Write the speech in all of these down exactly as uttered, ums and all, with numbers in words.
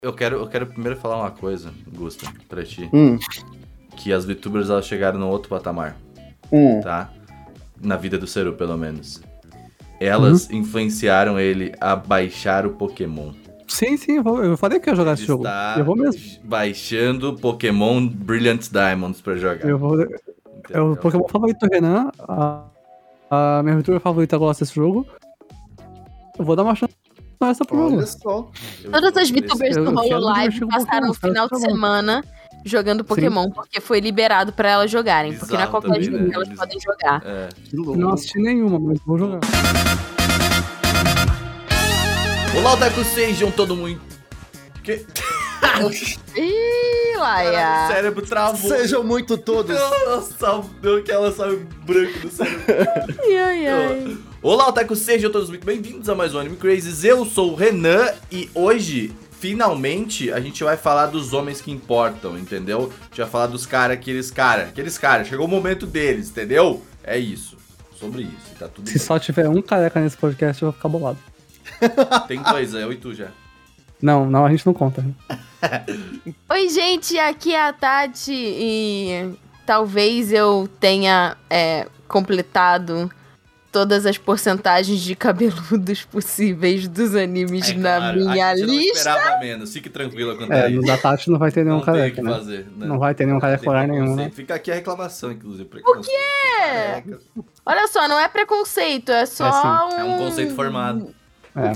Eu quero, eu quero primeiro falar uma coisa, Gusta, pra ti. Hum. Que as VTubers, elas chegaram num outro patamar, Hum. tá? Na vida do Seru, pelo menos. Elas Uhum. influenciaram ele a baixar o Pokémon. Sim, sim, eu, vou, eu falei que ia jogar esse jogo. Está Eu vou mesmo. baixando Pokémon Brilliant Diamonds pra jogar. Eu vou. É Entendeu? o Pokémon favorito do Renan. A, a minha aventura favorita gosta desse jogo. Eu vou dar uma chance pra essa pro jogo. Olha só. Eu- Todas as eu- VTubers eu do quero Hololive divertir um passaram o pouquinho, final de tá bom. semana jogando Pokémon, porque foi liberado pra elas jogarem. Porque não é Bizarro qualquer também, jogo né? que elas Bizarro. podem jogar. É. Que louco. Não assisti nenhuma, mas vou jogar. Olá, Otaku, sejam todo mundo... Que... Ih, Laia. O cérebro travou. Sejam muito todos. Nossa, deu aquela sabe branca do cérebro. Ai, ai, ai. Olá, Otaku, sejam todos muito bem-vindos a mais um Anime Crazes. Eu sou o Renan e hoje, finalmente, a gente vai falar dos homens que importam, entendeu? A gente vai falar dos caras, aqueles caras, aqueles caras. Chegou o momento deles, entendeu? É isso. Sobre isso, tá tudo Se bem. só tiver um careca nesse podcast, eu vou ficar bolado. Tem dois, é eu e tu já. Não, não, a gente não conta. Oi, gente, aqui é a Tati e talvez eu tenha é, completado todas as porcentagens de cabeludos possíveis dos animes É na claro, minha a gente não lista. esperava menos, fique tranquilo quanto É, a no isso. da Tati não vai ter nenhum Não tem o careca, que né? fazer, né? Não vai ter nenhum careca Tem lugar nenhum, preconceito. né? Fica aqui a reclamação, inclusive. Por quê? Olha só, não é preconceito, é só É, um... É um conceito formado. É.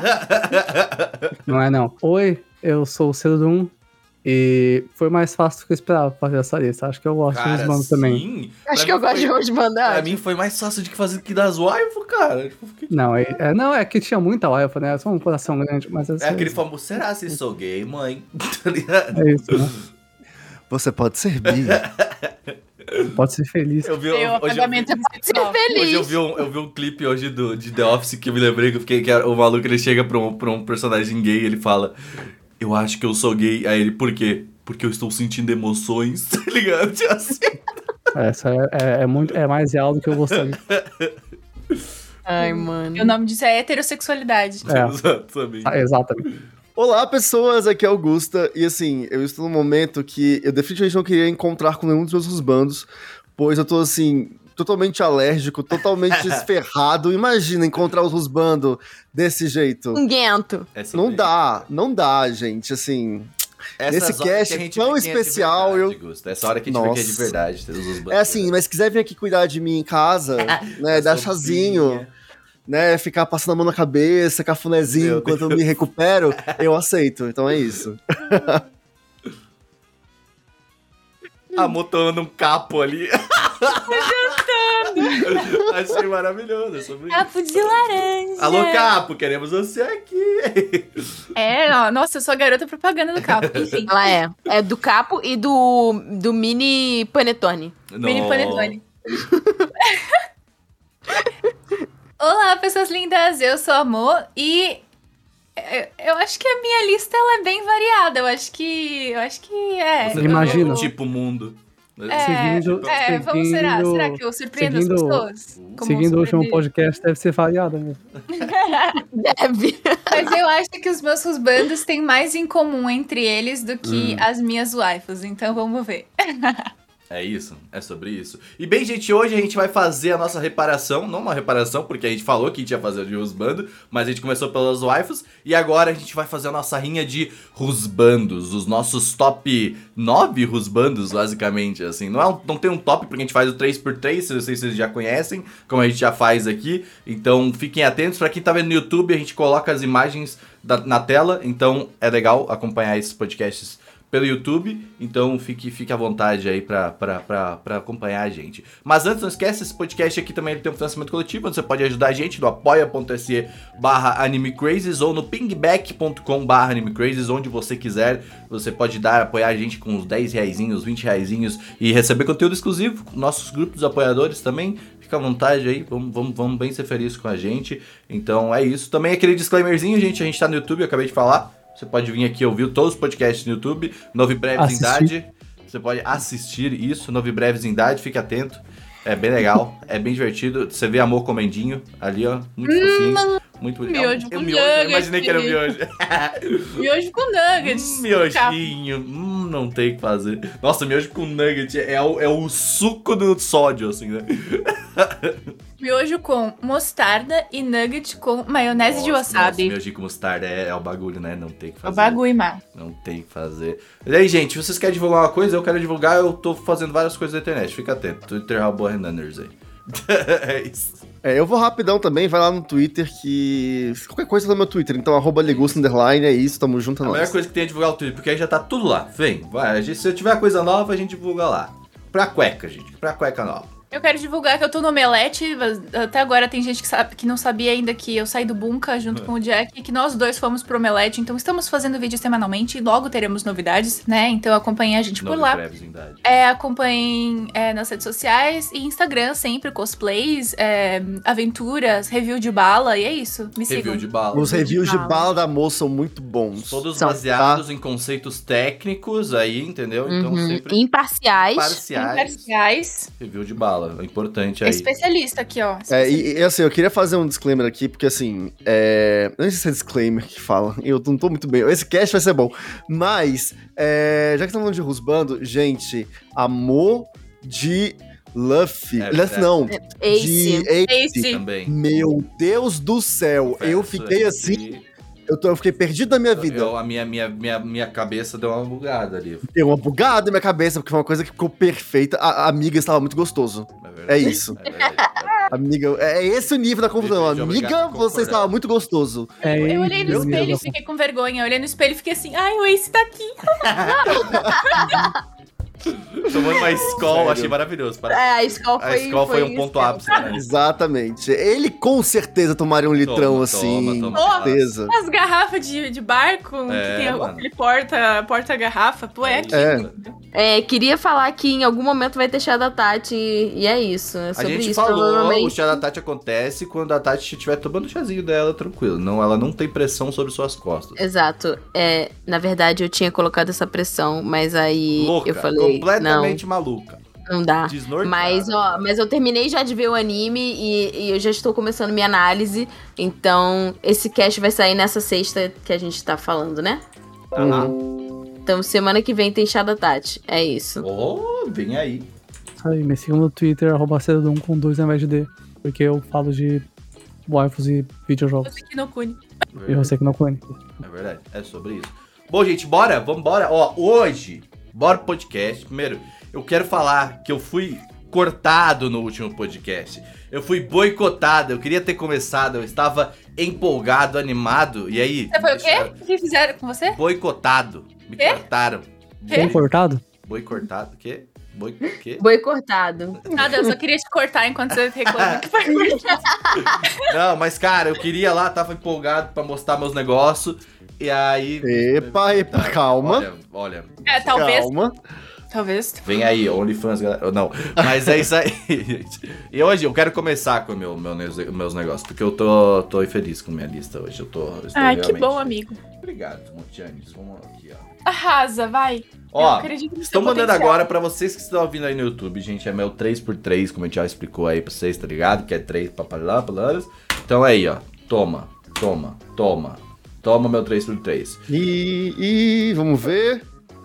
Não é não. Oi, eu sou o Cedum e foi mais fácil do que eu esperava fazer essa lista. Acho que eu gosto Cara, dos bandos sim. também. Acho Pra que eu mim gosto foi- de Rosbandar. Pra mim foi mais fácil de que fazer que das waifus, cara. Tipo, fiquei- Não, é, é- não, é que tinha muita wife, né? É só um coração grande, mas É aquele famoso, será se sou gay, mãe? Tá ligado? É isso, né? Você pode ser bi. Pode ser feliz. Eu vi, Meu hoje, eu vi, apagamento emocional. Feliz. hoje eu vi um, eu vi um clipe hoje do, de The Office que eu me lembrei que eu fiquei que era- o maluco ele chega pra um, pra um personagem gay e ele fala: eu acho que eu sou gay. Aí ele, por quê? Porque eu estou sentindo emoções, tá ligado? Tipo assim. Essa é, é, é muito, é mais real do que eu gostaria. Ai, mano. E o nome disso é heterossexualidade. É. Exatamente. Ah, exatamente. Olá, pessoas, aqui é Augusta. E assim, eu estou num momento que eu definitivamente não queria encontrar com nenhum dos meus bandos, pois eu tô assim, totalmente alérgico, totalmente esferrado. Imagina encontrar os rusbando desse jeito. Um guento. É sobre Não dá, não dá, gente, assim... Essas Nesse horas cast que a gente tão vê quem é de especial, verdade, eu- Gusta. Essa hora que a gente vê que é de Nossa. verdade. Os rusbandos. É assim, mas se quiser vir aqui cuidar de mim em casa, né, dar chazinho, né, ficar passando a mão na cabeça, cafunézinho Meu enquanto eu me recupero, eu aceito. Então é isso. A Mo tomando um capo ali. Achei maravilhoso. É sobre isso. Capo de laranja. Alô, Capo, queremos você aqui. É, ó, nossa, eu sou a garota propaganda do Capo. Enfim, Ela é. É do Capo e do, do Mini Panetone. mini Não. panetone. Olá, pessoas lindas, eu sou a Mo e eu, eu acho que a minha lista ela é bem variada. Eu acho que. Eu acho que é. Você Imagina. também é um tipo mundo. É, Seguindo- é, vamos, será? seguindo- Será que eu surpreendo as seguindo- pessoas? Como Seguindo o último surpreender? podcast, deve ser variada mesmo. Deve. Mas eu acho que os meus rusbandos têm mais em comum entre eles do que Hum. as minhas waifus. Então vamos ver. É isso, é sobre isso. E bem, gente, hoje a gente vai fazer a nossa reparação. Não uma reparação, porque a gente falou que a gente ia fazer de Rusbando, mas a gente começou pelas waifus. E agora a gente vai fazer a nossa rinha de Rusbandos, os nossos top nove Rusbandos, basicamente, assim. Não, é um- não tem um top, porque a gente faz o três por três, se vocês, vocês já conhecem, como a gente já faz aqui. Então fiquem atentos. Pra quem tá vendo no YouTube, a gente coloca as imagens da- na tela. Então é legal acompanhar esses podcasts pelo YouTube, então fique, fique à vontade aí pra, pra, pra, pra acompanhar a gente. Mas antes, não esquece, esse podcast aqui também tem um financiamento coletivo, onde você pode ajudar a gente no apoia.se barra animecrazes ou no pingback ponto com barra animecrazes, onde você quiser, você pode dar, apoiar a gente com uns dez reaisinhos, vinte reaisinhos e receber conteúdo exclusivo, nossos grupos de apoiadores também. Fica à vontade aí, vamos, vamos, vamos bem ser felizes com a gente. Então é isso. Também aquele disclaimerzinho, gente, a gente tá no YouTube, eu acabei de falar. Você pode vir aqui ouvir todos os podcasts no YouTube, Novo e Breves em Assistir. Idade. Você pode assistir isso, Novo e Breves em Idade, fique atento. É bem legal, é bem divertido. Você vê Amor Comendinho ali, ó, muito fofinho. Muito bonito. Miojo É um- com é um miojo, eu imaginei nuggets. que era um miojo. Miojo com nuggets. Hum, miojinho, hum, não tem o que fazer. Nossa, miojo com nugget é o, é o suco do sódio, assim, né? Miojo com mostarda e nugget com maionese de Nossa, wasabi. Nossa, miojo com mostarda é, é o bagulho, né? Não tem o que O fazer. bagulho, mano. Não tem o que fazer. E aí, gente, vocês querem divulgar uma coisa? Eu quero divulgar, eu tô fazendo várias coisas na internet. Fica atento. Twitter, Rabo Hernandez aí. É isso. É, eu vou rapidão também, vai lá no Twitter que... Qualquer coisa tá no meu Twitter, então arroba legusta underline, é isso, tamo junto, é A melhor nóis. coisa que tem é divulgar o Twitter, porque aí já tá tudo lá. Vem, vai. a gente- Se eu tiver coisa nova, a gente divulga lá. Pra cueca, gente. Pra cueca nova. Eu quero divulgar que eu tô no Omelete. Até agora tem gente que, sabe, que não sabia ainda que eu saí do Bunka junto com o Jack e que nós dois fomos pro Omelete. Então estamos fazendo vídeo semanalmente e logo teremos novidades, né? Então acompanhem a gente por lá. É, acompanhem é, nas redes sociais e Instagram sempre, cosplays, é, aventuras, review de bala e é isso. Me sigam. Review de bala. Os reviews de bala. bala da moça são muito bons. Todos São, baseados em conceitos técnicos aí, entendeu? Então Uhum. sempre Imparciais. parciais. Imparciais. Review de bala, é importante aí. Especialista aqui, ó. É, e, e, assim, eu queria fazer um disclaimer aqui, porque assim, é... não sei se é disclaimer que fala, eu não tô muito bem, esse cast vai ser bom, mas, é... já que estamos falando de Rusbando, gente, amor de Luffy, É Luffy verdade. não, Ace. de Ace. Ace. Também. Meu Deus do céu, eu Confesso fiquei que assim, eu, tô, eu fiquei perdido na minha vida. eu- a minha, minha, minha, minha cabeça deu uma bugada ali. Deu uma bugada na minha cabeça, porque foi uma coisa que ficou perfeita, a, a amiga estava muito gostoso. É, verdade. É isso. É verdade, é verdade. Amiga, é é esse o nível da confusão. Vivi, obrigado Amiga, por concordar. você estava muito gostoso. É Eu olhei no isso, espelho e meu fiquei com vergonha. Eu olhei no espelho e fiquei assim, ai, o Ace tá aqui. Tomando uma escola, Sério? achei maravilhoso. Para- É, a escola A foi, escola foi um ponto especial. ápice, né? Exatamente. Ele com certeza tomaria um litrão Toma, assim. toma, toma. Com certeza. As garrafas de, de barco, É, que tem mano. aquele porta, porta-garrafa. Pô, é aqui. É. É, queria falar que em algum momento vai ter chá da Tati e é isso. É A sobre gente isso, falou, o provavelmente. chá da Tati acontece quando a Tati estiver tomando o chazinho dela tranquilo. Não, ela não tem pressão sobre suas costas. Exato. É, na verdade, eu tinha colocado essa pressão, mas aí Louca, eu falei, completamente maluca. não, não dá. Desnorteada. Mas, ó, mas eu terminei já de ver o anime e, e eu já estou começando minha análise. Então, esse cast vai sair nessa sexta que a gente tá falando, né? Uhum. Então, semana que vem tem chá da Tati. É isso. Oh, vem aí. Isso aí, me sigam no Twitter, arroba Cedum com dois ao invés de D. Porque eu falo de waifus e videojogos. Eu aqui no Cune. E você que não conhece. É verdade, é sobre isso. Bom, gente, bora, vambora. Ó, hoje, bora pro podcast. Primeiro, eu quero falar que eu fui cortado no último podcast. Eu fui boicotado, eu queria ter começado, eu estava empolgado, animado, e aí... Você foi o deixaram- quê? O que fizeram com você? Boicotado. Me Quê? cortaram. Bem cortado? Boicotado? O quê? Boi... o quê? Boi cortado. Nada, eu só queria te cortar enquanto você reclama que foi cortado. Não, mas cara, eu queria lá, tava empolgado pra mostrar meus negócios, e aí... Epa, epa, calma. Olha, olha. É, talvez. Calma. Talvez. Vem aí, OnlyFans, galera. Não, mas é isso aí, gente. E hoje eu quero começar com o meu, meu, meus negócios, porque eu tô, tô infeliz com minha lista hoje. Eu tô. eu estou Ai, que realmente- bom, amigo. Obrigado, Montianes. Vamos aqui, ó. Arrasa, vai. Eu Ó, acredito no estou seu mandando potencial. agora pra vocês que estão ouvindo aí no YouTube, gente. É meu três por três, como a gente já explicou aí pra vocês, tá ligado? Que é três papalapalas. Então é aí, ó. Toma, toma, toma. Toma meu três por três. E, e vamos ver.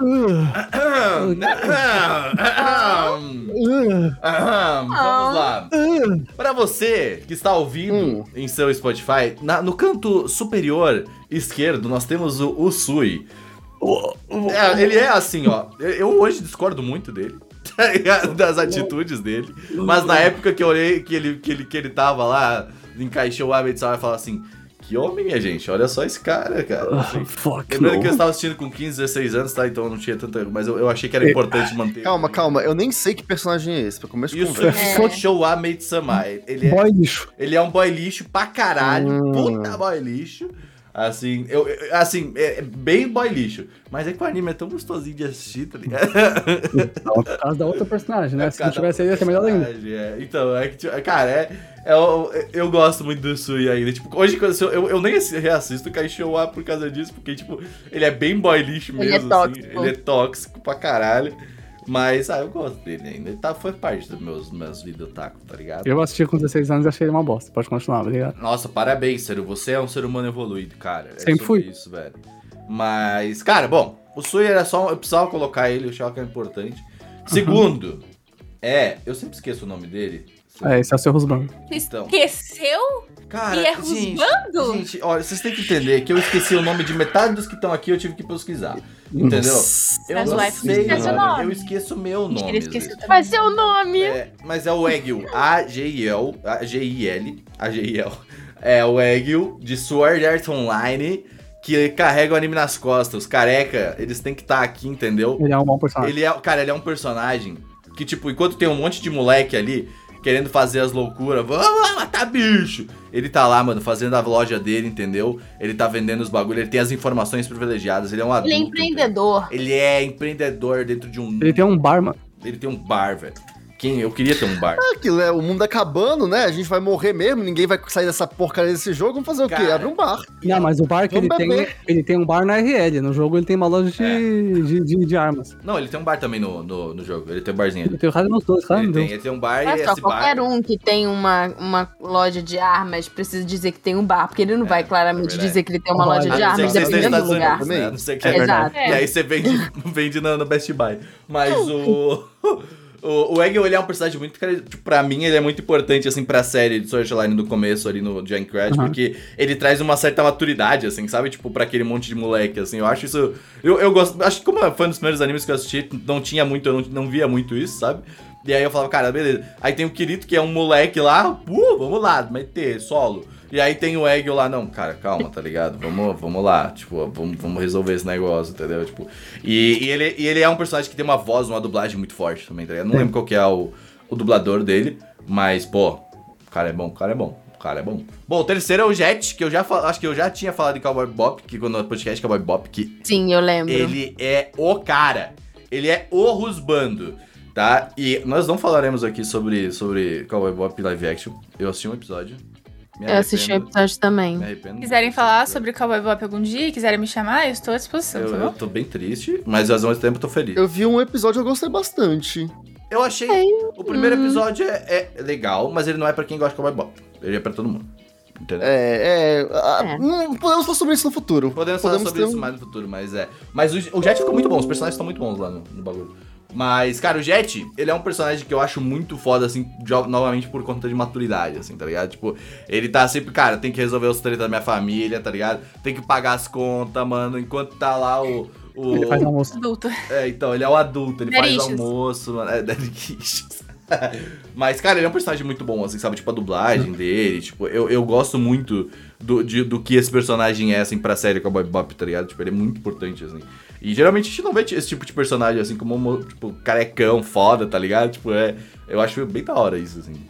Vamos lá. Para você que está ouvindo Hum. em seu Spotify, na- no canto superior esquerdo nós temos o Usui. É, ele é assim, ó. Eu, eu hoje discordo muito dele. tá ligado? Das atitudes dele. Mas na época que eu olhei que ele, que ele, que ele tava lá, encaixou o Abed Sal e falou assim: que homem, minha gente, olha só esse cara, cara. Assim, Fuck lembrando no. que eu estava assistindo com quinze, dezesseis anos, tá? Então eu não tinha tanta. Mas eu, eu achei que era importante manter. Calma, calma. Eu nem sei que personagem é esse, pra começo de Isso conversa. é Show Made Sama. Ele é, Boy lixo. ele é um boy lixo pra caralho. Hum. Puta boy lixo. Assim, eu, eu- assim, é é bem boy lixo. Mas é que o anime é tão gostosinho de assistir, tá ligado? Por causa da outra personagem, né? Se não Cada tivesse aí, ia ser melhor ainda. personagem, é. Então, é que, tipo, cara, é, é, eu, eu gosto muito do Sui ainda. Tipo, hoje quando eu, eu, eu nem assi- reassisto o Kaishou A por causa disso, porque, tipo, ele é bem boy lixo Ele mesmo. é assim. tóxico. Ele é tóxico pra caralho. Mas, ah, eu gosto dele ainda. Ele tá, foi parte dos meus, meus vídeos taco, tá ligado? Eu assisti com dezesseis anos e achei ele uma bosta. Pode continuar, obrigado. Nossa, parabéns, Ciro. Você é um ser humano evoluído, cara. É Sempre sobre fui. isso, velho. Mas, cara, bom, o Sui era só. Eu precisava colocar ele, eu achava que era importante. Segundo, é. Eu sempre esqueço o nome dele. É, esse é o seu Rusbando. Então. Esqueceu? Cara, E é gente, Rusbando? gente, olha, vocês têm que entender que eu esqueci o nome de metade dos que estão aqui, eu tive que pesquisar. Entendeu? Eu Nas não lives sei, esquece o mano, nome. eu esqueço o meu nome. Ele às esqueceu vezes. também. Vai ser o nome. É, mas é o Egil, A G I L, A G I L, A G I L. É o Egil de Sword Art Online, que carrega o anime nas costas. Os careca, eles têm que estar aqui, entendeu? Ele é um bom personagem. Ele é, cara, ele é um personagem que, tipo, enquanto tem um monte de moleque ali querendo fazer as loucuras, vamos matar bicho. Ele tá lá, mano, fazendo a loja dele, entendeu? Ele tá vendendo os bagulhos, ele tem as informações privilegiadas, ele é um adulto. Ele é empreendedor. entendeu? Ele é empreendedor dentro de um... Ele tem um bar, mano. Ele tem um bar, velho. Quem? Eu queria ter um bar. Aquilo é o mundo acabando, né? A gente vai morrer mesmo, ninguém vai sair dessa porcaria desse jogo. Vamos fazer o quê? Cara. Abre um bar. Não, mas o bar que ele Vamos tem, beber. ele tem um bar na R L. No jogo ele tem uma loja de, É. de, de, de armas. Não, ele tem um bar também no, no, no jogo. Ele tem um barzinho Ele ali. tem o raio nos dois, cara, Ele meu tem, Deus. ele tem um bar É e só, esse qualquer bar... um que tem uma, uma loja de armas precisa dizer que tem um bar, porque ele não vai claramente verdade. dizer que ele tem uma Ah, loja a de não A não ser armas que você esteja dependendo nos do Estados lugar. Unidos, né? A não ser que É verdade. E aí você vende, vende no, no Best Buy. Mas o... O, o Egil, ele é um personagem muito... Tipo, pra mim, ele é muito importante, assim, pra série de Sword Art Online do começo, ali no Junkrat, Uhum. porque ele traz uma certa maturidade, assim, sabe? Tipo, pra aquele monte de moleque, assim. Eu acho isso... Eu, eu gosto... Acho que como fã dos primeiros animes que eu assisti, não tinha muito... Eu não, não via muito isso, sabe? E aí eu falava, cara, beleza. Aí tem o Kirito, que é um moleque lá. Uh, vamos lá, vai ter solo. E aí tem o Egil lá, não, cara, calma, tá ligado? Vamos, vamos lá, tipo, vamos, vamos resolver esse negócio, entendeu? Tipo, e, e, ele, e ele é um personagem que tem uma voz, uma dublagem muito forte também, tá ligado? Não lembro qual que é o, o dublador dele, mas, pô, o cara é bom, o cara é bom, o cara é bom. Bom, o terceiro é o Jet, que eu já fal- acho que eu já tinha falado de Cowboy Bebop, que quando no podcast Cowboy Bebop, que Sim, eu lembro. ele é o cara. Ele é o Rusbando, tá? E nós não falaremos aqui sobre, sobre Cowboy Bebop live action. Eu assisti um episódio. Me Eu assisti o arrependo, episódio também. Me arrependo. Quiserem falar sobre Cowboy Bebop algum dia, quiserem me chamar, eu estou à disposição, Eu, tá eu bom? tô bem triste, mas ao mesmo tempo eu tô feliz. Eu, Eu vi um episódio e eu gostei bastante. achei. O primeiro episódio é, é legal, mas ele não é pra quem gosta de Cowboy Bebop. Ele é pra todo mundo. Entendeu? É, é. a- É. hum, podemos falar sobre isso no futuro. Podemos falar sobre ter isso um- mais no futuro, mas é. Mas o, o Jet ficou muito bom, os personagens estão muito bons lá no, no bagulho. Mas, cara, o Jet, ele é um personagem que eu acho muito foda, assim, jo- novamente por conta de maturidade, assim, tá ligado? Tipo, ele tá sempre, cara, tem que resolver os tretas da minha família, tá ligado? Tem que pagar as contas, mano, enquanto tá lá o... o Ele faz almoço. Adulto. É, então, ele é o adulto, ele Daddy faz issues. almoço, mano, é, daddy issues. Mas, cara, ele é um personagem muito bom, assim, sabe? Tipo, a dublagem dele, tipo, eu, eu gosto muito do, de- do que esse personagem é, assim, pra série Cowboy Bebop, tá ligado? Tipo, ele é muito importante, assim. E geralmente a gente não vê esse tipo de personagem, assim, como, um, tipo, carecão, foda, tá ligado? Tipo, é... Eu acho bem da hora isso, assim.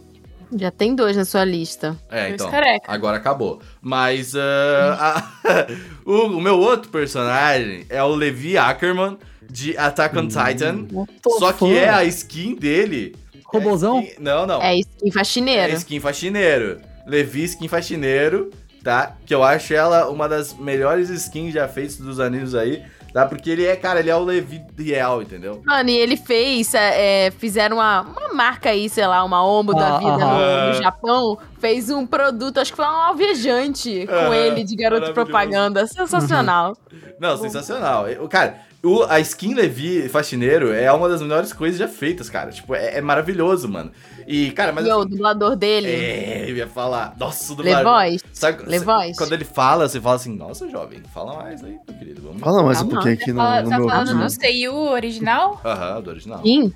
Já tem dois na sua lista. É, Dois então, careca. agora acabou. Mas ah, a- o, o meu outro personagem é o Levi Ackerman, de Attack on Titan. Só que é a skin dele... Robozão? é skin- Não, não. É skin faxineiro. É skin faxineiro. Levi skin faxineiro, tá? Que eu acho ela uma das melhores skins já feitas dos animes aí, tá? Porque ele é, cara, ele é o Levi real, entendeu? Mano, e ele fez, é, fizeram uma, uma marca aí, sei lá, uma Ombo da Ah, vida no, aham. no Japão, fez um produto, acho que foi um alvejante com Aham, ele de garoto maravilhoso. propaganda. Sensacional. Não, sensacional. O cara, o, a skin Levi faxineiro é uma das melhores coisas já feitas, cara. Tipo, é, é maravilhoso, mano. E, cara, mas... e o assim, dublador dele, é, eu ia falar. Nossa, o dublador. Levoz. Sabe, Levoz. Quando ele fala, você fala assim, nossa, jovem, fala mais aí, meu querido. Vamos. Fala mais Tá um bom. pouquinho aqui no, Fala- no tá meu falando vídeo. do Seiyu original? Aham, do original. Sim.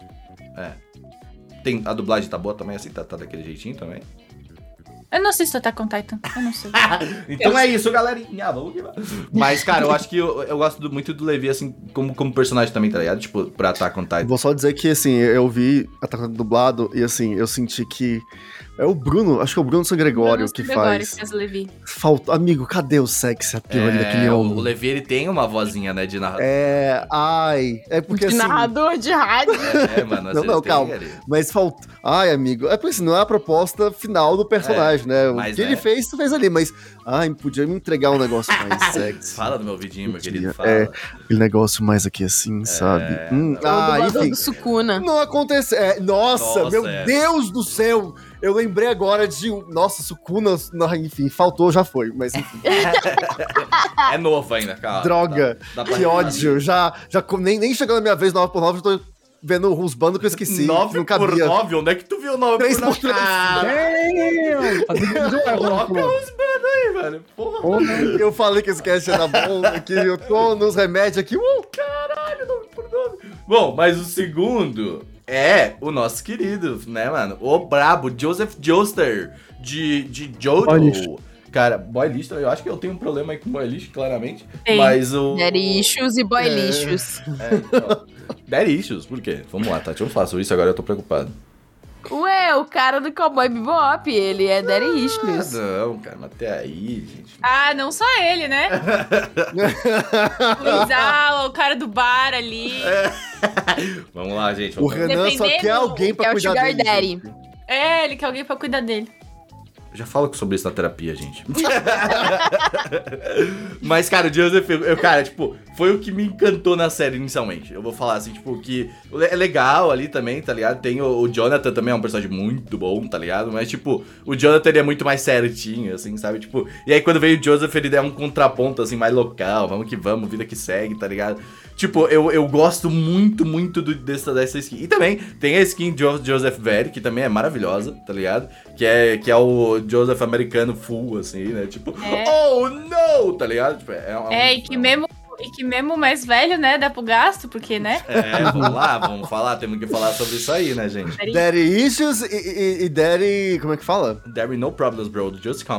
Tem, a dublagem tá boa também, assim, tá, tá daquele jeitinho também. Eu não assisto Attack on Titan, eu não sei. Então é isso, galerinha. Vamos que vamos. Mas, cara, eu acho que eu, eu gosto do- muito do Levi, assim, como, como personagem também, tá ligado? Tipo, pra Attack on Titan. Vou só dizer que, assim, eu vi Attack on Titan dublado e, assim, eu senti que É o Bruno, acho que é o Bruno San Gregório Bruno que Gregório, faz. que faz o Levi. Falta... Amigo, cadê o sexy appeal ali daquele É, o, homem? o Levi, ele tem uma vozinha, né, de narrador. É, ai, é porque De assim... narrador de rádio. É, mano. Não, você não, tem calma. ali. Mas falta... Ai, amigo, é porque assim, não é a proposta final do personagem, né? O mas, que né? ele fez, tu fez ali, mas... Ai, podia me entregar um negócio mais sexy. Fala do meu vidinho, meu Podia, querido, fala. é. Aquele negócio mais aqui assim, sabe? Hum, não. ah, O dublador enfim. do Sukuna. Não aconteceu. É, nossa, Nossa, meu é. Deus do céu! Eu lembrei agora de. um- Nossa, Sukuna. não, Enfim, faltou, já foi. Mas enfim. É novo ainda, cara. Droga, Dá- dá pra que reclamar. ódio. Já, já com- nem, nem chegando a minha vez nove por nove, eu tô vendo uns bandos que eu esqueci. que nove não por cabia. nove? Onde é que tu viu nove Três por nove? por três. Ah, Damn! Fazendo vídeo é coloca bom, uns bandos aí, velho. Porra. pô. Eu falei que esse cast era bom, que eu tô nos remédios aqui. Uh, Caralho, nove por nove. Bom, mas o segundo é o nosso querido, né, mano? O brabo, Joseph Joestar, de, de Jojo. Boy lixo. Cara, boy lixo, eu acho que eu tenho um problema aí com boy lixo, claramente. Tem. Mas o... Daddy issues e boy É. lixos. É, então, Daddy issues, por quê? Vamos lá, Tati, eu faço isso, agora eu tô preocupado. Ué, o cara do Cowboy Bebop, ele é Daddy Ah, issues. não, cara, mas até aí, gente. Ah, não só ele, né? O Izawa, o cara do bar ali. Vamos lá, gente. o Vamos... Renan só Dependendo, quer alguém pra é o cuidar Sugar dele. Daddy. gente. É, ele quer alguém pra cuidar dele. Eu já falo sobre isso na terapia, gente. Mas, cara, o Joseph, eu, cara, tipo, foi o que me encantou na série inicialmente. Eu vou falar assim, tipo, que é legal ali também, tá ligado? Tem o, o Jonathan também, é um personagem muito bom, tá ligado? Mas, tipo, o Jonathan ele é muito mais certinho, assim, sabe? Tipo, e aí quando veio o Joseph, ele é um contraponto, assim, mais local, vamos que vamos, vida que segue, tá ligado? Tipo, eu, eu gosto muito, muito do, dessa, dessa skin. E também tem a skin de Jo- Joseph Very, que também é maravilhosa, tá ligado? Que é, que é o Joseph americano full, assim, né? Tipo, É. oh, no! Tá ligado? Tipo, é, um- É, e que mesmo, e que mesmo mais velho, né, dá pro gasto, porque, né? É, vamos lá, vamos falar, temos que falar sobre isso aí, né, gente? Daddy issues e, e, e Daddy. Como é que fala? There be no problems, bro, just come.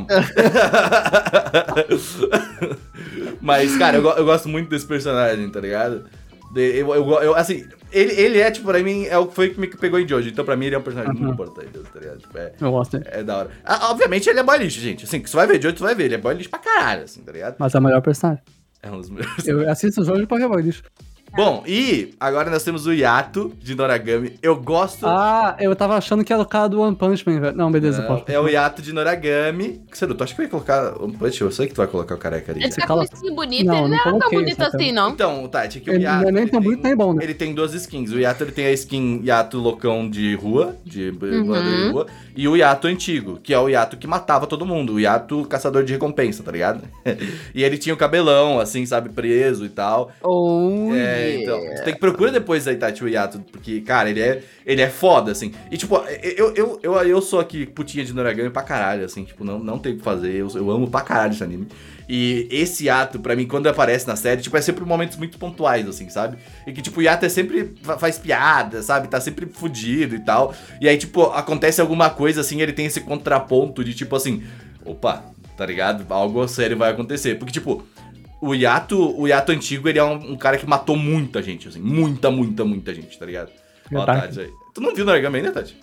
Mas, cara, eu, go- eu gosto muito desse personagem, tá ligado? De- eu, eu, eu- assim, ele, ele é, tipo, pra mim, é o que foi que me pegou em Jojo. Então, pra mim, ele é um personagem muito Uhum. importante, tá ligado? Tipo, é, Eu gosto dele. é da hora. Ah, obviamente, ele é boy lixo, gente. Assim, que você vai ver Jojo, você vai ver. Ele é boy lixo pra caralho, assim, tá ligado? Mas é o melhor personagem. É um dos melhores. Eu assisto o jogo de Pokémon lixo. Bom, e agora nós temos o Yato de Noragami. Eu gosto... Ah, eu tava achando que era o cara do One Punch Man, velho. Não, beleza, Não, pode. é o Yato de Noragami. Você tu acha que vai colocar... Punch, eu sei que tu vai colocar o careca ali. Ele Você tá cala- com skin bonito, Não, ele não não é tão coloquei, bonito sabe? assim, não. Então, Tati, que o Ele Yato... não é nem ele tão tem- bonito nem bom, né? Ele tem duas skins. O Yato ele tem a skin Yato loucão de rua, de voador de rua, e o Yato antigo, que é o Yato que matava todo mundo, o Yato caçador de recompensa, tá ligado? E ele tinha o cabelão, assim, sabe, preso e tal. Oh, É, yeah. então, você tem que procurar depois aí, Tati, o Yato, porque, cara, ele é, ele é foda, assim. E, tipo, eu, eu, eu, eu sou aqui putinha de Noragami pra caralho, assim, tipo, não, não tem o que fazer, eu, eu amo pra caralho esse anime. E esse Yato, pra mim, quando aparece na série, tipo, é sempre momentos muito pontuais, assim, sabe? E que, tipo, o Yato é sempre, fa- faz piada, sabe? Tá sempre fudido e tal. E aí, tipo, acontece alguma coisa, assim, ele tem esse contraponto de, tipo, assim, opa, tá ligado? Algo sério vai acontecer. Porque, tipo... O Yato, o Yato antigo, ele é um, um cara que matou muita gente, assim. Muita, muita, muita gente, tá ligado? Ó, a Verdade. Tati aí. Tu não viu Noragami ainda, Tati?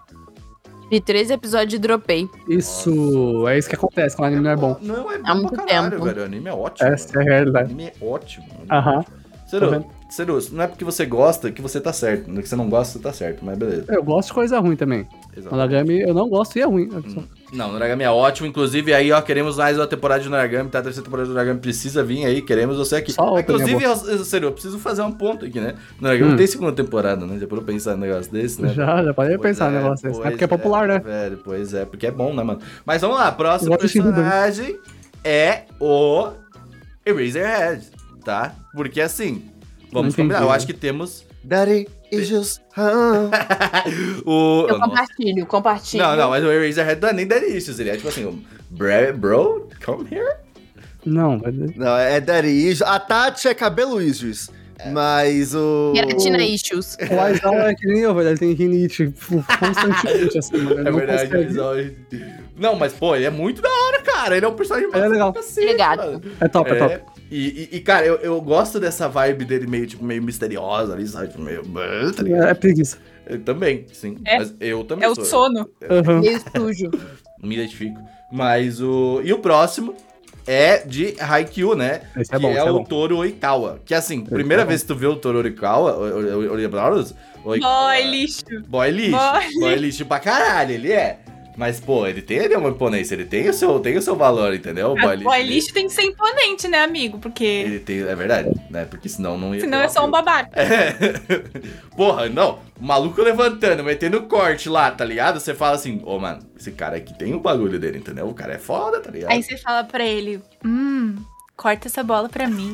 Vi três episódios e dropei. Isso, é isso que acontece quando o anime não é bom. Não, é bom Há muito pra caralho, tempo. velho. O anime é ótimo. Essa é a mano. O realidade. anime é ótimo. o anime é Aham. ótimo. Ciro, vendo? Ciro, não é porque você gosta que você tá certo. Não é que você não gosta, você tá certo, mas beleza. Eu gosto de coisa ruim também. Exato. Noragami eu não gosto e é ruim. Não, Noragami é ótimo. Inclusive, aí, ó, queremos mais uma temporada de Noragami, tá? A terceira temporada de Noragami precisa vir aí, queremos você aqui. Só outra, Inclusive, minha eu, Ciro, eu preciso fazer um ponto aqui, né? Noragami Hum. tem segunda temporada, né? Já parou pra pensar num negócio desse, né? Já, já pode Pois pensar é, no negócio desse. É pois porque é popular, né? Velho, pois é, porque é bom, né, mano? Mas vamos lá, próximo Eu gosto de personagem é o Eraserhead, tá? Porque assim, vamos Não entendi, combinar, eu né? acho que temos Daddy issues. Ah. o... Eu Nossa. compartilho, compartilho. Não, não, mas o Eraserhead não é nem Delicious, ele é tipo assim, o bro, bro, come here. Não, mas- Não, é Daddy issues. A Tati é cabelo issues. Mas o. Queratina issues. o Aizawa é que nem eu, velho. Ele tem rinite tipo, constantemente, assim, mano. Ele É não verdade, consegue. eles só- Não, mas pô, ele é muito da hora, cara. Ele é um personagem Ele é legal. pra cacete, Ele é gato. mano. É top, é top. E, e, e, cara, eu, eu gosto dessa vibe dele meio, tipo, meio misteriosa ali, sabe? Tipo, meio... Tá ligado? É, é preguiça. Eu também, sim. É. Mas eu também É o sou. sono. Uhum. Meio sujo. Me identifico. Mas o... E o próximo é de Haikyuu, né? Esse é que bom, é esse é o bom. Toru Oikawa. Que assim, Esse primeira é bom. vez que tu vê o Toru Oikawa... o- o- o- o- Oikawa- Boy, lixo. Boy lixo. Boy Boy lixo pra caralho, ele é. Mas, pô, ele tem ali uma imponência, ele tem o seu, tem o seu valor, entendeu? O A boy lixo. boy ele- lixo tem que ser imponente, né, amigo? Porque Ele tem, é verdade, né? Porque senão não ia. senão é só um babaca. É. Porra, não. O maluco levantando, metendo corte lá, tá ligado? Você fala assim, ô, mano, esse cara aqui tem o bagulho dele, entendeu? O cara é foda, tá ligado? Aí você fala pra ele, hum, corta essa bola pra mim.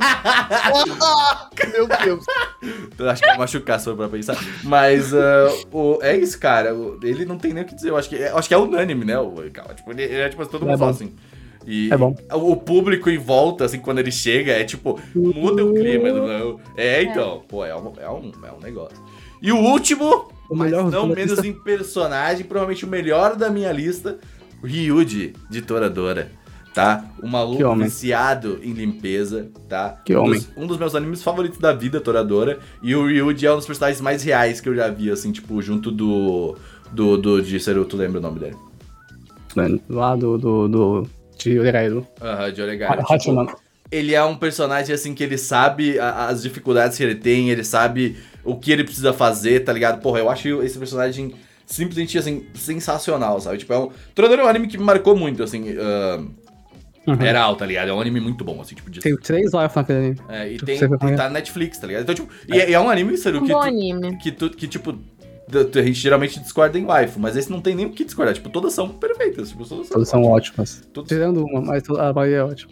Meu Deus. Eu acho que vai machucar só pra pensar. Mas ah, o, é isso, cara. O- ele não tem nem o que dizer. Eu acho que, eu acho que é unânime, né? O cara, tipo, ele, ele é tipo, todo mundo É fala bom. assim. E É bom. o público em volta, assim, quando ele chega, é tipo, muda o clima. Não, é, então, pô, é um, é, um, é um negócio. E o último, O mas melhor não da menos lista. em personagem, provavelmente o melhor da minha lista, o Ryuji, de Toradora. Tá? O Que maluco homem. viciado em limpeza, tá? Que um homem. Dos, um dos meus animes favoritos da vida, Toradora. E o Ryuji é um dos personagens mais reais que eu já vi, assim, tipo, junto do. Do, do de Seru, tu lembra o nome dele? Mano, lá do. do, do de Oregairu. Aham, de Oregairu. Ha- Hachiman. Ele é um personagem, assim, que ele sabe a- as dificuldades que ele tem, ele sabe o que ele precisa fazer, tá ligado? Porra, eu acho esse personagem simplesmente, assim, sensacional, sabe? Tipo, é um... Toradora é um anime que me marcou muito, assim, uh, Uhum. geral, tá ligado? É um anime muito bom, assim, tipo, de... Tem três lives naquele anime. É, e Tipo, tem, você vai e conhecer. tá na Netflix, tá ligado? Então, tipo, e é, e é um anime, Seru, Um que bom tu, anime. que, tu, que, tipo, d- a gente geralmente discorda em waifu, mas esse não tem nem o que discordar, tipo, todas são perfeitas, tipo, todas são Todas são ótimas. Todos- Tirando uma, mas a maioria é ótima.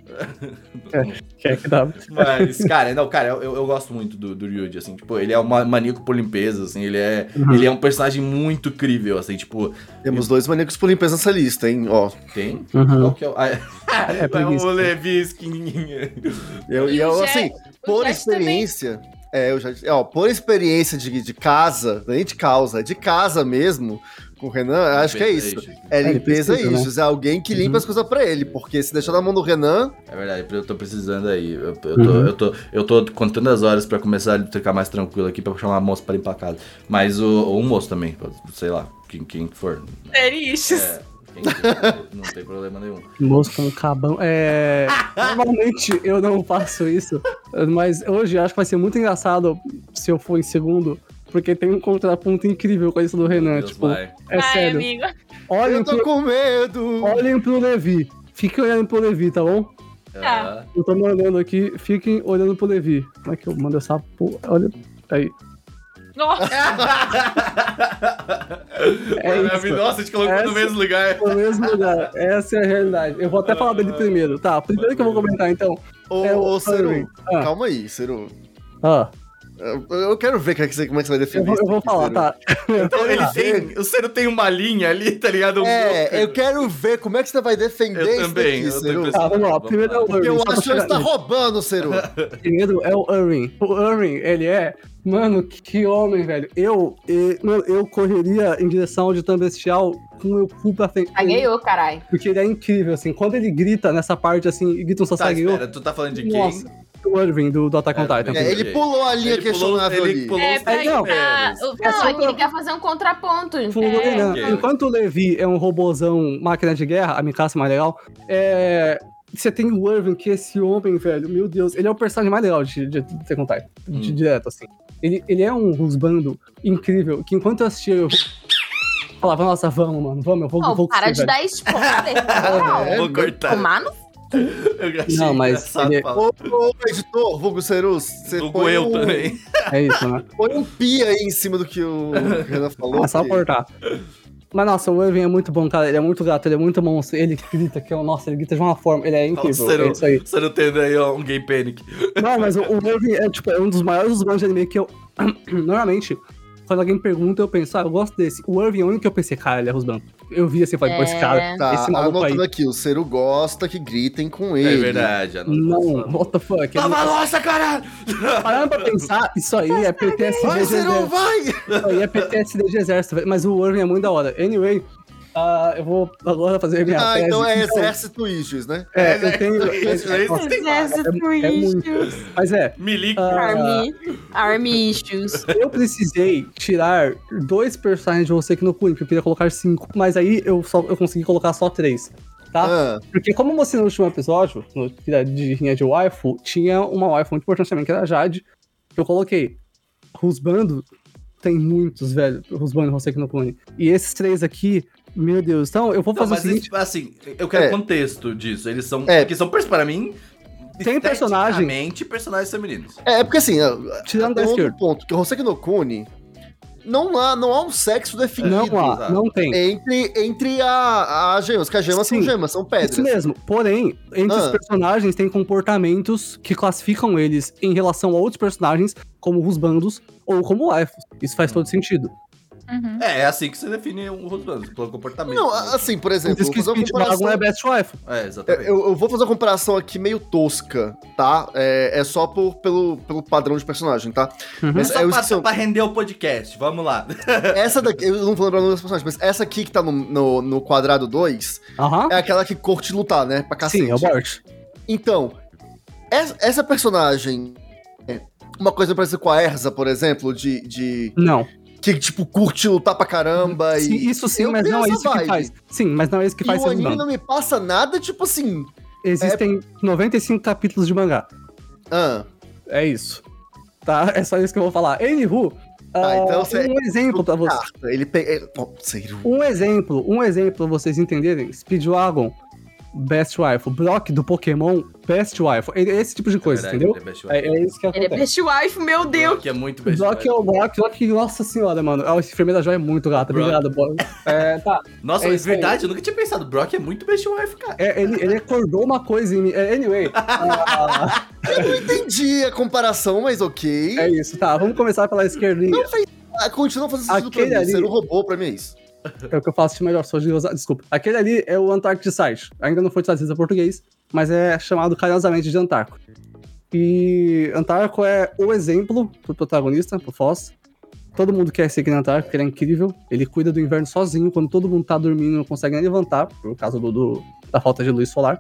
É, que é que dá. Mas, cara, não, cara, eu, eu gosto muito do, do Ryuji, assim, tipo, ele é um maníaco por limpeza, assim, ele é, Uhum. ele é um personagem muito crível, assim, tipo, Temos dois maníacos por limpeza nessa lista, hein? Ó. tem? Uhum. Qual que é o... Ah, É é preguiça. o Levi esquininha. Eu, E e eu, o assim, Jet- o por Jet experiência. É, eu já. Ó, por experiência de, de casa, nem de causa, é de casa mesmo, com o Renan, eu acho que é isso. É ele limpeza precisa, né? isso. É alguém que limpa Uhum. as coisas pra ele. Porque se deixar na mão do Renan, É verdade, eu tô precisando aí, eu, eu, tô, Uhum. eu, tô, eu tô contando as horas pra começar a ficar mais tranquilo aqui, pra chamar a moça pra limpar a casa. Mas o, ou um moço também, sei lá, quem, quem for. Lixos. É, quem for, não tem problema nenhum. Moço com cabão. É. Normalmente eu não faço isso, mas hoje eu acho que vai ser muito engraçado se eu for em segundo, porque tem um contraponto incrível com isso do Renan. Deus, tipo, vai. é Ai, sério. amigo. Olhem eu tô pro, com medo. olhem pro Levi. Fiquem olhando pro Levi, tá bom? Ah, Eu tô mandando aqui, fiquem olhando pro Levi. Como é que eu mando essa porra? Olha. Aí. Nossa, É isso. Nossa, a gente colocou Essa- no mesmo lugar. No mesmo lugar. Essa é a realidade. Eu vou até falar dele primeiro. Tá, primeiro que eu vou comentar então. Ô, É o ô, Ceru, Irving. Ah. calma aí, Ceru. Ah, Eu, eu quero ver como é que você, como é que você vai eu defender vou, eu isso vou aqui, falar, Ceru. tá? Então ele Ah, tem. O Cero tem uma linha ali, tá ligado? Um É, bloco. eu quero ver como é que você vai defender Eu isso também, daqui, eu tô Ceru. impressionado. Tá, vamos lá. Primeiro é o Irving. Eu só pra acho que você chegar está nisso. roubando, Ceru. Primeiro é o Irving. O Irving, ele é. Mano, que homem, velho. Eu, eh, mano, eu correria em direção ao Titã Bestial com o meu cu pra frente. Cagueou, caralho. Porque ele é incrível, assim. Quando ele grita nessa parte, assim, e grita um Tá, Sasageyo. espera, tu tá falando de quem? Nossa, o Irving, do, do Attack on É, Titan. É, ele pulou a linha Ele pulou- questionável ele ali. pulou é os pra não. evitar o É Não, só é que ele pra- quer fazer um contraponto. Full É. Renan. ok. Enquanto o Levi é um robozão máquina de guerra, a Mikasa é mais legal, é... você tem o Irving, que é esse homem, velho, meu Deus, ele é o personagem mais legal de, de, de Attack on Titan, de Hum. direto, assim. Ele, ele é um rusbando incrível, que enquanto eu assistia, eu falava, nossa, vamos, mano, vamos, eu vou, eu Não, vou para conseguir, de velho. dar spoiler. Não. É, Vou cortar. Tomar no... Eu achei Não, mas engraçado ele- falar. Ô, ô, editor, Vulgo Ceru, você Do põe eu um, também. É isso, né? põe um pi aí em cima do que o Renan falou. Ah, só que- cortar. Mas, nossa, o Irving é muito bom, cara, ele é muito gato, ele é muito monstro, ele grita, que é, o- nossa, ele grita de uma forma, ele é incrível, Você é isso aí. não, você não tendo aí ó, um gay panic. Não, mas o, o Irving é, tipo, é um dos maiores rusbandos de anime que eu... Normalmente, quando alguém pergunta, eu penso, ah, eu gosto desse. O Irving é o único que eu pensei, cara, ele é rusbando. Eu vi assim, falei, pô, esse cara, Tá, esse maluco aí. anotando aqui, o Ceru gosta que gritem com É ele. verdade. anota Não, essa. what the fuck. Ele- Lava a louça, caralho! Parando pra pensar, isso aí é P T S D Vai, de Ceru, exército. vai! Isso aí é P T S D de exército, velho. Mas o Irving é muito da hora. Anyway, Ah, eu vou agora fazer minha Ah, tese. então é exército issues, né? É, eu tenho... Exército é, issues. Exército é muito. issues. Mas é, Milico. Ah, Army. Army issues. eu precisei tirar dois personagens de você que no Kuni, porque eu queria colocar cinco. Mas aí eu, só, eu consegui colocar só três, tá? Ah, Porque como você no último episódio, no de Rinha de Waifu, tinha uma waifu muito importante também, que era a Jade, que eu coloquei. Rusbando tem muitos, velho. Rusbando e Hoseki no Kuni. E esses três aqui, meu Deus. Então, eu vou Não, fazer mas o seguinte... isso, assim, eu quero É. contexto disso. Eles são. É. Porque são, para mim. Tem personagem- esteticamente, personagens femininos. é, é porque assim, Tirando tem da outro esquerda. ponto, que o Hoseki no Kuni não há, não há um sexo definido Não há, exato. não tem. entre, entre a, a gemas, que as gemas Sim. são gemas, são pedras. Isso mesmo. Porém, entre os Ah. personagens tem comportamentos que classificam eles em relação a outros personagens, como rusbandos ou como waifus. Isso faz todo sentido. Uhum. É, é assim que você define um Rusbando, pelo comportamento. Não, né? assim, por exemplo, Diz vou que fazer uma Speedwagon comparação... é best waifu. É, exatamente. Eu, eu vou fazer uma comparação aqui meio tosca, tá? É, é só por, pelo, pelo padrão de personagem, tá? Uhum. Mas Só eu pra, esqueci- pra render o podcast, vamos lá. Essa daqui, eu não vou lembrar o nome das personagens, mas essa aqui que tá no, no, no quadrado dois Aham. é aquela que curte lutar, né? Pra cacete. Sim, é o Bart. Então, essa, essa personagem, é uma coisa parecida com a Erza, por exemplo, de, de Não. que, tipo, curte lutar pra caramba Sim, e... isso sim, eu mas tenho não é essa isso que vibe. faz. Sim, mas não é isso que E faz o ser anime rusbando. não me passa nada, tipo assim... Existem noventa e cinco capítulos de mangá. Ah, É isso. Tá? É só isso que eu vou falar. Anywho, Tá, ah, então você- um exemplo pra você. carta, ele pega... Oh, sério? Um exemplo, um exemplo pra vocês entenderem. Speedwagon, Best Wife. Brock do Pokémon, Best Wife. É esse tipo de coisa, Verdade, entendeu? ele é best É, é isso que Ele é acontece. best wife, meu Deus. Que é muito O best Brock wife. é o Brock, Brock, nossa senhora, mano. Ah, esse enfermeiro da joia é muito gata, Brock. obrigado. Bo- É, tá. Nossa, É mas isso aí. verdade, eu nunca tinha pensado. Brock é muito best wife, cara. É, ele, ele acordou uma coisa em mim. É, anyway, ah, Entendi a comparação, mas ok. é isso, tá. Vamos começar pela esquerdinha. Não fez... Ah, continua fazendo sentido Aquele pra mim. ali- Ser um robô pra mim é isso. É o que eu faço de melhor, sou de usar. Desculpa. Aquele ali é o Antarctic Site. Ainda não foi traduzido a português, mas é chamado carinhosamente de Antarco. E Antarco é o exemplo pro protagonista, pro Foz. Todo mundo quer ser que nem Antarco, porque ele é incrível. Ele cuida do inverno sozinho, quando todo mundo tá dormindo, não consegue nem levantar, por causa do, do- da falta de luz solar.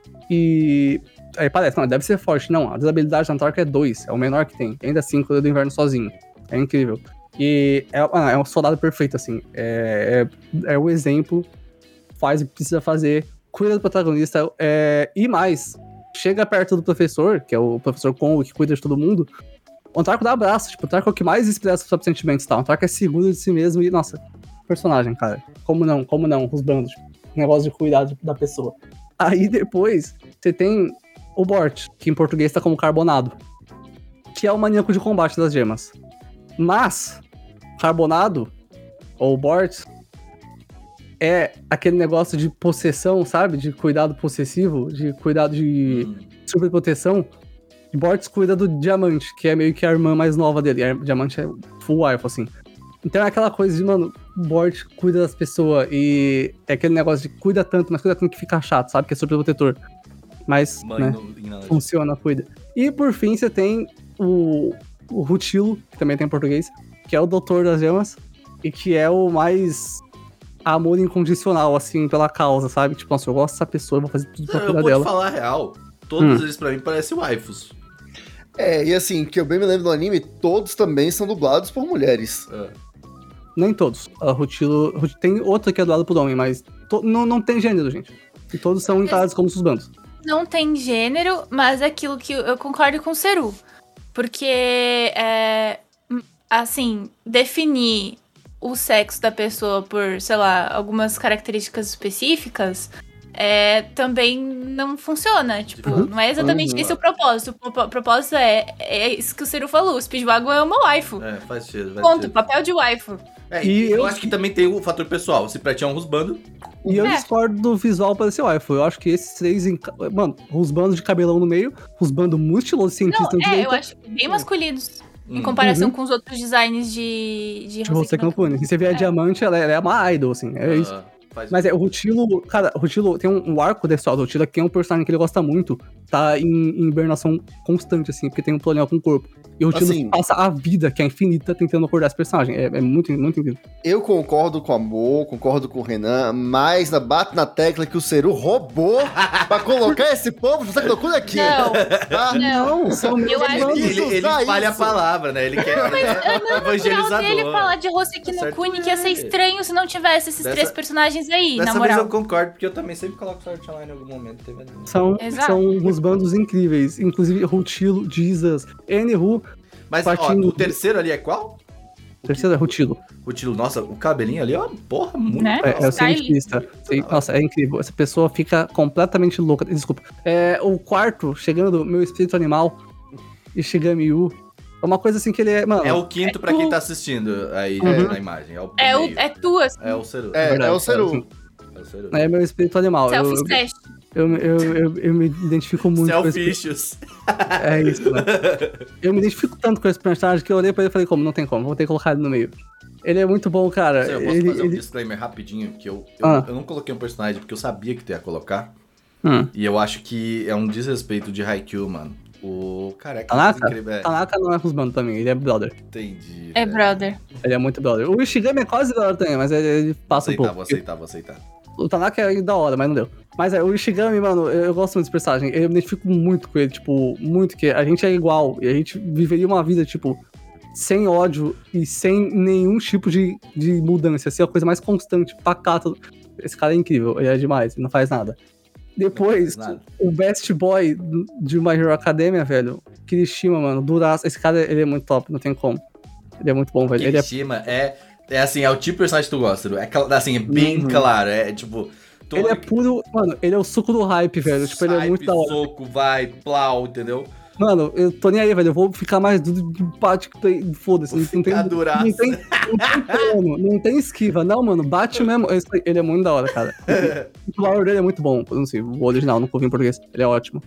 E aí parece, não, deve ser forte. Não, a desabilidade do Antarco é dois, é o menor que tem. Ainda assim, cuida do inverno sozinho. É incrível. E é, ah, é um soldado perfeito, assim. É, é, é o exemplo, faz o que precisa fazer, cuida do protagonista, é, e mais, chega perto do professor, que é o professor Congo, que cuida de todo mundo, o Antarco dá abraço, tipo, o Antarco é o que mais expressa os seus sentimentos, tá? O Antarco é seguro de si mesmo e, nossa, personagem, cara. Como não, como não, os bandos. Negócio de cuidar de- da pessoa. Aí depois, você tem o Bort, que em português tá como Carbonado, que é o maníaco de combate das gemas. Mas, Carbonado, ou Bort, é aquele negócio de possessão, sabe? De cuidado possessivo, de cuidado de Hum. superproteção. E Bort cuida do Diamante, que é meio que a irmã mais nova dele. E a Diamante é full wife, assim. Então é aquela coisa de, mano, Bort cuida das pessoas e é aquele negócio de cuida tanto, mas cuida tanto que fica chato, sabe? Que é superprotetor. Mas, Mãe né, no- em nada. funciona, cuida. E por fim você tem o, o Rutilo, que também tem em português, que é o doutor das gemas e que é o mais amor incondicional, assim, pela causa, sabe? Tipo, nossa, eu gosto dessa pessoa, eu vou fazer tudo pra Eu cuidar vou te dela. falar a real. Todos Hum. eles pra mim parecem waifus. É, e assim, que eu bem me lembro do anime, todos também são dublados por mulheres. É. Nem todos. A Rutilo, Rut- tem outra que é doada por homem, mas to- não, não tem gênero, gente. E todos são encarados como susbandos. Não tem gênero, mas é aquilo que eu- eu concordo com o Seru. Porque, é, hum, assim, definir o sexo da pessoa por, sei lá, algumas características específicas é, também não funciona. Tipo, Uhum. não é exatamente Uhum. esse o propósito. O pro- propósito é, é isso que o Seru falou. O Speedwagon é uma waifu. É, faz sentido. faz Ponto. sentido. Papel de waifu. É, E e eu eu- acho que também tem o fator pessoal. Se pra ti é um rusbando, E eu É. discordo do visual para esse waifu. Eu acho que esses três. Enca... Mano, os bandos de cabelão no meio, os bandos muito estiloso cientista Não, na é, direita. eu acho bem masculinos. Em Hum. comparação Uhum. com os outros designs de... De, De você que não pune. Se você vê a É. diamante, ela é, ela é uma idol, assim. É isso. ah, faz Mas é, o Rutilo, cara, o Rutilo tem um, um arco desse do Rutilo que é um personagem que ele gosta muito, tá em, em hibernação constante, assim, porque tem um problema com o corpo. E o Rutilo Assim- passa a vida, que é infinita, tentando acordar esse personagem. É, é muito, muito incrível. Eu concordo com o Amor, concordo com o Renan, mas na- bate na tecla que o Seru roubou pra colocar esse povo no Sakura aqui. Não, Tá? não. são Eu meus acho irmãos. que- Ele, ele usar espalha isso. a palavra, né? Ele quer. Ele é Final evangelizador. dele falar de Hoseki no Certo. Kuni que ia ser estranho se não tivesse esses Dessa- três personagens aí, Dessa na vez eu moral. concordo, porque eu também sempre coloco Sword Art Online em algum momento. Teve... São, Exato. são uns bandos incríveis. Inclusive, Rutilo, Jesus, N-Ru. Mas, ó, Partindo- o terceiro ali é qual? Terceiro é Rutilo. O Tilo, nossa, o cabelinho ali é uma porra muito. Né? É, é o Style. cientista. Sim, nossa, é incrível. Essa pessoa fica completamente louca. Desculpa. É, o quarto, chegando, meu espírito animal, Ishigami Yu. É uma coisa assim que ele é. Mano, É o quinto pra quem tá assistindo aí Uhum. na imagem. É o, É, o, meio. é tu, assim. É o Seru. É, verdade, é o Seru. sim. É o Seru. é meu espírito animal. Eu, Self-test. eu, eu, eu, eu me identifico muito com esse Selfishes. É isso, né? Eu me identifico tanto com esse personagem que eu olhei pra ele e falei, como? Não tem como, vou ter que colocar ele no meio. Ele é muito bom, cara. Eu posso ele, fazer um ele... disclaimer rapidinho, que eu, eu, Ah. eu não coloquei um personagem porque eu sabia que tu ia colocar. Hum. E eu acho que é um desrespeito de Haikyuu, mano. O careca Tanaka? incrível. É, Tanaka não é Rusbando pra mim, ele é brother. entendi. É, velho. brother. Ele é muito brother. O Ishigami é quase brother também, mas ele, ele Vou passa um aceitar, pouco. vou aceitar, vou aceitar. O Tanaka é da hora, mas não deu. Mas é, o Ishigami, mano, eu, eu gosto muito desse personagem. Eu me identifico muito com ele, tipo, muito que a gente é igual. E a gente viveria uma vida, tipo, sem ódio e sem nenhum tipo de, de mudança. Assim, a coisa mais constante, pacata. Esse cara é incrível, ele é demais, ele não faz nada. Depois, Não faz nada. o Best Boy de My Hero Academia, velho, Kirishima, mano, duraço. Esse cara, ele é muito top, não tem como. Ele é muito bom, velho. Ele é Kirishima é, é assim, é o tipo de personagem que tu gosta, Edu. É cla- assim, é bem Uhum. claro, é tipo... todo- Ele é puro. Mano, ele é o suco do hype, velho. Tipo, ele é Hype, muito da hora. soco, vai, plau, entendeu? Mano, eu tô nem aí, velho. Eu vou ficar mais duro de bate que tem. Foda-se. Vou Não tem, ficar não duraço. tem, não tem plano, não tem esquiva. Não, mano, bate mesmo. Esse- Ele é muito da hora, cara. O power dele é muito bom. Eu não sei, o original, não ouvi em português. Ele é ótimo.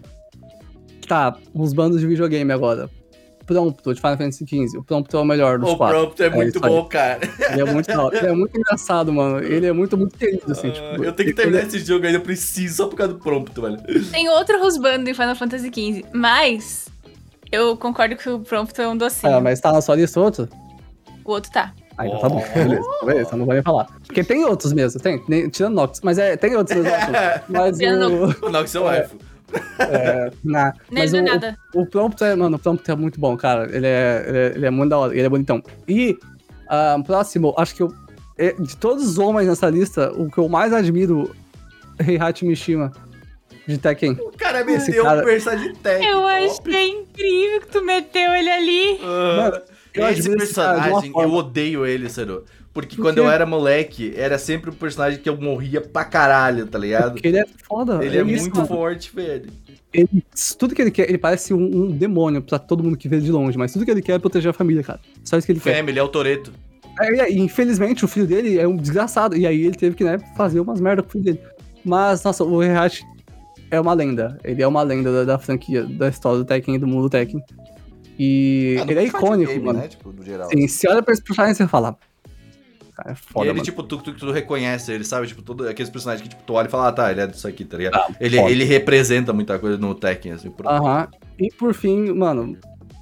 Tá, os bandos de videogame agora. Prompto, de Final Fantasy quinze. O Prompto é o melhor dos O quatro. Prompto é muito isso aí. bom, cara. Ele é muito da hora. Ele é muito engraçado, mano. Ele é muito, muito querido, assim. Ah, tipo, eu tenho que ele terminar é- esse jogo ainda, eu preciso, só por causa do Prompto, velho. Tem outro Rusbando em Final Fantasy quinze, mas eu concordo que o Prompto é um docinho. Ah, mas tá na sua lista outro? O outro tá. Ah, então tá bom. Beleza, beleza, eu não vou nem falar. Porque tem outros mesmo, tem. Nem, tirando Nox, mas é, tem outros mesmo. Mas Tirando o. O Nox é o É. waifu. É, na, mas Nele o, não é nada. o, o Prompto é, mano, o Prompto é muito bom, cara. Ele é, ele é, ele é muito da hora, ele é bonitão. E, ah, próximo, acho que eu. é, de todos os homens nessa lista, o que eu mais admiro é Heihachi Mishima, de Tekken. O cara me Esse deu cara- um personagem técnico. Eu achei incrível que tu meteu ele ali. Mano, eu Esse admiro esse cara de uma personagem, forma. eu odeio ele, Seru. Porque Por quando quê? eu era moleque, era sempre um personagem que eu morria pra caralho, tá ligado? Porque ele é foda. Ele é isso, muito mano. forte, velho. Ele, tudo que ele quer, ele parece um, um demônio pra todo mundo que vê ele de longe, mas tudo que ele quer é proteger a família, cara. Só isso que ele quer. Family, é o Toreto. É, e, infelizmente, o filho dele é um desgraçado. E aí ele teve que, né, fazer umas merda com o filho dele. Mas, nossa, o Heihachi é uma lenda. Ele é uma lenda da, da franquia, da história do Tekken e do mundo Tekken. E ele é icônico, mano. Né? Tipo, no geral. Sim, se olha pra esse personagem e você fala. Cara, é E foda, ele, mano. tipo, tu, tu, tu reconhece, ele sabe, tipo, todo, aqueles personagens que tipo, tu olha e fala, ah, tá, ele é disso aqui, tá ligado? Ah, ele, foda. ele representa muita coisa no Tekken, assim, pronto. Aham. E por fim, mano.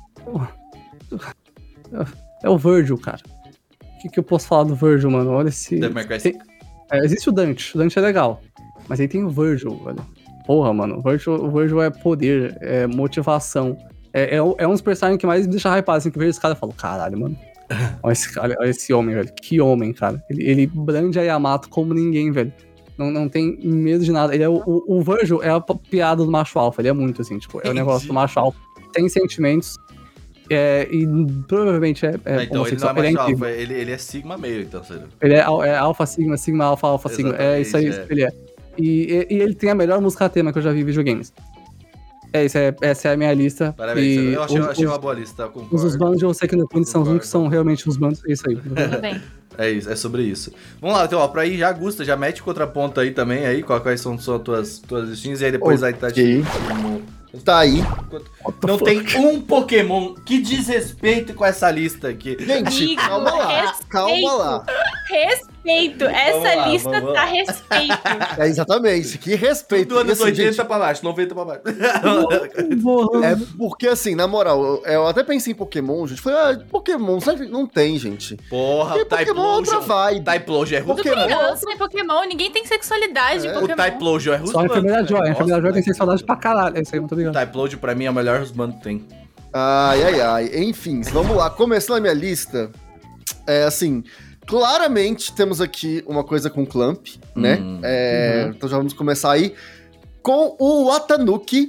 É o Virgil, cara. O que, que eu posso falar do Virgil, mano? Olha esse. Devil May Cry tem- cinco. É, existe o Dante. O Dante é legal. Mas aí tem o Virgil, velho. Porra, mano. O Virgil, o Virgil é poder, é motivação. É, é, é um dos personagens que mais me deixa hypado, assim, que eu vejo esse cara e falo, caralho, mano. Olha esse, cara, olha esse homem, velho. Que homem, cara. Ele, ele brande a Yamato como ninguém, velho. Não, não tem medo de nada. Ele é o, o, o Virgil é a p- piada do macho alfa. Ele é muito assim, tipo, é o negócio do macho alfa. Tem sentimentos. É, e provavelmente é, é Ah, então ele não é homossexual. mais Ele é incrível. alfa, ele, ele é sigma meio, então, Seru. Ele é, al- é alfa, sigma, sigma, alfa, alfa, sigma. É isso aí, Exatamente, é. ele é. E, e, e ele tem a melhor música tema que eu já vi em videogames. É isso, é, essa é a minha lista. Parabéns, e Seru. Eu achei, os, achei os, uma boa lista, eu os, concordo. os bandos de Eu Sei Que No Kuni são os únicos que são realmente os bandos. É isso aí. Tudo bem. É isso, é sobre isso. Vamos lá, então, ó, pra ir já, Gusta, já mete o contraponto aí também, aí, qual- quais são, são as tuas, tuas listinhas, e aí depois aí tá Ok. como- Tá aí. Não tem um Pokémon que diz respeito com essa lista aqui. Gente, Amigo, calma lá. respeito. Calma lá. respeito. Essa lá, lista vamos tá lá. respeito. É, exatamente, que respeito. Do E, anos assim, oitenta gente, pra baixo, noventa pra baixo. é porque, assim, na moral, eu, eu até pensei em Pokémon, gente. Falei, ah, Pokémon, sabe? Não tem, gente. Porra, o Porque Pokémon é outra Typlosion. vibe. Typlosion é russo. Tudo Pokémon. criança em Pokémon, ninguém tem sexualidade É. em O Pokémon. Typlosion é russo. Só a enfermeira Joy. A enfermeira Joy tem que sensualidade pra caralho. É isso aí, muito O obrigado. Typlosion pra mim é o melhor rusbando que tem. Ai, ai, ai. Enfim, vamos lá. Começando a minha lista, é assim, claramente temos aqui uma coisa com Clamp, né? Hum. É, Então já vamos começar aí com o Watanuki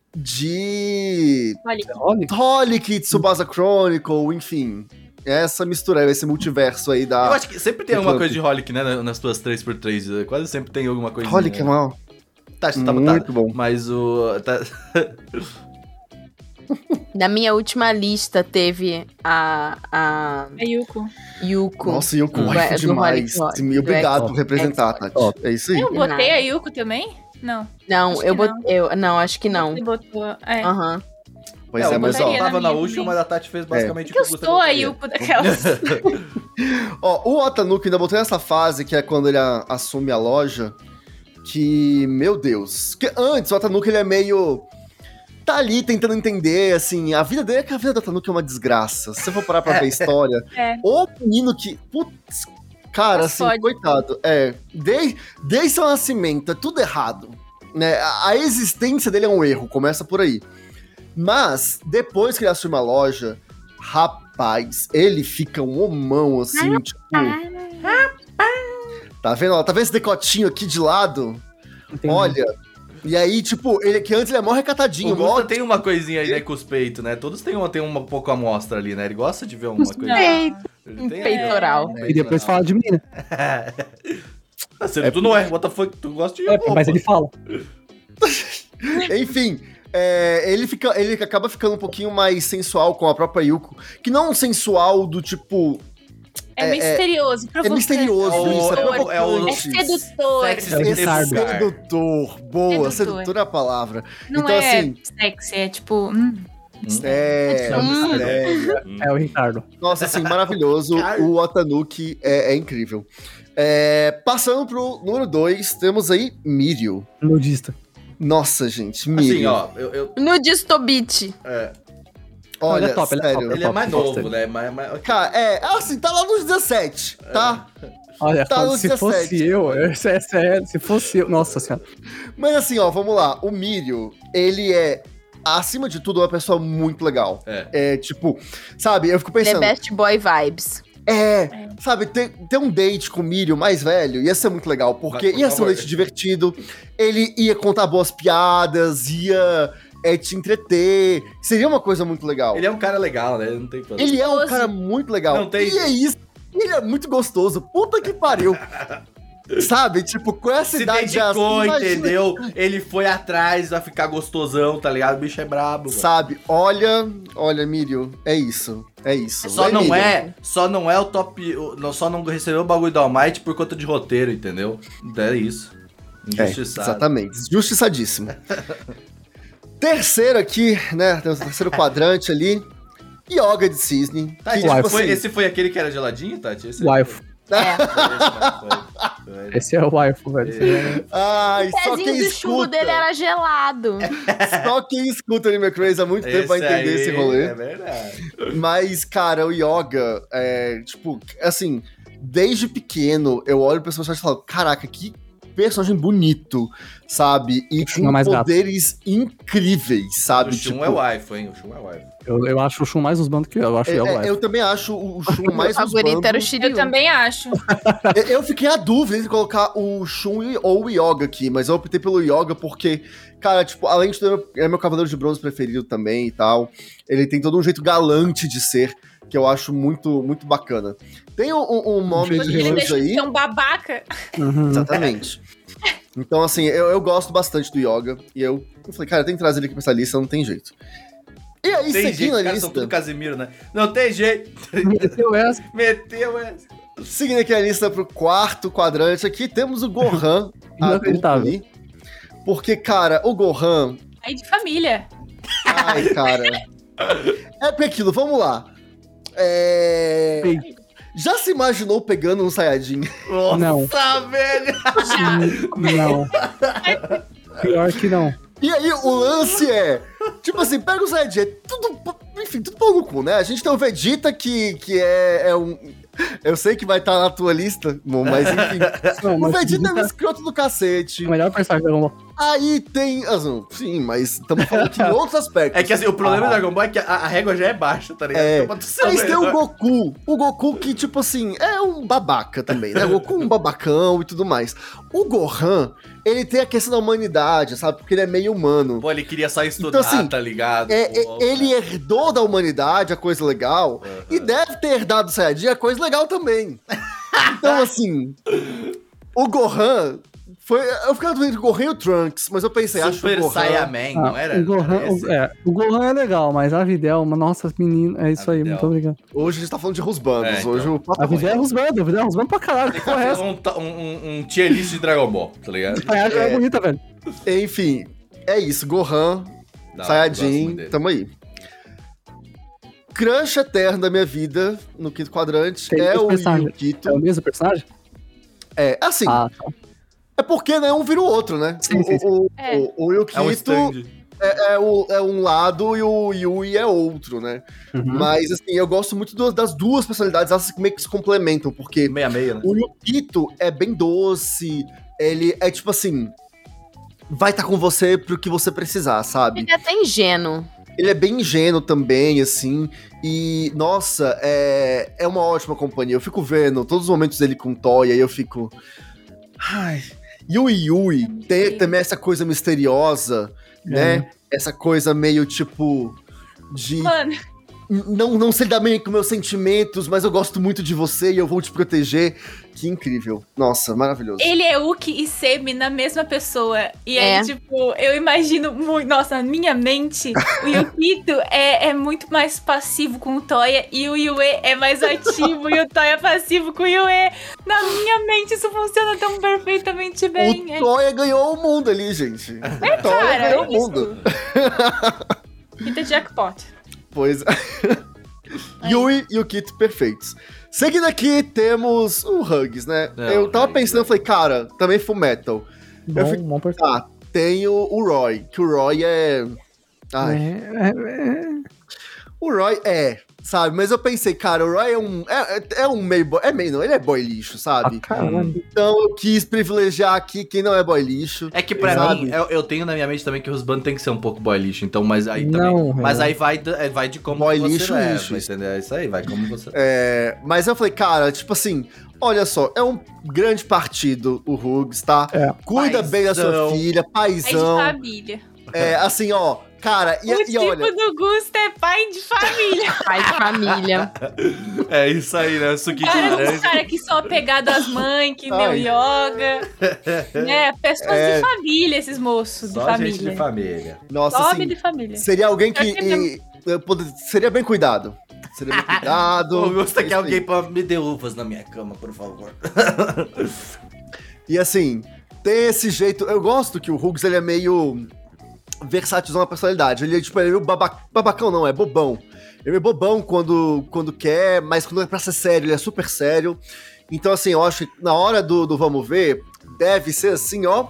de Olha, Olha, Holic, Tsubasa Chronicle, enfim. Essa mistura, esse multiverso aí da... Eu acho que sempre tem do alguma Clamp. coisa de Holic, né? Nas tuas três por três. Quase sempre tem alguma coisa. Holic é mal. Tá, tá, Muito tá. bom. Mas o. Tá... Na minha última lista teve a, a é Yuko. Yuko. Nossa, eu do- gosto do demais. Holic, Me Obrigado do por representar, Xbox. Tati. É isso aí. Eu botei Nada. a Yuko também? Não. Não, Acho eu que botei. Eu, não, acho que não. Você botou. É. Aham. Pois é, o mas ó... botaria. tava na na minha última, também. mas a Tati fez basicamente Porque eu o que o Gusta sou a botaria. Yuko daquelas. Ó, o Watanuki ainda botou nessa fase, que é quando ele a- assume a loja, que, meu Deus. Que antes o Watanuki ele é meio... Tá ali tentando entender, assim, a vida dele é que a vida do Watanuki é uma desgraça. Se você for parar pra ver a história, É. o menino que... Putz, cara, Mas assim, pode. coitado. É, desde, desde seu nascimento, é tudo errado. Né? A, a existência dele é um erro, começa por aí. Mas, depois que ele assume a loja, rapaz, ele fica um homão, assim, tipo... Tá vendo? Ó, tá vendo esse decotinho aqui de lado? entendi. Olha. E aí, tipo, ele que antes ele é mó recatadinho, O mó. Gusta tem uma coisinha aí, né, com os peitos, né? Todos têm uma, tem uma pouco amostra ali, né? Ele gosta de ver uma coisa. Peito. Ele Um tem- peitoral. E depois fala de mim, né? Ah, você- tu não é, what the fuck, tu gosta de É, roupa. mas ele fala. Enfim, é, ele, fica, ele acaba ficando um pouquinho mais sensual com a própria Yuko. Que não é um sensual do tipo. É, É- misterioso, É provocante. misterioso, É o- isso, é, é o- é o- provocante. É sedutor. Sexy É o É Ricardo. sedutor. Boa, Sedutor. sedutor é a palavra. Não então, é assim. sexy, é tipo. hum. É. Hum. é, É o Ricardo. Nossa, assim, maravilhoso. Cara. O Watanuki é, é incrível. É, passando pro número dois, temos aí Mirio. Nudista. Nossa, gente, Assim, Mirio. ó, eu, eu- No Distobit. é, Olha, ele é top, ele é sério. top. ele é mais top, novo, top. né? Mas, mas- Cara, é, assim, tá lá nos dezessete, tá? Olha, Tá quando- no se dezessete. fosse eu, eu- se, se, se fosse eu. Nossa senhora. Mas assim, ó, vamos lá. O Mirio, ele é, acima de tudo, uma pessoa muito legal. É. É, tipo, sabe, eu fico The pensando, Best Boy Vibes. é, sabe, ter, ter um date com o Mirio mais velho ia ser muito legal, porque Mas, por ia ser um favor. date divertido, ele ia contar boas piadas, ia é, te entreter, seria uma coisa muito legal. Ele é um cara legal, né? Não tem pra... Ele é um Gostoso. cara muito legal. Não tem- E é isso. Ele é muito gostoso. Puta que pariu. Sabe? Tipo, com essa Se idade já dedicou, assim, imagina- entendeu? Ele foi atrás, vai ficar gostosão, tá ligado? O bicho é brabo. mano. Sabe? Olha, olha, Mirio, é isso. É isso. Só Vai, não Miriam. é, só não é o top, o- não- só não recebeu o bagulho do Almighty por conta de roteiro, entendeu? É isso. É, Injustiçado. exatamente. Justiçadíssimo. Terceiro aqui, né? Temos o terceiro quadrante ali. Yoga de Cisne. Tá, que, esse, tipo foi, assim, esse foi aquele que era geladinho, Tati? Esse Waifu. É. Foi esse, né? Foi, foi. Esse é o Waifu, velho. Esse é- Ai, só O quem pezinho do chumbo escuta. dele era gelado. Só quem escuta Anime Crazy há muito tempo vai entender aí esse rolê. É verdade. Mas, cara, o Yoga, é, tipo, assim, desde pequeno, eu olho pra esse personagem e falo, caraca, que personagem bonito, sabe? E Shun é com mais gato. poderes incríveis, sabe? O Shun tipo, é waifu, hein? O Shun é waifu. Eu, eu acho o Shun mais os bandos que eu. Eu acho é, que é o é, Waifu. eu também acho o Shun mais Meu favorito usando. era o Eu Shiryu. também acho. Eu- Eu fiquei a dúvida entre colocar o Shun e- ou o Yoga aqui, mas eu optei pelo Yoga porque, cara, tipo, além de tudo, é meu cavaleiro de bronze preferido também e tal. Ele tem todo um jeito galante de ser, que eu acho muito, muito bacana. Tem um, um, um nome jeito de de Ele anjo deixa de aí. ser um babaca. Uhum. Exatamente. Então, assim, eu, eu gosto bastante do Yoga. E eu, eu falei, cara, tem que trazer ele aqui pra essa lista, não tem jeito. E aí, Tem jeito, seguindo os a caras são lista, tudo Casimiro, né? Não tem jeito. Meteu essa. Meteu essa. seguindo aqui a lista pro quarto quadrante, aqui temos o Gohan adulto Inacreditável. ali. Porque, cara, o Gohan, Aí de família. ai, cara. É porque aquilo, vamos lá. É... Peito. Já se imaginou pegando um Saiyajin? Nossa, Não. velho! Não. Pior que não. E aí, o lance é... Tipo assim, pega o Saiyajin, é tudo... Enfim, tudo pau no cu, né? A gente tem o Vegeta, que, que é, é um... Eu sei que vai estar na tua lista, bom, mas enfim. Não, O mas Vegeta é um Vegeta escroto do cacete. é o melhor personagem do Dragon Ball. Aí tem... assim, sim, mas estamos falando aqui em outros aspectos. É que assim, o problema do Dragon Ball é que a, a régua já é baixa, tá ligado? É, Então, pra tu ser mas tem o melhor- Goku. O Goku que, tipo assim, é um babaca também, né? O Goku é um babacão e tudo mais. O Gohan, ele tem a questão da humanidade, sabe? Porque ele é meio humano. Pô, ele queria só estudar, Então, assim, tá ligado? É, Pô, é, ele herdou da humanidade a coisa legal Uhum. e deve ter herdado do Saiyajin a coisa legal também. Então, assim, o Gohan... Foi, eu ficava entre o Gohan e o Trunks, mas eu pensei, acho que Super o Gohan... Saiyaman, não Ah, era? o, Gohan, Era esse? o, é, o Gohan é legal, mas a Videl, uma nossa menina, é isso A aí, Videl. muito obrigado. Hoje a gente tá falando de Rusbandos, É, então. hoje o papo A é ruim. Videl é rusbando, a Videl é rusbando pra caralho, que Tem que porra é fazer essa? um, ta- um, um, um tier list de Dragon Ball, tá ligado? A Yasha é bonita, velho. Enfim, é isso, Gohan, Não, eu gosto Saiyajin, muito dele. tamo aí. Crush eterno da minha vida, no quinto quadrante, Tem é dois o personagens. Yukito. É o mesmo personagem? É, assim, Ah, tá. é porque né, um vira o outro, né? Sim, sim, sim. O, o, É. o, o Yukito É um stand. é, é o- é um lado e o Yui é outro, né? Uhum. Mas, assim, eu gosto muito do- das duas personalidades, elas meio que se complementam, porque Meia meia, né? o Yukito é bem doce, ele é tipo assim, vai estar com você pro que você precisar, sabe? Ele é até ingênuo. Ele é bem ingênuo também, assim, e, nossa, é, é uma ótima companhia. Eu fico vendo todos os momentos dele com o Toya e eu fico... Ai... E o Yui tem também essa coisa misteriosa, né? Essa coisa meio, tipo, de... Mano, Não, não sei lidar bem com meus sentimentos, mas eu gosto muito de você e eu vou te proteger. Que incrível. Nossa, maravilhoso. ele é Uki e Semi na mesma pessoa. E aí, É. tipo, eu imagino muito. Nossa, na minha mente, o Yukito é, é muito mais passivo com o Toya e o Yue é mais ativo e o Toya é passivo com o Yue. Na minha mente, isso funciona tão perfeitamente bem. O Toya ganhou o mundo ali, gente. o Toya Cara, ganhou é o mundo. Quinta jackpot. Pois é. Yui e o Kito perfeitos. Seguindo aqui, temos o Hugs, né? É, eu o tava Hugs, pensando, é. falei, cara, também Full Metal. Bom, fico- bom personagem. Tá, tem o, o Roy, que o Roy é... Ai, É, é, é. o Roy é, sabe? Mas eu pensei, cara, o Roy é um... É, é- é um meio... boy- É meio, não, ele é boy lixo, sabe? Ah, caralho. Então eu quis privilegiar aqui quem não é boy lixo. É que pra Sabe? mim, eu, eu tenho na minha mente também que os bandos tem que ser um pouco boy lixo, então, mas aí também. Não, mas é. aí vai, do- é, vai de como Boy você lixo, leva, lixo. entendeu? É isso aí, vai como você. É, mas eu falei, cara, tipo assim, olha só, é um grande partido o Hugs, tá? É. Cuida bem da sua Paizão. filha, É de paizão. família. É, assim, ó, cara, e, o e tipo olha, do Gusto é pai de família. Pai de família. É isso aí, né? Suquinho de Cara, os laranja. caras que são apegados às mães, que deu Ai. yoga. Né? Pessoas É. de família, esses moços de Só família. gente de família. nossa, Nome assim, de família. seria alguém que Eu queria- e, eu pod- seria bem cuidado. Seria bem cuidado. Eu gosto que isso alguém aí. pra me dê uvas na minha cama, por favor. E assim, tem esse jeito, eu gosto que o Hugs, ele é meio versátil na personalidade. Ele é tipo, ele é meio baba- babacão, não, é bobão. Ele é bobão quando, quando quer, mas quando é pra ser sério, ele é super sério. Então, assim, eu acho que na hora do, do vamos ver, deve ser assim, ó.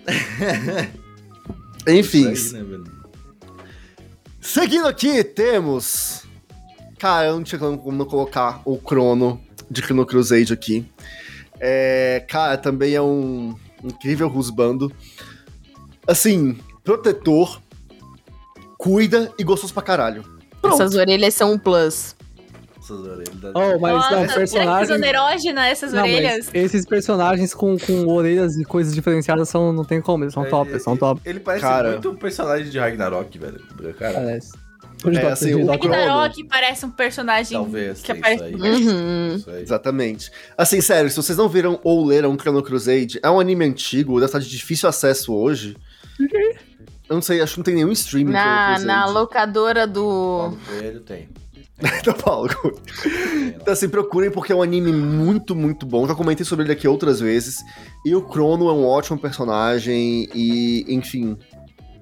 Enfim. Isso aí, né, velho? Seguindo aqui, temos. Cara, eu não tinha como não colocar o Crono de Chrono Crusade aqui. É, cara, também é um incrível rusbando. Assim, protetor, cuida e gostoso pra caralho. Pronto. Essas orelhas são um plus. Essas orelhas da- Oh, mas Nossa, não, será que personagem. exonerógena essas Não, mas orelhas? esses personagens com, com orelhas e coisas diferenciadas são, não tem como, eles são top, eles são top. Ele parece Cara. muito um personagem de Ragnarok, velho. Cara, Parece. É, assim, o- Ragnarok parece um personagem talvez. que tem aparece. isso aí. Uhum. Isso aí. Exatamente. Assim, sério, se vocês não viram ou leram Chrono Crusade, é um anime antigo, deve estar de difícil acesso hoje. Eu não sei, acho que não tem nenhum streaming Na, Chrono na Crusade. locadora do. Paulo Coelho tem. Então, Paulo. Então, assim, procurem porque é um anime muito, muito bom. Já comentei sobre ele aqui outras vezes. E o Crono é um ótimo personagem e, enfim...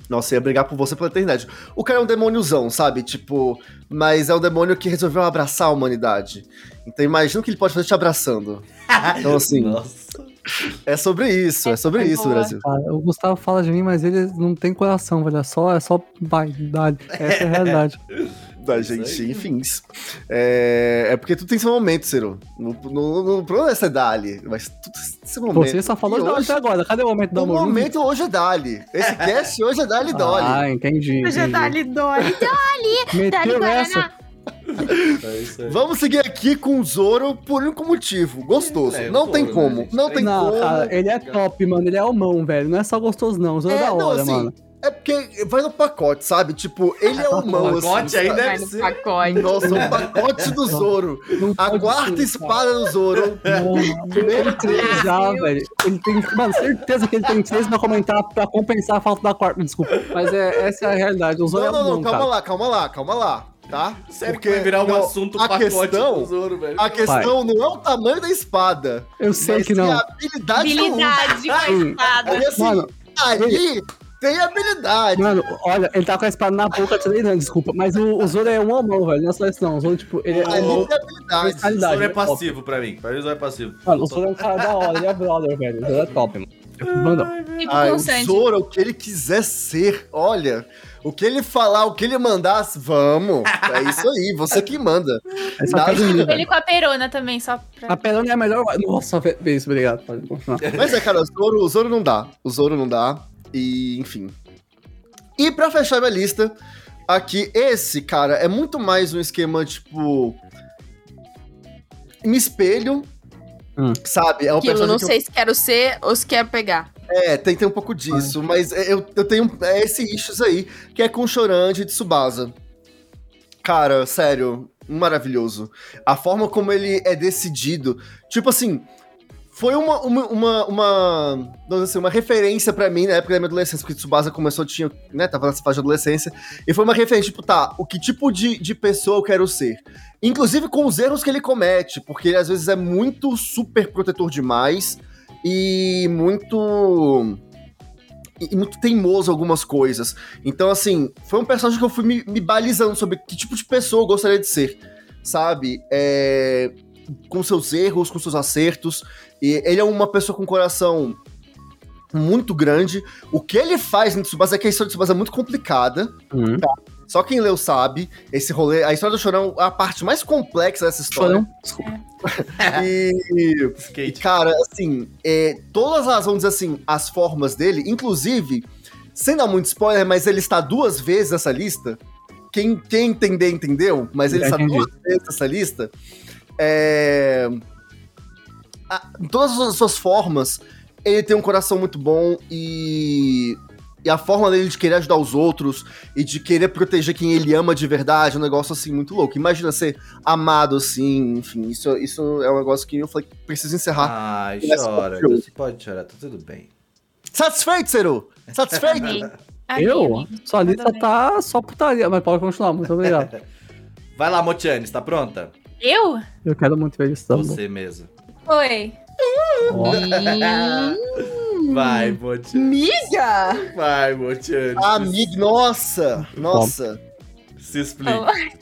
Nossa, eu ia brigar por você pela eternidade. O cara é um demôniozão, sabe? Tipo, mas é um demônio que resolveu abraçar a humanidade. Então imagina o que ele pode fazer te abraçando. Então, assim, Nossa. é sobre isso, é sobre É isso, boa. Brasil. Cara, o Gustavo fala de mim, mas ele não tem coração, velho. É só, é só vaidade. Essa é a realidade. Da Isso gente, aí. enfim. É, é porque tudo tem seu momento, Ciro. No, no, no problema é ser Dali, mas tudo tem seu momento. Você só falou E de Dolly hoje, até agora. Cadê o momento do O amor? momento hoje é Dali. Esse cast hoje é Dali Dolly. Ah, entendi. Hoje é entendi. Dali Dolly. Dali Meteu Guaraná. essa. É isso aí. Vamos seguir aqui com o Zoro por um único motivo. Gostoso. É, o não Zoro, tem né, como. gente? Não tem Não, como. cara, ele é top, mano. Ele é homão, velho. Não é só gostoso, não. O Zoro é, É, da não, hora, assim, mano. É porque vai no pacote, sabe? Tipo, ele é No humão, assim. pacote aí sabe? deve Vai no ser. pacote. Nossa, o pacote do Zoro. Não A pode quarta ser, cara. espada do Zoro. Não, mano. Ele tem três já, velho. Ele tem. Mano, certeza que ele tem três pra comentar pra compensar a falta da quarta. Desculpa. Mas é, essa é a realidade. O Zoro Não, é não, não, bom, calma cara. lá, calma lá, calma lá, tá? Sério que vai virar um não, assunto a pacote questão, do Zoro, velho. A questão não é o tamanho da espada, Eu sei mas que sim não. a habilidade do Habilidade com a Sim. espada. Aí, assim, Mano, ali tem habilidade. Mano, olha, ele tá com a espada na boca treinando, desculpa. Mas o, o Zoro é um homão, velho. Não é só isso, não. O Zoro, tipo, ele é Ali homão. tem habilidade. O Personalidade. Zoro é ele top. passivo pra mim. Pra mim o Zoro é passivo. Mano, o Zoro é um cara da hora. Ele é brother, velho. O Zoro é top, mano. Mandou. Tipo Ai, com o o Sanji. Zoro, o que ele quiser ser, olha, o que ele falar, o que ele mandar, vamos. É isso aí, você que manda. É só Nada- casa de mim, Ele velho. com a perona também, só pra... A Peroni é a melhor. Nossa, vê vê isso, obrigado. Pode continuar. Mas é, cara, o Zoro, o Zoro não dá. O Zoro não dá. E, enfim. E pra fechar minha lista, aqui, esse, cara, é muito mais um esquema, tipo. Me espelho. Hum. Sabe? É um Aquilo, personagem não que eu- sei se quero ser ou se quero pegar. É, tem, tem um pouco disso, mas eu, eu tenho é, esse issues aí, que é com o Choran de Tsubasa. Cara, sério, maravilhoso. A forma como ele é decidido, tipo assim, foi uma, uma, uma, uma, vamos dizer assim, uma referência pra mim na época da minha adolescência, porque Tsubasa começou, tinha, né, tava nessa fase de adolescência, e foi uma referência, tipo, tá, o que tipo de, de pessoa eu quero ser? Inclusive com os erros que ele comete, porque ele às vezes é muito super protetor demais, e muito e muito teimoso algumas coisas. Então, assim, foi um personagem que eu fui me, me balizando sobre que tipo de pessoa eu gostaria de ser, sabe? É, com seus erros, com seus acertos. E ele é uma pessoa com um coração muito grande. O que ele faz em Tsubasa é que a história de Tsubasa é muito complicada. Hum. Só quem leu sabe, esse rolê, a história do Chorão é a parte mais complexa dessa história. Chorão? Desculpa. E, e, Skate. cara, assim, é, todas as, vamos dizer assim, as formas dele, inclusive, sem dar muito spoiler, mas ele está duas vezes nessa lista. Quem, quem entender, entendeu? Mas ele Já está entendi. duas vezes nessa lista. É, a- em todas as suas formas, ele tem um coração muito bom e. E a forma dele de querer ajudar os outros e de querer proteger quem ele ama de verdade é um negócio, assim, muito louco. Imagina ser amado, assim, enfim, isso, isso é um negócio que eu falei que preciso encerrar. Ai, Essa chora. foi- Você pode chorar, tá tudo bem. Satisfeito, Seru? Satisfeito? Amei. Amei, Eu? amigo. Sua lista Manda bem. tá só putaria, mas pode continuar. Muito obrigado. Vai lá, Motiane, está pronta? Eu? Eu quero muito ver isso também. Você mesmo. Oi. Ó. Vai, Motiane. Miga! Vai, Motiane. Amigo, nossa, nossa. Se explica.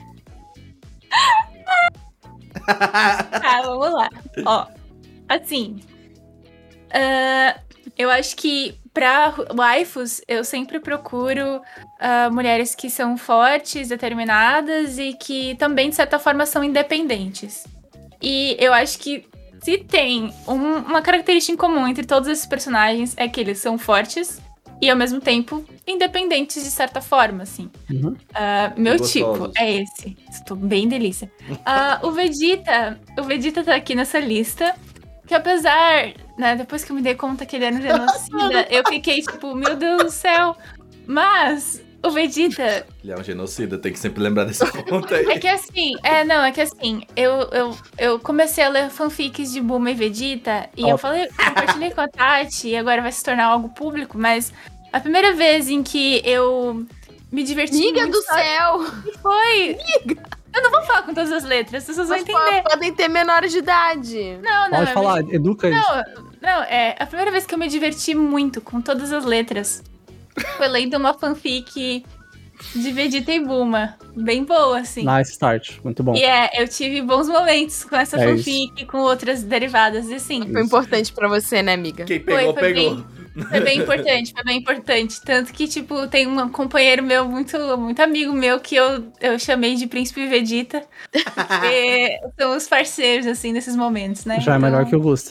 Tá, vamos lá. Ó, assim, ah, eu acho que pra waifus, eu sempre procuro ah, mulheres que são fortes, determinadas e que também, de certa forma, são independentes. E eu acho que se tem um- uma característica em comum entre todos esses personagens é que eles são fortes e, ao mesmo tempo, independentes de certa forma, assim. Uhum. Ah, meu Gostosos. tipo é esse. Estou bem delícia. Ah, o Vegeta, o Vegeta tá aqui nessa lista, que apesar, né, depois que eu me dei conta que ele era um genocida, eu fiquei tipo, meu Deus do céu. Mas o Vegeta, Ele é um genocida, tem que sempre lembrar desse ponto aí. é que assim, é, não, é que assim, eu, eu, eu comecei a ler fanfics de Bulma e Vegeta, e Ó. eu falei, compartilhei com a Tati, e agora vai se tornar algo público, mas a primeira vez em que eu me diverti Miga muito do céu! foi... Eu não vou falar com todas as letras, as pessoas vão Mas entender. po- podem ter menores de idade. Não, não. Pode é falar, educa eles. Não, não, é a primeira vez que eu me diverti muito com todas as letras. foi lendo uma fanfic de Vegeta e Bulma. Bem boa, assim. Nice start, muito bom. E é, eu tive bons momentos com essa É fanfic, com outras derivadas, e assim. Foi importante pra você, né, amiga? Quem pegou, Foi, foi pegou. bem- Foi bem importante, foi bem importante. Tanto que, tipo, tem um companheiro meu, muito, muito amigo meu, que eu, eu chamei de Príncipe Vegeta. Porque são os parceiros, assim, nesses momentos, né? Já é melhor que o Gusta.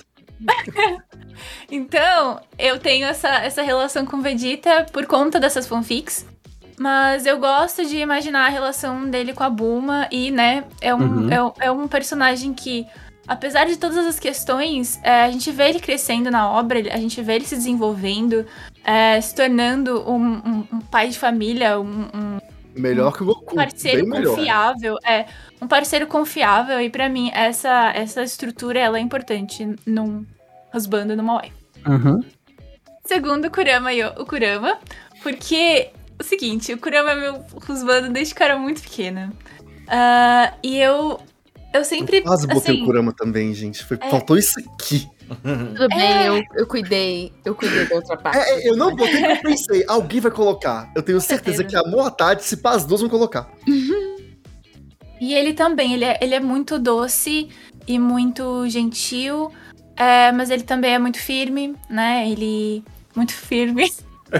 Então, eu tenho essa, essa relação com Vegeta por conta dessas fanfics. Mas eu gosto de imaginar a relação dele com a Bulma. E, né, é um, Uhum. é, um- é um personagem que, apesar de todas as questões, é, a gente vê ele crescendo na obra, a gente vê ele se desenvolvendo, é, se tornando um, um- um pai de família, um, um Melhor que o Goku. parceiro bem melhor. confiável. É, um parceiro confiável. E pra mim, essa, essa estrutura, ela é importante num husband, numa wife. Uhum. Segundo o Kurama, e eu- o Kurama, porque o seguinte, o Kurama é meu husband desde que eu era muito pequena. Ah, e eu, eu sempre, Eu quase botei assim, o Kurama também, gente. Foi, É. Faltou isso aqui. Tudo bem, eu, eu cuidei. Eu cuidei da outra parte. É, é, eu não botei porque eu pensei, alguém vai colocar. Eu tenho certeza certeza. que amor à tarde, se pá, as duas vão colocar. E ele também, ele é, ele é muito doce e muito gentil, é, mas ele também é muito firme, né? Ele... Muito firme.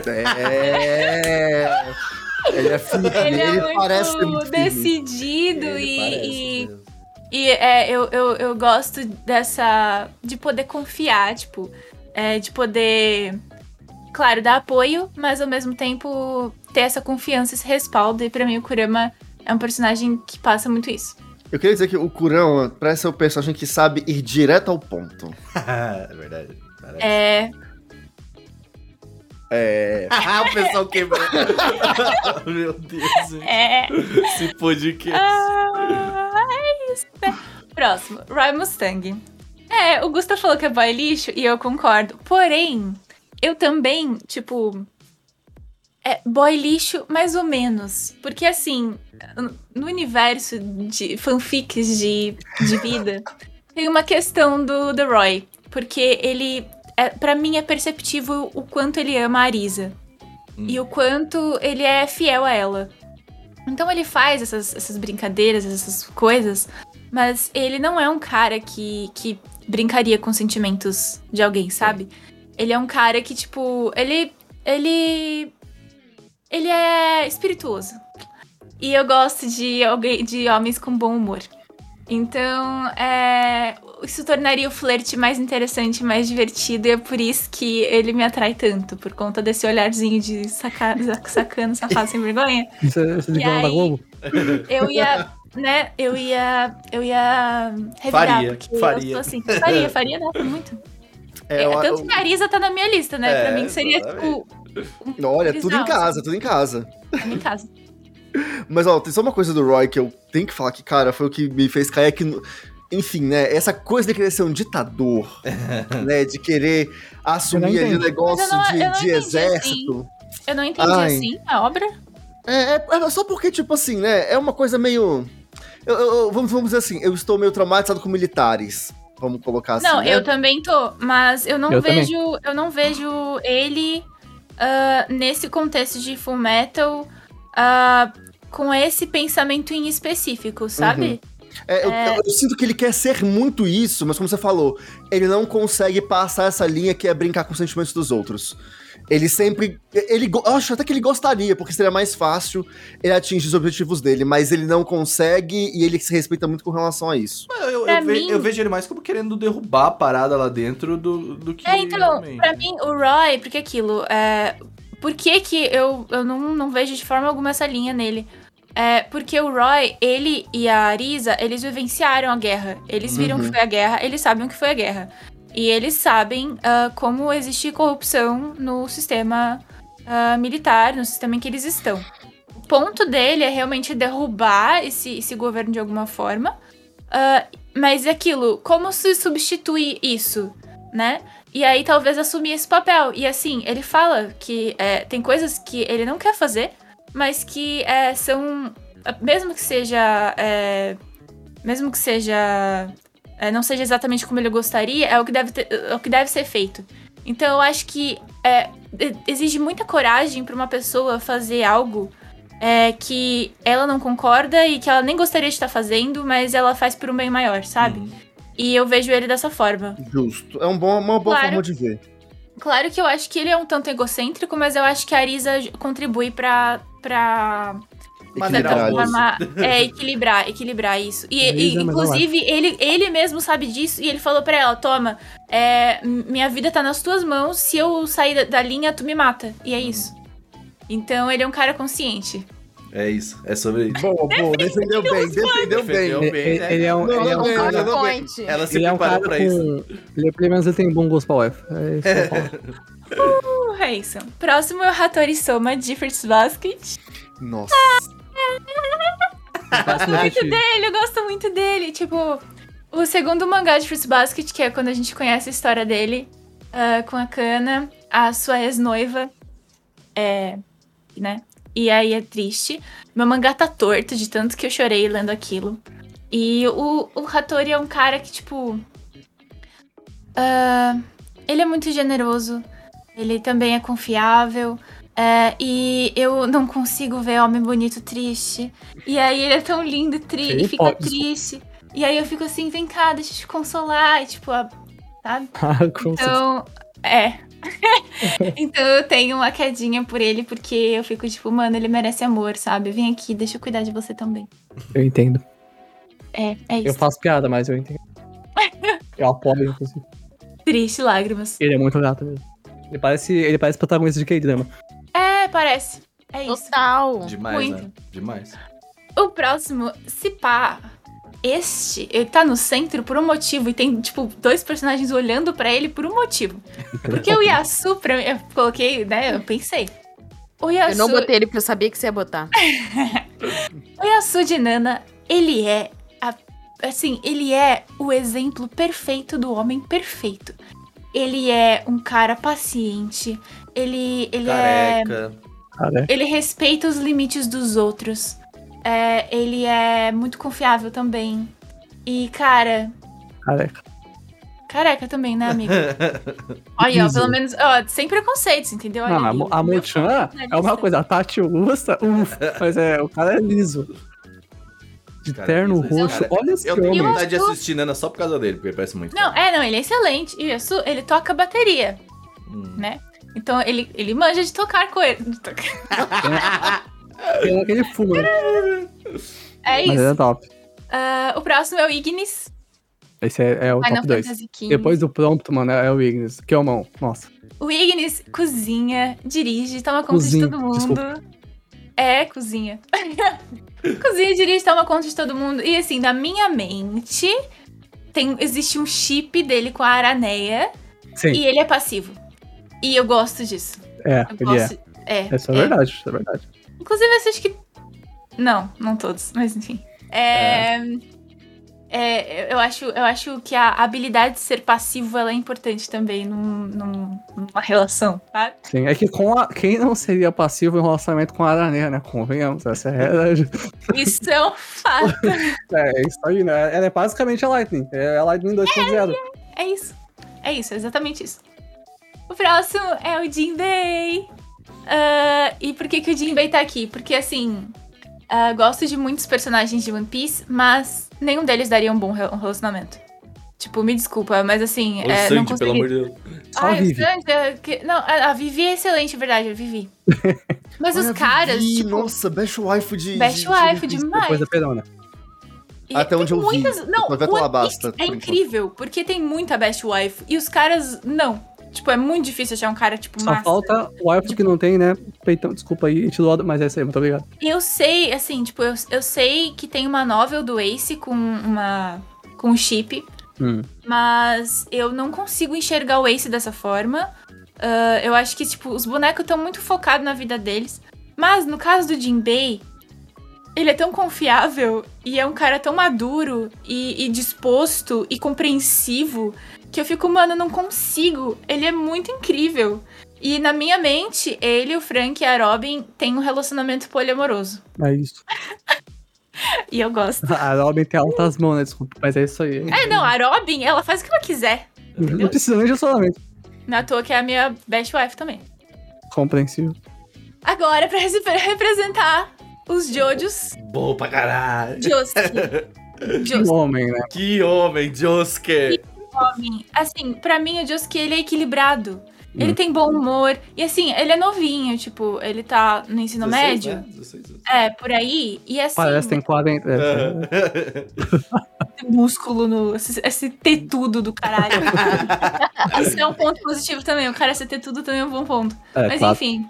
É. Ele é firme, Ele ele, é muito parece ser muito firme. decidido Ele e... parece e- mesmo. E é, eu, eu, eu gosto dessa. De poder confiar, tipo. É, de poder. Claro, dar apoio, mas ao mesmo tempo ter essa confiança, esse respaldo. E pra mim o Kurama é um personagem que passa muito isso. Eu queria dizer que o Kurama parece ser o personagem que sabe ir direto ao ponto. É verdade. Parece. É. É. o pessoal quebrou. Meu Deus, gente. É. Esse podcast. Ah, é isso, né? Próximo, Roy Mustang. É, o Gusta falou que é boy lixo e eu concordo. Porém, eu também, tipo. É boy lixo mais ou menos. Porque assim, no universo de fanfics de, de vida, tem uma questão do The Roy. Porque ele. É, pra mim é perceptível o quanto ele ama a Arisa. Hum. E o quanto ele é fiel a ela. Então ele faz essas, essas brincadeiras, essas coisas, mas ele não é um cara que, que brincaria com sentimentos de alguém, sabe? Ele é um cara que, tipo, ele. Ele. Ele é espirituoso. E eu gosto de, alguém, de homens com bom humor. Então, é, isso tornaria o flerte mais interessante, mais divertido, e é por isso que ele me atrai tanto, por conta desse olharzinho de saca, sacano, safado, sem vergonha. Você, você ligou aí- da Globo? Eu ia, né, eu ia, eu ia revirar, Faria, porque faria. eu sou assim, faria, faria, nossa, muito. É, É, eu- tanto que a Arisa tá na minha lista, né, É, pra mim seria, exatamente. tipo, Olha, tudo em Não, casa, tudo em casa. na minha casa. Mas, ó, tem só uma coisa do Roy que eu tenho que falar que, cara, foi o que me fez cair aqui no... Enfim, né, essa coisa de querer ser um ditador, né, de querer assumir ali o entendi. negócio Mas eu não- de, eu não de entendi exército. Eu não entendi, Ai. assim, a obra. É, é, é só porque, tipo assim, né, é uma coisa meio... eu- eu- eu- vamos, vamos dizer assim, eu estou meio traumatizado com militares, vamos colocar assim, Não, né? eu também tô, mas eu não Eu também. vejo, eu não vejo ele ah, nesse contexto de Full Metal ah, com esse pensamento em específico, sabe? É, eu, É. eu- eu sinto que ele quer ser muito isso, mas como você falou, ele não consegue passar essa linha que é brincar com os sentimentos dos outros. Ele sempre. Ele, go- eu acho até que ele gostaria, porque seria mais fácil ele atingir os objetivos dele, mas ele não consegue e ele se respeita muito com relação a isso. Eu, eu, Pra eu ve- mim- eu vejo ele mais como querendo derrubar a parada lá dentro do, do que. É, então, realmente. pra mim, o Roy, porque aquilo, é, por que que eu, eu não, não vejo de forma alguma essa linha nele? É, porque o Roy, ele e a Arisa, eles vivenciaram a guerra. Eles viram Uhum. que foi a guerra, eles sabem o que foi a guerra. E eles sabem ah, como existe corrupção no sistema ah, militar, no sistema em que eles estão. O ponto dele é realmente derrubar esse, esse governo de alguma forma. ah, mas é aquilo, como se substitui isso, né? E aí talvez assumir esse papel. E assim, ele fala que é, tem coisas que ele não quer fazer, mas que é, são... Mesmo que seja... é, mesmo que seja... é, não seja exatamente como ele gostaria, é o que deve, ter- é o que deve ser feito. Então eu acho que é, exige muita coragem pra uma pessoa fazer algo é, que ela não concorda e que ela nem gostaria de estar fazendo, mas ela faz por um bem maior, sabe? Uhum. E eu vejo ele dessa forma. Justo. É um bom, uma boa Claro. forma de ver. Claro que eu acho que ele é um tanto egocêntrico, mas eu acho que a Arisa contribui pra... pra... Maneirar Equilibrar o moço. Forma- é, equilibrar, equilibrar isso. E, Arisa e, é a melhor inclusive, ele, ele mesmo sabe disso e ele falou pra ela, toma, é, minha vida tá nas tuas mãos, se eu sair da, da linha, tu me mata. E é isso. Então, ele é um cara consciente. É isso, é sobre isso. Boa, boa. Defendeu bem, defendeu Defendeu bem. bem, Ele, né? ele é um, Não, ele é um não, cara... não, Point. Ela se Ele é um preparou cara pra isso. com... Ele, pelo menos ele tem bom gosto pra wife. É isso que eu falo. Uh, Reison. Próximo é o Hattori Soma de Fruits Basket. Nossa. Parece muito Muito antigo. dele, eu gosto muito dele. Tipo, o segundo mangá de Fruits Basket, que é quando a gente conhece a história dele, ah, com a Kana, a sua ex-noiva, é... né? E aí é triste. Meu mangá tá torto de tanto que eu chorei lendo aquilo. E o, o Hattori é um cara que, tipo... ah, ele é muito generoso. Ele também é confiável. É, e eu não consigo ver homem bonito triste. E aí ele é tão lindo e tri- Ele e fica pode. triste. E aí eu fico assim, vem cá, deixa eu te consolar. E tipo, a- sabe? Ah, com certeza. Então, é. Então eu tenho uma quedinha por ele, porque eu fico tipo, mano, ele merece amor, sabe? Vem aqui, deixa eu cuidar de você também. Eu entendo. É, é Eu isso. faço piada, mas eu entendo. Eu apoio, inclusive. Triste, lágrimas. Ele é muito gato mesmo. Ele parece, ele parece protagonista de K-drama. É, parece. É isso. Total. Demais, Muito. né? Demais. O próximo, se pá, este, ele tá no centro por um motivo e tem, tipo, dois personagens olhando pra ele por um motivo. Porque o Yasu, pra mim, eu coloquei, né, eu pensei. O Yasu, Eu não botei ele porque eu sabia que você ia botar. o Yasu de Nana, ele é, a- assim, ele é o exemplo perfeito do homem perfeito. Ele é um cara paciente, ele, ele é... Careca. Cara, Ele respeita os limites dos outros. É, ele é muito confiável também. E, cara, careca. careca também, né, amigo? Olha, ó, Liso. pelo menos, ó, sem preconceitos, entendeu? Olha Não, a, ali, Mo- a o meu Mochan na é uma lista. coisa. A Tati usa, ufa, mas é, o cara é liso. De Cara, terno esse roxo. cara- Olha esse Eu tenho homem. vontade de assistir Nana só por causa dele, porque ele parece muito. Não, é, não, ele é excelente. E o Yasu, ele toca bateria, Hum. né? Então, ele, ele manja de tocar coisa. de tocar- Tem aquele fumo, né? É Mas ele isso. é top. Ah, o próximo é o Ignis. Esse é, é o Final top dois. Fantasy quinze. Depois do prompto, mano, é o Ignis. Que é o mão. Nossa. O Ignis cozinha, dirige, toma conta Cozinha, de todo mundo. desculpa. É, cozinha. Cozinha, dirige, toma conta de todo mundo. E assim, na minha mente, tem, existe um chip dele com a Araneia Sim, e ele é passivo. E eu gosto disso. é, Eu ele é. gosto. É. Isso é verdade, isso é verdade. Inclusive, eu acho que. Não, não todos, mas enfim. É. É, eu, acho, eu acho que a habilidade de ser passivo ela é importante também num, num- numa relação, sabe? Sim, é que com a, quem não seria passivo em relacionamento com a Aranha, né? Convenhamos, essa é a realidade. Isso é um fato. É, é isso aí, né? Ela é basicamente a Lightning. É a Lightning dois ponto zero. É isso. É isso, é exatamente isso. O próximo é o Jinbei. Ah, e por que, que o Jinbei tá aqui? Porque, assim, ah, gosto de muitos personagens de One Piece, mas nenhum deles daria um bom re- um relacionamento. Tipo, me desculpa, mas assim, O é, não Sandy, pelo consegui... amor de Deus. Só a Ai, o Vivi. Sanji, é que- não, a, a Vivi é excelente, é verdade, a Vivi. Mas Olha os a caras, Vivi, tipo, nossa, best wife de. best de- de wife One Piece. demais. Depois da Perona. E Até tem onde eu vi. muitas... Não, Depois vai One falar Piece basta, é por enquanto. incrível, porque tem muita best wife. E os caras, não. Tipo, é muito difícil achar um cara, tipo, Só massa. falta o elfo que não tem, né? Peitão, desculpa aí, Itilodo, mas é isso aí, muito obrigado. Eu sei, assim, tipo, eu, eu sei que tem uma novel do Ace com uma... com um chip, Hum. mas eu não consigo enxergar o Ace dessa forma. Ah, eu acho que, tipo, os bonecos estão muito focados na vida deles. Mas, no caso do Jinbei, ele é tão confiável e é um cara tão maduro e, e disposto e compreensivo que eu fico, mano, eu não consigo. Ele é muito incrível. E na minha mente, ele, o Frank e a Robin têm um relacionamento poliamoroso. É isso. E eu gosto. A Robin tem altas mãos, né? Desculpa, mas é isso aí. É, não, a Robin, ela faz o que ela quiser. Não precisa nem de relacionamento. Na toa que é a minha best wife também. Compreensível. Agora, pra re- representar os Jojos, Bom pra caralho. Josuke. Que Josuke. homem, né? Que homem, Josuke. Homem. Assim, pra mim, o Josuke, ele é equilibrado. Hum. Ele tem bom humor. E assim, ele é novinho, tipo, ele tá no ensino dezesseis, médio. né? dezesseis anos. É, por aí. E assim, Parece que tem quarenta. É, esse músculo no. Esse, esse tetudo do caralho. Isso é um ponto positivo também. O cara ser tetudo também é um bom ponto. é, Mas claro. enfim.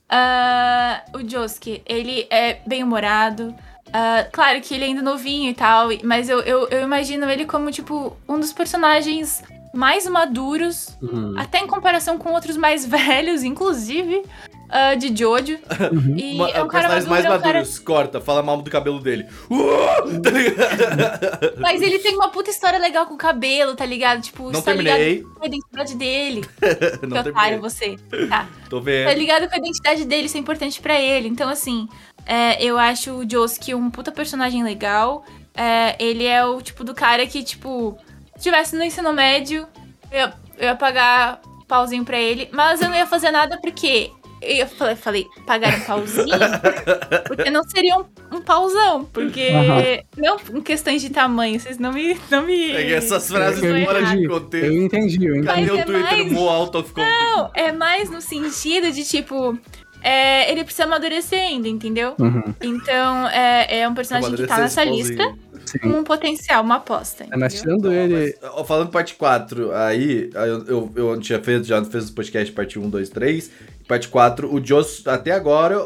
ah, o Josuke, ele é bem humorado. Ah, claro que ele é ainda novinho e tal. Mas eu, eu, eu imagino ele como, tipo, um dos personagens mais maduros. Uhum. Até em comparação com outros mais velhos, inclusive. ah, de Jojo. Uhum. E Ma- é um cara personagens maduro, mais é um cara... maduros. Corta, fala mal do cabelo dele. Uh! Tá ligado? Mas ele tem uma puta história legal com o cabelo, tá ligado? Tipo, Não tá terminei. ligado com a identidade dele. Não Que otário terminei. você. Tá. Tô Tá vendo. ligado com a identidade dele, isso é importante pra ele. Então, assim, é, eu acho o Josuke um puta personagem legal. É, ele é o tipo do cara que, tipo, se tivesse no ensino médio, eu ia, eu ia pagar pauzinho pra ele. Mas eu não ia fazer nada porque... Eu falei, falei pagar um pauzinho, porque não seria um, um pauzão, porque Aham. não em questões de tamanho, vocês não me... Não me É que essas frases Eu não fora de entendi. contexto. Eu entendi, eu entendi. Cadê Mas o é Twitter mais- Mo Out of Context? Não, é mais no sentido de, tipo... é, ele precisa amadurecer ainda, entendeu? Uhum. Então, é, é um personagem que tá nessa Amadurecer esse lista Sim. com um potencial, uma aposta. É, mas entendeu? tirando ele. Mas, ó, falando parte quatro, aí, aí eu, eu, eu tinha feito, já fez os podcast parte um, dois, três. Parte quatro, o Jos, até agora,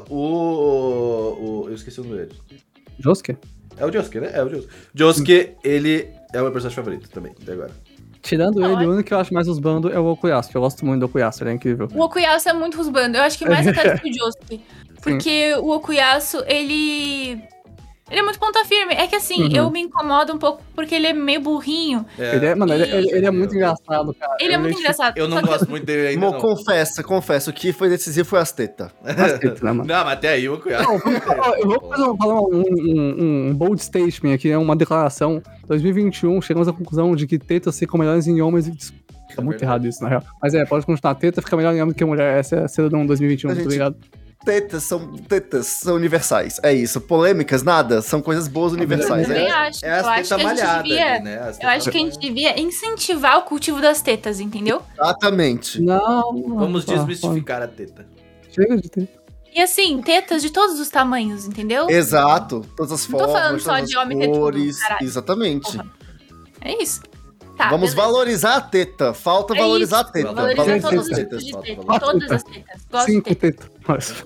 o, o. Eu esqueci o nome dele. Josuke? É o Josuke, né? É o Josuke. Josuke, ele é o meu personagem favorito também, até agora. Tirando Não, ele, é- o único que eu acho mais usbando é o Okuyasu, que eu gosto muito do Okuyasu, ele é incrível. O Okuyasu é muito rusbando. Eu acho que mais até do que o Josuke. Porque o Okuyasu, ele... Ele é muito ponta firme. É que assim, Uhum. eu me incomodo um pouco porque ele é meio burrinho. Ele é, mano, ele, ele- ele é muito eu- engraçado, cara. Ele é muito tipo, engraçado. Eu não Só que- gosto muito dele ainda, Mo, não. confessa, confessa, o que foi decisivo foi as tetas. bastante, né, mano? Não, mas até aí o Okuyasu. Ó, eu vou fazer um, falar um, um, um bold statement aqui, né? Uma declaração. dois mil e vinte e um, chegamos à conclusão de que tetas ficam melhores em homens e... Tá muito verdade. errado isso, na real. Mas é, pode continuar. Teta fica melhor em homem do que mulher. Essa é a Celadão dois mil e vinte e um, A tá gente- ligado? Tetas são tetas, são universais. É isso. Polêmicas, nada. São coisas boas universais. Eu também É, acho. É as eu acho que tetas a gente malhadas devia... ali, né? As Eu acho que a gente tetas devia incentivar o cultivo das tetas, entendeu? exatamente. Não, não. Vamos tá, desmistificar a teta. tá. Chega de teta. E assim, tetas de todos os tamanhos, entendeu? Exato. Todas as Não tô formas, falando só todas de as homem ter tudo, cores. caralho. Exatamente. Porra. É isso. Tá, Vamos beleza. valorizar a teta. Falta É valorizar isso, a teta. Valorizar Valorizar todos os as tipos de tetas. teta. Falta Todas as tetas. Gosto de Cinco teta. tetas. Mas-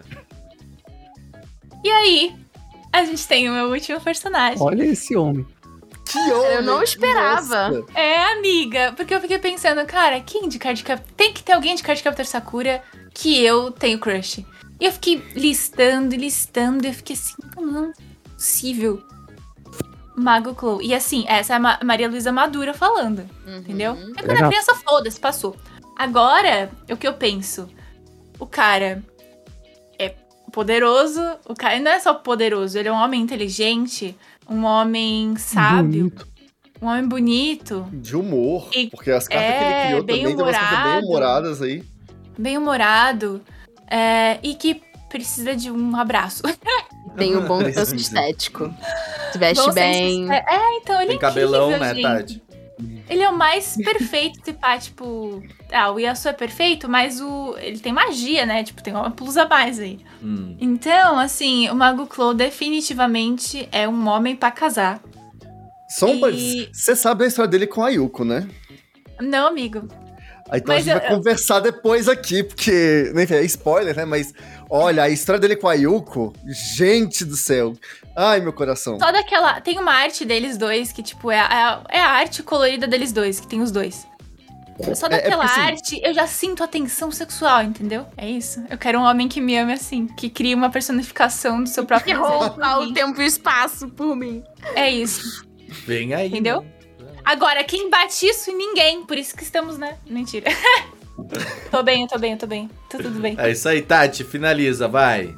E aí, a gente tem o meu último personagem. Olha esse homem. Que homem! Eu não esperava. Nossa. É, amiga. Porque eu fiquei pensando, cara, quem de Card Captor... Tem que ter alguém de Card Captor Sakura que eu tenho crush. E eu fiquei listando e listando. E eu fiquei assim, não é possível. Mago Clow. E assim, essa é a Ma- Maria Luísa Madura falando. Uhum. Entendeu? É quando Legal. a criança foda-se, passou. Agora, o que eu penso? O cara é poderoso. O cara não é só poderoso, ele é um homem inteligente, um homem sábio, Bonito. um homem bonito, De humor. E- Porque as cartas que é, ele criou bem também tem umas cartas bem humorado. humoradas aí. bem-humorado, é, e que precisa de um abraço. Tem um bom Nesse senso sentido. estético. Se veste Bom senso bem. estético. É, então ele Tem é cabelão, incrível, né, gente. Tati? Ele é o mais perfeito, se pá, tipo... Ah, o Yasuo é perfeito, mas o ele tem magia, né? Tipo, tem uma plus a mais aí. Hum. Então, assim, o Mago Clow definitivamente é um homem pra casar. Só um E- parênteses. Você sabe a história dele com a Yuko, né? Não, amigo. Aí, então Mas a gente eu- vai conversar depois aqui, porque, enfim, é spoiler, né? Mas, olha, a história dele com a Yuko, gente do céu. Ai, meu coração. Só daquela... Tem uma arte deles dois que, tipo, é a, é a arte colorida deles dois, que tem os dois. Só É- é daquela porque, assim, arte, eu já sinto a tensão sexual, entendeu? É isso. Eu quero um homem que me ame assim, que crie uma personificação do seu Que próprio desejo por roubar o mim. tempo e o espaço por mim. É isso. Vem aí. Entendeu? né? Agora, quem bate isso? Ninguém. Por isso que estamos, né? Mentira. Tô bem, eu tô bem, eu tô bem. Tá tudo bem. É isso aí, Tati. Finaliza, vai.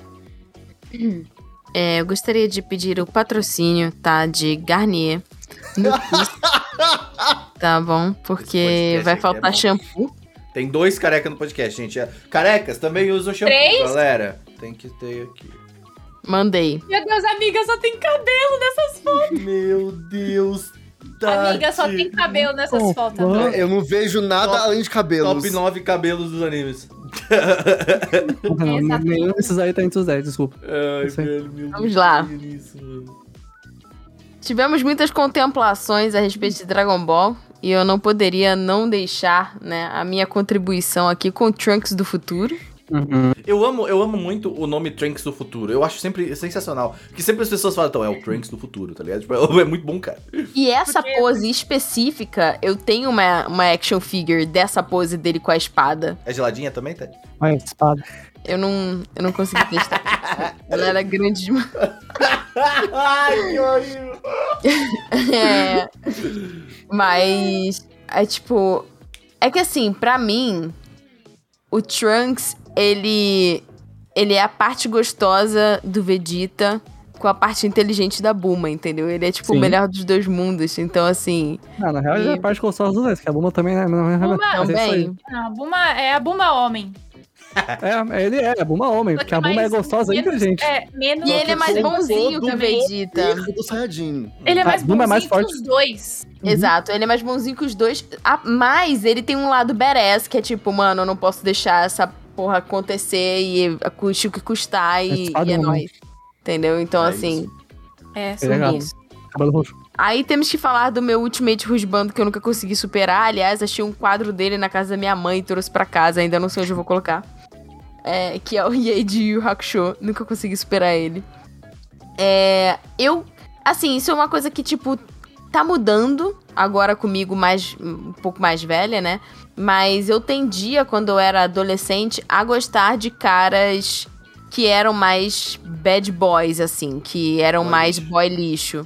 É, eu gostaria de pedir o patrocínio, tá? De Garnier. No Kiss. Tá bom? Porque Esse podcast vai aqui faltar é bom. shampoo. Tem dois carecas no podcast, gente. É- Carecas também usam shampoo, Três? galera. Tem que ter aqui. Mandei. Meu Deus, amiga, só tem cabelo nessas fotos. Meu Deus, Tati. Amiga, só tem cabelo nessas Oh, fotos. mano. amor. Eu não vejo nada Top- além de cabelos. Top nove cabelos dos animes. Não, Exato. nenhum desses aí tá entre os dez, desculpa. Ai, Sim. velho, meu Vamos Deus, lá. que isso, mano. Tivemos muitas contemplações a respeito de Dragon Ball. E eu não poderia não deixar, né, a minha contribuição aqui com o Trunks do futuro. Uhum. Eu amo, eu amo muito o nome Trunks do futuro. Eu acho sempre sensacional. Porque sempre as pessoas falam, então, é o Trunks do futuro, tá ligado? Tipo, é muito bom, cara. E essa Porque- pose específica, eu tenho uma, uma action figure dessa pose dele com a espada. É geladinha também, Tati? Olha, espada. Eu não, eu não consegui testar. Ela era grande demais. Ai, que horrível. É, mas, é tipo... É que assim, pra mim, o Trunks, ele... Ele é a parte gostosa do Vegeta com a parte inteligente da Bulma, entendeu? Ele é tipo Sim. o melhor dos dois mundos. Então, assim... Ah, na real, ele é E- a parte gostosa dos dois, que a Buma também, né? Não, não, não, Buma mas é isso aí. Também. Não, a Buma é a Buma homem. É, ele é, a Buma homem, Só que porque a Buma é mais- gostosa e menos- inteligente. É, menos... E ele é mais todo bonzinho que o mundo Vegeta. Erro do Saiyajin. Ele é A mais Buma é mais bonzinho que forte. os dois. Exato, ele é mais bonzinho que os dois. Ah, mas ele tem um lado badass, que é tipo, mano, eu não posso deixar essa porra acontecer e custe o que custar e, espada e é não. nóis. Entendeu? Então, É assim, É, Ele é são gato. isso. Cabelo roxo. aí temos que falar do meu Ultimate Rusbando que eu nunca consegui superar. Aliás, achei um quadro dele na casa da minha mãe e trouxe pra casa, ainda não sei onde eu vou colocar. É, que é o Riei de Yu Yu Hakusho. Nunca consegui superar ele. É, eu, assim, isso é uma coisa que, tipo, tá mudando agora comigo mais, um pouco mais velha, né? Mas eu tendia, quando eu era adolescente, a gostar de caras que eram mais bad boys, assim, que eram Boy mais lixo. boy lixo.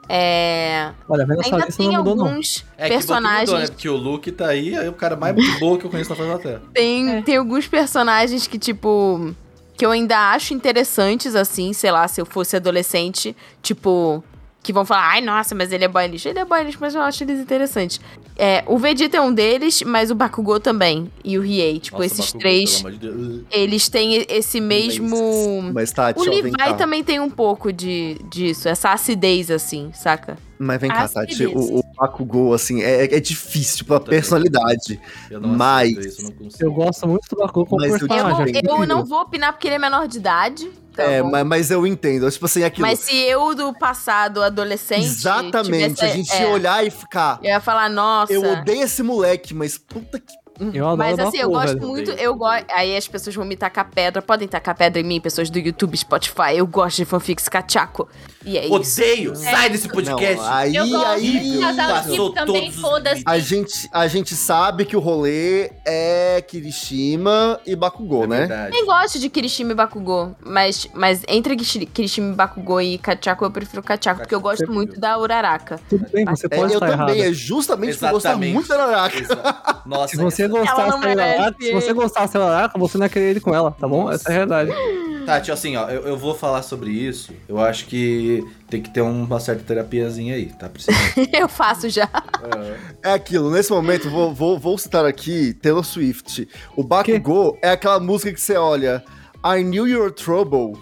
É, Olha, vendo essa ainda lista tem não mudou, não. alguns É que personagens. mudou, né? Porque o Luke tá aí, aí o cara mais de boa que eu conheço na face da Terra. Tem, É. tem alguns personagens que, tipo, que eu ainda acho interessantes, assim, sei lá, se eu fosse adolescente, tipo, que vão falar, ai, nossa, mas ele é boy lixo. Ele é boy lixo, mas eu acho eles interessantes. É, o Vegeta é um deles, mas o Bakugou também, e o Riei. Tipo, Nossa, esses Bakugou, três, pelo amor de Deus. eles têm esse mesmo... Mas, Tati, O ó, vem Levi cá. também tem um pouco de, disso, essa acidez, assim, saca? Mas vem cá, As Tati, belezas. o, o Bakugou, assim, é, é difícil pela Também. personalidade. Eu não Mas- aceito isso, eu não consigo. Eu gosto muito do Bakugou como Mas eu- Eu, personagem. vou- eu incrível. não vou opinar porque ele é menor de idade, tá é, bom? mas, mas eu entendo. Tipo assim, aquilo. Mas se eu do passado, adolescente. Exatamente. tivesse- a gente é, ia olhar e ficar. Eu ia falar, nossa. Eu odeio esse moleque, mas puta que. Eu adoro Mas o assim, eu Bakugou, gosto velho. muito, Odeio. eu gosto. Aí as pessoas vão me tacar pedra. Podem tacar pedra em mim, pessoas do YouTube, Spotify. Eu gosto de fanfics cachaco. E é isso. Odeio! Sai desse podcast! Não, aí, Eu gosto aí. de casal passou que também todos os foda-se. limites. A gente, a gente sabe que o rolê é Kirishima e Bakugou, É né? verdade. Nem gosto de Kirishima e Bakugou, mas, mas entre Kishi- Kirishima e Bakugou e Kachaku, eu prefiro Kachaku, porque eu gosto Kachaku. muito da Uraraka. Tudo bem, você É, pode eu estar também, errado. é justamente por gostar Exatamente. muito da Naraka. Exa- Nossa, Se você essa- Ela gostasse não da Uraraka, merece. se você gostasse da Uraraka, você não ia querer ele com ela, tá bom? Nossa. Essa é a realidade. Tati, assim, ó, eu, eu vou falar sobre isso. Eu acho que tem que ter uma certa terapiazinha aí, tá precisando. Eu faço já. É aquilo, nesse momento, vou, vou, vou citar aqui Taylor Swift. O Bakugou é aquela música que você olha. I knew you were trouble.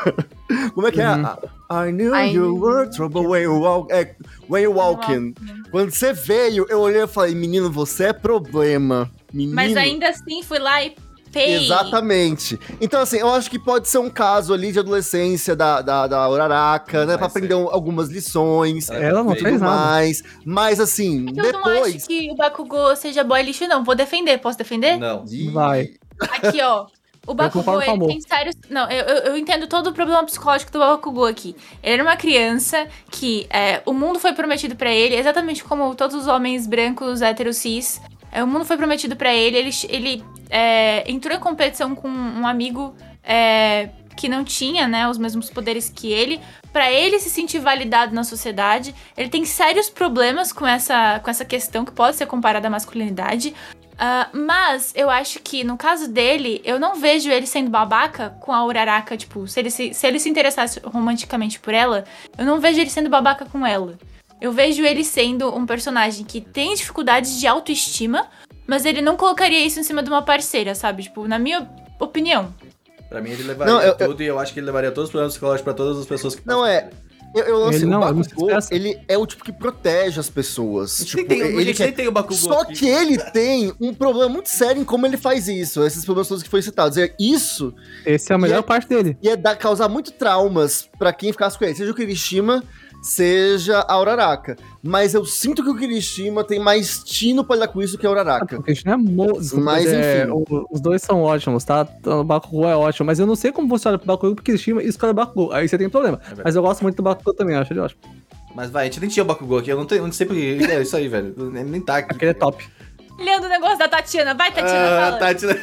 Como é que Uhum. é? I knew I you knew were trouble when you walk, é, when you walking. Quando você veio, eu olhei e falei, menino, você é problema. Menino. Mas ainda assim, fui lá e pei. Exatamente. Então, assim, eu acho que pode ser um caso ali de adolescência da, da, da Uraraka, né? Vai Pra ser. aprender um- algumas lições. Ela não Tudo fez nada. mais. Mas, assim, Eu não acho depois. que o Bakugou seja boy lixo, não. Vou defender. Posso defender? Não. Ih, Vai. Aqui, ó. O Bakugou, concordo com a ele Mo. tem sérios... Não, eu, eu, eu entendo todo o problema psicológico do Bakugou aqui. Ele era uma criança que é, o mundo foi prometido pra ele, exatamente como todos os homens brancos, héteros, cis. É, o mundo foi prometido pra ele, ele, ele é, entrou em competição com um amigo é, que não tinha, né, os mesmos poderes que ele, pra ele se sentir validado na sociedade. Ele tem sérios problemas com essa, com essa questão que pode ser comparada à masculinidade. Ah, mas eu acho que, no caso dele, eu não vejo ele sendo babaca com a Uraraka. Tipo, se ele se, se ele se interessasse romanticamente por ela, eu não vejo ele sendo babaca com ela. Eu vejo ele sendo um personagem que tem dificuldades de autoestima, mas ele não colocaria isso em cima de uma parceira, sabe? Tipo, na minha opinião. Pra mim, ele levaria Não, eu- tudo e eu acho que ele levaria todos os problemas psicológicos pra todas as pessoas que Não, passam é. por ele. Eu, eu assim, Ele o não, ele não se Bakugou, expressa. ele é o tipo que protege as pessoas. A gente Tipo, nem tem, a ele gente quer- nem tem o Bakugou Só aqui. que ele tem um problema muito sério em como ele faz isso, esses problemas todos que foram citados. É isso Esse é a melhor E é- parte dele. ia dar, causar muito traumas pra quem ficasse com ele, seja o Kirishima, seja a Uraraka. Mas eu sinto que o Kirishima tem mais tino pra lidar com isso que a Uraraka. Porque a gente não é mo... Desculpa, Mas, é, enfim. o- os dois são ótimos, tá? O Bakugou é ótimo, mas eu não sei como você olha pro Bakugou porque Kirishima e escolhe o Bakugou. Aí você tem problema. verdade. Mas eu gosto muito do Bakugou também, eu acho ele ótimo. Mas vai, a gente nem tinha o Bakugou aqui, eu não, tenho, não sei porque. É isso aí, velho. Ele nem tá aqui. Aquele é top. Lendo o negócio da Tatiana. Vai, Tatiana, Ah, fala. Tati, né?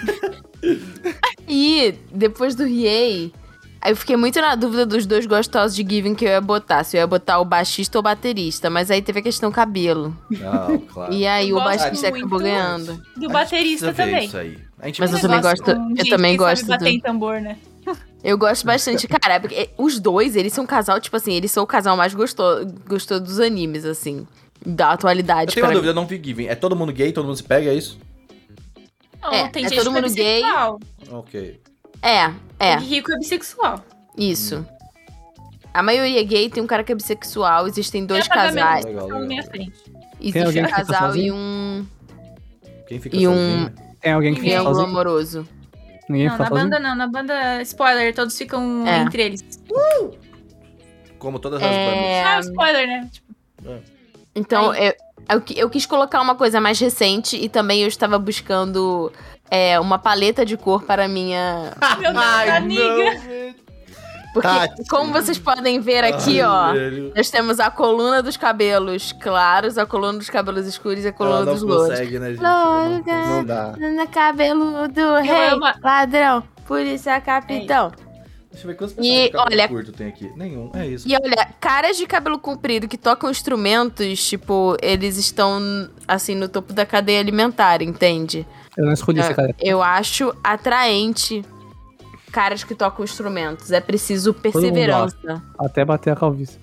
E depois do Riei, aí eu fiquei muito na dúvida dos dois gostosos de Given que eu ia botar. Se eu ia botar o baixista ou o baterista. Mas aí teve a questão cabelo. Não, claro. E aí Eu o gosto baixista muito. acabou ganhando. Do A gente baterista precisa ver também. Isso aí. A gente Mas eu precisa- também Negócio gosto- com eu gente também que gosto sabe bater do- em tambor, né? Eu gosto bastante. Cara, porque os dois, eles são um casal, tipo assim, eles são o casal mais gostoso, gostoso dos animes, assim. Da atualidade. Eu tenho uma pra dúvida, eu não vi Given. É todo mundo gay, todo mundo se pega, é isso? Não, É, tem é gente todo que mundo gay. bissexual. Ok. É, é, Tem rico é bissexual. isso. A maioria é gay, tem um cara que é bissexual, existem dois Tem apagamento casais. Legal, na legal. minha frente. Existe alguém um que fica casal e sozinho? um Quem fica E um- sozinho? Tem alguém que fica Ninguém. triângulo sozinho? amoroso. Ninguém Não, fica na sozinho? banda não. Na banda, spoiler, todos ficam É. entre eles. Como todas as É, Ah, spoiler, né? Tipo, bandas. Então, eu, eu, qui- eu quis colocar uma coisa mais recente e também eu estava buscando é, uma paleta de cor para a minha. meu Deus, amiga. Porque, Tati. como vocês podem ver aqui, ó, nós temos a coluna dos cabelos claros, a coluna dos cabelos escuros e a coluna Ela não dos louros. consegue, né, gente? Loura. Não dá. Na cabelo do rei, amo a- ladrão, polícia capitão. Deixa eu ver quantos E, personagens de cabelo olha- curto tem aqui. Nenhum, é isso. E olha, caras de cabelo comprido que tocam instrumentos, tipo, eles estão, assim, no topo da cadeia alimentar, entende? Eu não escolhi esse cara. Eu acho atraente caras que tocam instrumentos. É preciso mundo perseverança. Até bater a calvície.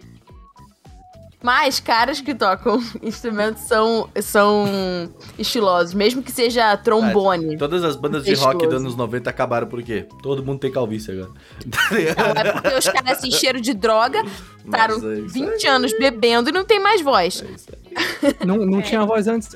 Mas caras que tocam instrumentos são, são estilosos, mesmo que seja trombone. Todas as bandas de rock Estiloso. dos anos noventa acabaram por quê? Todo mundo tem calvície agora. Não, é porque os caras se encheram de droga, ficaram Mas é isso vinte anos bebendo e não tem mais voz. É isso aí. Não, não tinha voz antes.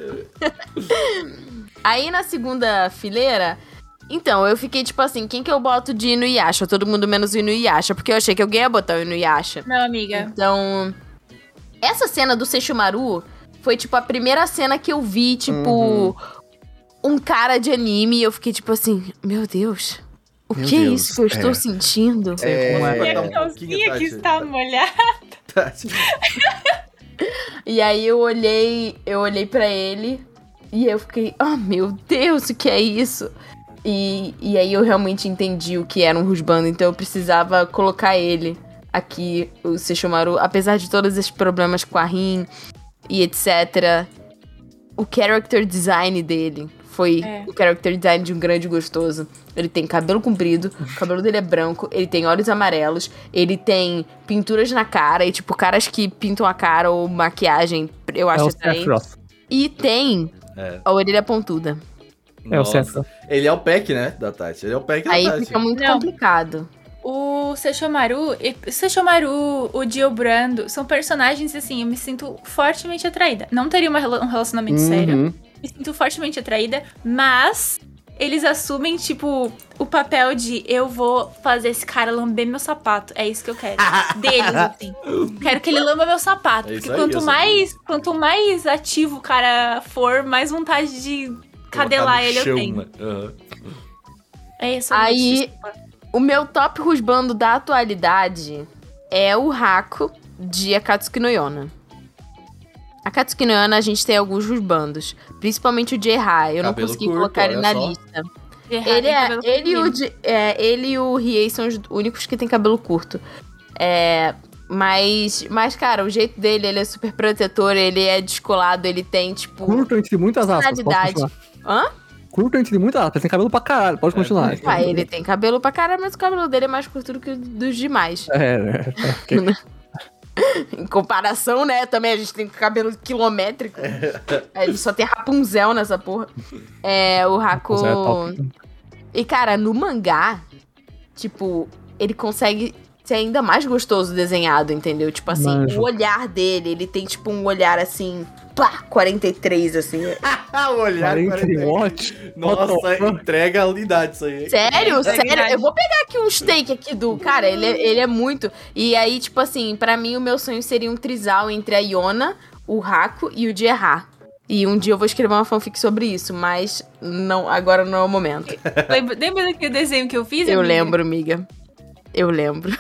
Aí na segunda fileira, então, eu fiquei tipo assim, quem que eu boto de Inuyasha? Todo mundo menos o Inuyasha, porque eu achei que alguém ia botar o Inuyasha. Meu amiga. Então, essa cena do Sesshomaru foi tipo a primeira cena que eu vi, tipo, um cara de anime e eu fiquei tipo assim, meu Deus, o Meu que é Deus, isso que eu estou é. sentindo? É, como é. E Tá a um calcinha pouquinho, que Tati. está molhada. Tati. E aí eu olhei, eu olhei pra ele e eu fiquei, oh meu Deus, o que é isso? E, e aí eu realmente entendi o que era um husband, então eu precisava colocar ele aqui, o Sesshomaru, apesar de todos esses problemas com a Rin e etcétera. O character design dele foi É. o character design de um grande gostoso. Ele tem cabelo comprido, o cabelo dele é branco, ele tem olhos amarelos, ele tem pinturas na cara, e tipo, caras que pintam a cara ou maquiagem, eu É acho o atraente. Sephiroth. E tem É. a orelha pontuda. É o Nossa. Sephiroth. Ele é o pack, né, da Tati. Ele é o pack da Aí Tati. fica muito Não. complicado. O Sesshomaru, e- Sesshomaru, o Dio Brando, são personagens, assim, eu me sinto fortemente atraída. Não teria uma rela- um relacionamento sério. Uhum. Me sinto fortemente atraída, mas eles assumem, tipo, o papel de eu vou fazer esse cara lamber meu sapato. É isso que eu quero. Deles, assim. Quero que ele lamba meu sapato. É isso porque aí, quanto eu mais, quanto mais ativo o cara for, mais vontade de cadelar Colocar no ele eu chão, tenho. né? Aham. É isso Aí- O meu top husbando da atualidade é o Hako de Akatsuki no Yona. Akatsuki no Yona a gente tem alguns husbandos, principalmente o J-Ha. Eu não Cabelo consegui curto, colocar ele olha na só. lista. Ele, é, ele, e o, J- é, ele e o Riei são os únicos que tem cabelo curto. É, mas, mas, cara, o jeito dele, ele é super protetor, ele é descolado, ele tem, tipo... Curto entre muitas aspas. Pode personalidade. continuar. Hã? Curto entre muitas aspas. Ele tem cabelo pra caralho. Pode continuar. Ah, ele tem cabelo pra caralho, mas o cabelo dele é mais curto do que o dos demais. É, é, é, ok. Em comparação, né? Também a gente tem cabelo quilométrico. Ele só tem Rapunzel nessa porra. É, o Haku... Rapunzel é top. E, cara, no mangá, tipo, ele consegue ser ainda mais gostoso desenhado, entendeu? Tipo assim, Manjo. o olhar dele, ele tem, tipo, um olhar assim, pá, quarenta e três, assim. o olhar quarenta Watch? Nossa, entrega a unidade isso aí. Sério? É Sério? verdade. Eu vou pegar aqui um steak aqui do... Cara, ele, é- ele é muito... E aí, tipo assim, pra mim, o meu sonho seria um trisal entre a Yona, o Haku e o Gerard. E um dia eu vou escrever uma fanfic sobre isso, mas não, agora não é o momento. Lembra, lembra daquele desenho que eu fiz? Eu amiga? lembro, amiga. Eu lembro.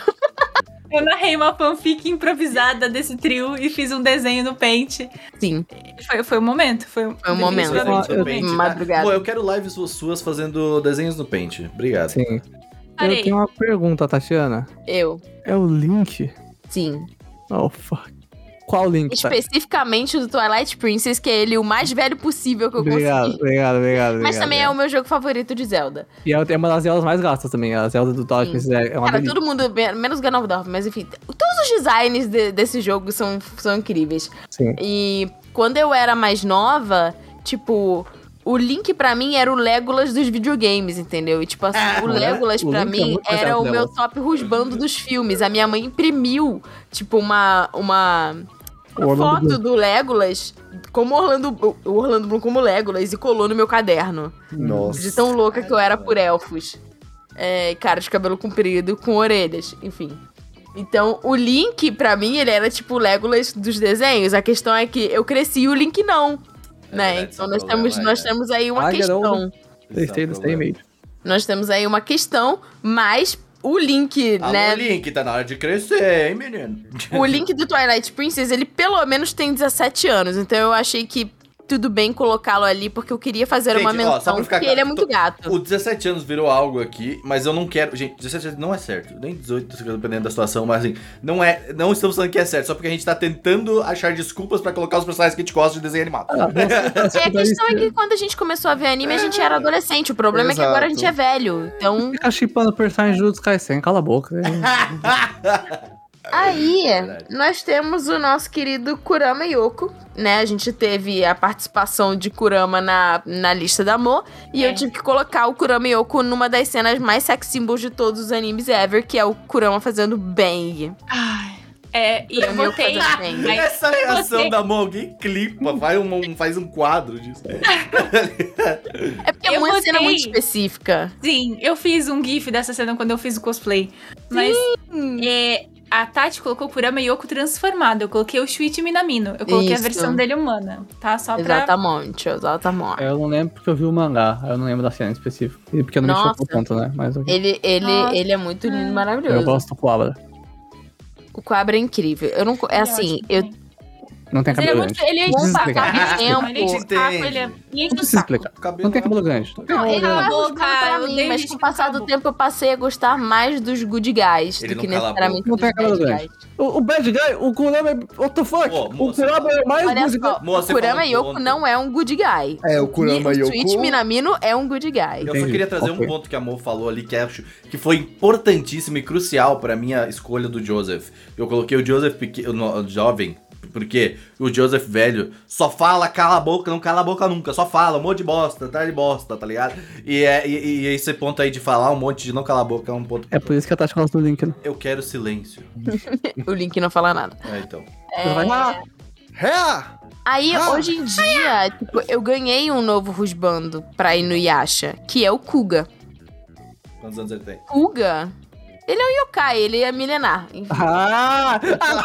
Eu narrei uma fanfic improvisada desse trio e fiz um desenho no Paint. Sim. Foi, foi um momento. Foi, Foi um momento. definitivamente Eu- um momento. Madrugada. Pô, eu quero lives suas fazendo desenhos no Paint. Obrigado. Sim. Parei. Eu tenho uma pergunta, Tatiana. Eu. É o Link? Sim. Oh, fuck. Qual Link? tá? Especificamente do Twilight Princess, que é ele o mais velho possível que eu Obrigado, consegui. obrigado, obrigado. Mas obrigado, também é o meu jogo favorito de Zelda. E é uma das Zeldas mais gastas também. A Zelda do Twilight Sim. Princess é uma Cara, delícia. todo mundo, menos Ganondorf, mas enfim, todos os designs de- desse jogo são, são incríveis. Sim. E quando eu era mais nova, tipo, o Link pra mim era o Legolas dos videogames, entendeu? E tipo assim, Ah, o né? Legolas O pra Link é mim muito mais era legal o que o meu Legolas. top rusbando dos filmes. A minha mãe imprimiu, tipo, uma... uma... O Orlando foto Bloom. do Legolas como Orlando, o Orlando Bloom como Legolas e colou no meu caderno. Nossa. De tão louca que eu era por elfos. É, cara de cabelo comprido com orelhas, enfim. Então, o Link, pra mim, ele era tipo o Legolas dos desenhos. A questão é que eu cresci e o Link não. É né? verdade, Então esse nós é o temos, problema, nós é. temos aí uma Ah, questão. Garou. Esse é Testei, o testei problema. meio. Nós temos aí uma questão, mas o Link, Alô, né? Link, tá na hora de crescer, hein, menino? O Link do Twilight Princess, ele pelo menos tem dezessete anos. Então eu achei que tudo bem colocá-lo ali, porque eu queria fazer Gente, uma ó, só menção, pra ficar porque ele é claro, muito tô- gato. O dezessete anos virou algo aqui, mas eu não quero... Gente, dezessete anos não é certo. Nem dezoito, dependendo da situação, mas assim, não é... Não estamos falando que é certo, só porque a gente tá tentando achar desculpas pra colocar os personagens que a gente gosta de desenho animado. Ah, É, a questão é que quando a gente começou a ver anime, a gente era adolescente. O problema é que agora a gente é velho. Então, Fica chipando personagem do Kaisen, cala a boca. né? aí, Verdade. nós temos o nosso querido Kurama Yoko, né? A gente teve a participação de Kurama na, na lista da Mo. E É. eu tive que colocar o Kurama Yoko numa das cenas mais sex symbols de todos os animes ever, que é o Kurama fazendo bang. Ai. É, e eu Kurama Yoko botei. fazendo bang. Mas Essa reação você- da mão, alguém clipa, faz um, um- faz um quadro disso. É porque é Eu uma cena botei. muito específica. Sim, eu fiz um gif dessa cena quando eu fiz o cosplay. Mas é, a Tati colocou o Kurama Yoko transformado. Eu coloquei o Shuichi Minamino. Eu coloquei Isso. a versão dele humana, tá? Só pra... Exatamente, exatamente. Eu não lembro porque eu vi o mangá, eu não lembro da cena específica. E porque não me Nossa. chocou tanto, né? Mas ok. Ele, ele, Nossa. ele é muito lindo e Eu maravilhoso. gosto do Coabra. O Quabra é incrível. Eu não. co- É Ele assim, ótimo eu. também. Não tem Mas ele é cabelo muito. grande. Ele é Não de precisa saco. explicar. Ele é Tempo. de saco, ele é. Ele Não enche o precisa saco. explicar. Não tem cabelo grande. Não tem Não, cabelo ele não grande. é Acabou, rusgado cara, pra eu mim, odeio mas gente com o que passar acabou. do tempo eu passei a gostar mais dos good guys Ele do não que cala a necessariamente Não dos tem cabelo bad grande. guys. O, o Bad Guy, o Kurama é. What the fuck? Pô, o moça, Kurama é mais Olha good guy. só, Moça, o você Kurama fala um Yoko ponto. não é um good guy. É, o Kurama E o Yoko- Switch Minamino é um good guy. Eu só Entendi. queria trazer Ok. um ponto que a Mo falou ali, que acho que foi importantíssimo e crucial pra minha escolha do Joseph. Eu coloquei o Joseph pequ... no- jovem, porque o Joseph velho só fala, cala a boca, não cala a boca nunca, só fala um monte de bosta, tá de bosta, tá ligado? E, é, e, e esse ponto aí de falar um monte de não cala a boca é um ponto que É por isso que a Tati gosta do Link, né? eu quero silêncio. O Link não fala nada. É, então. Você vai lá. É! Aí, Ah. hoje em dia, tipo, eu ganhei um novo rusbando pra ir no Yasha, que é o Kuga. Quantos anos ele tem? Kuga? Ele é um yokai, ele é milenar. Enfim. Ah!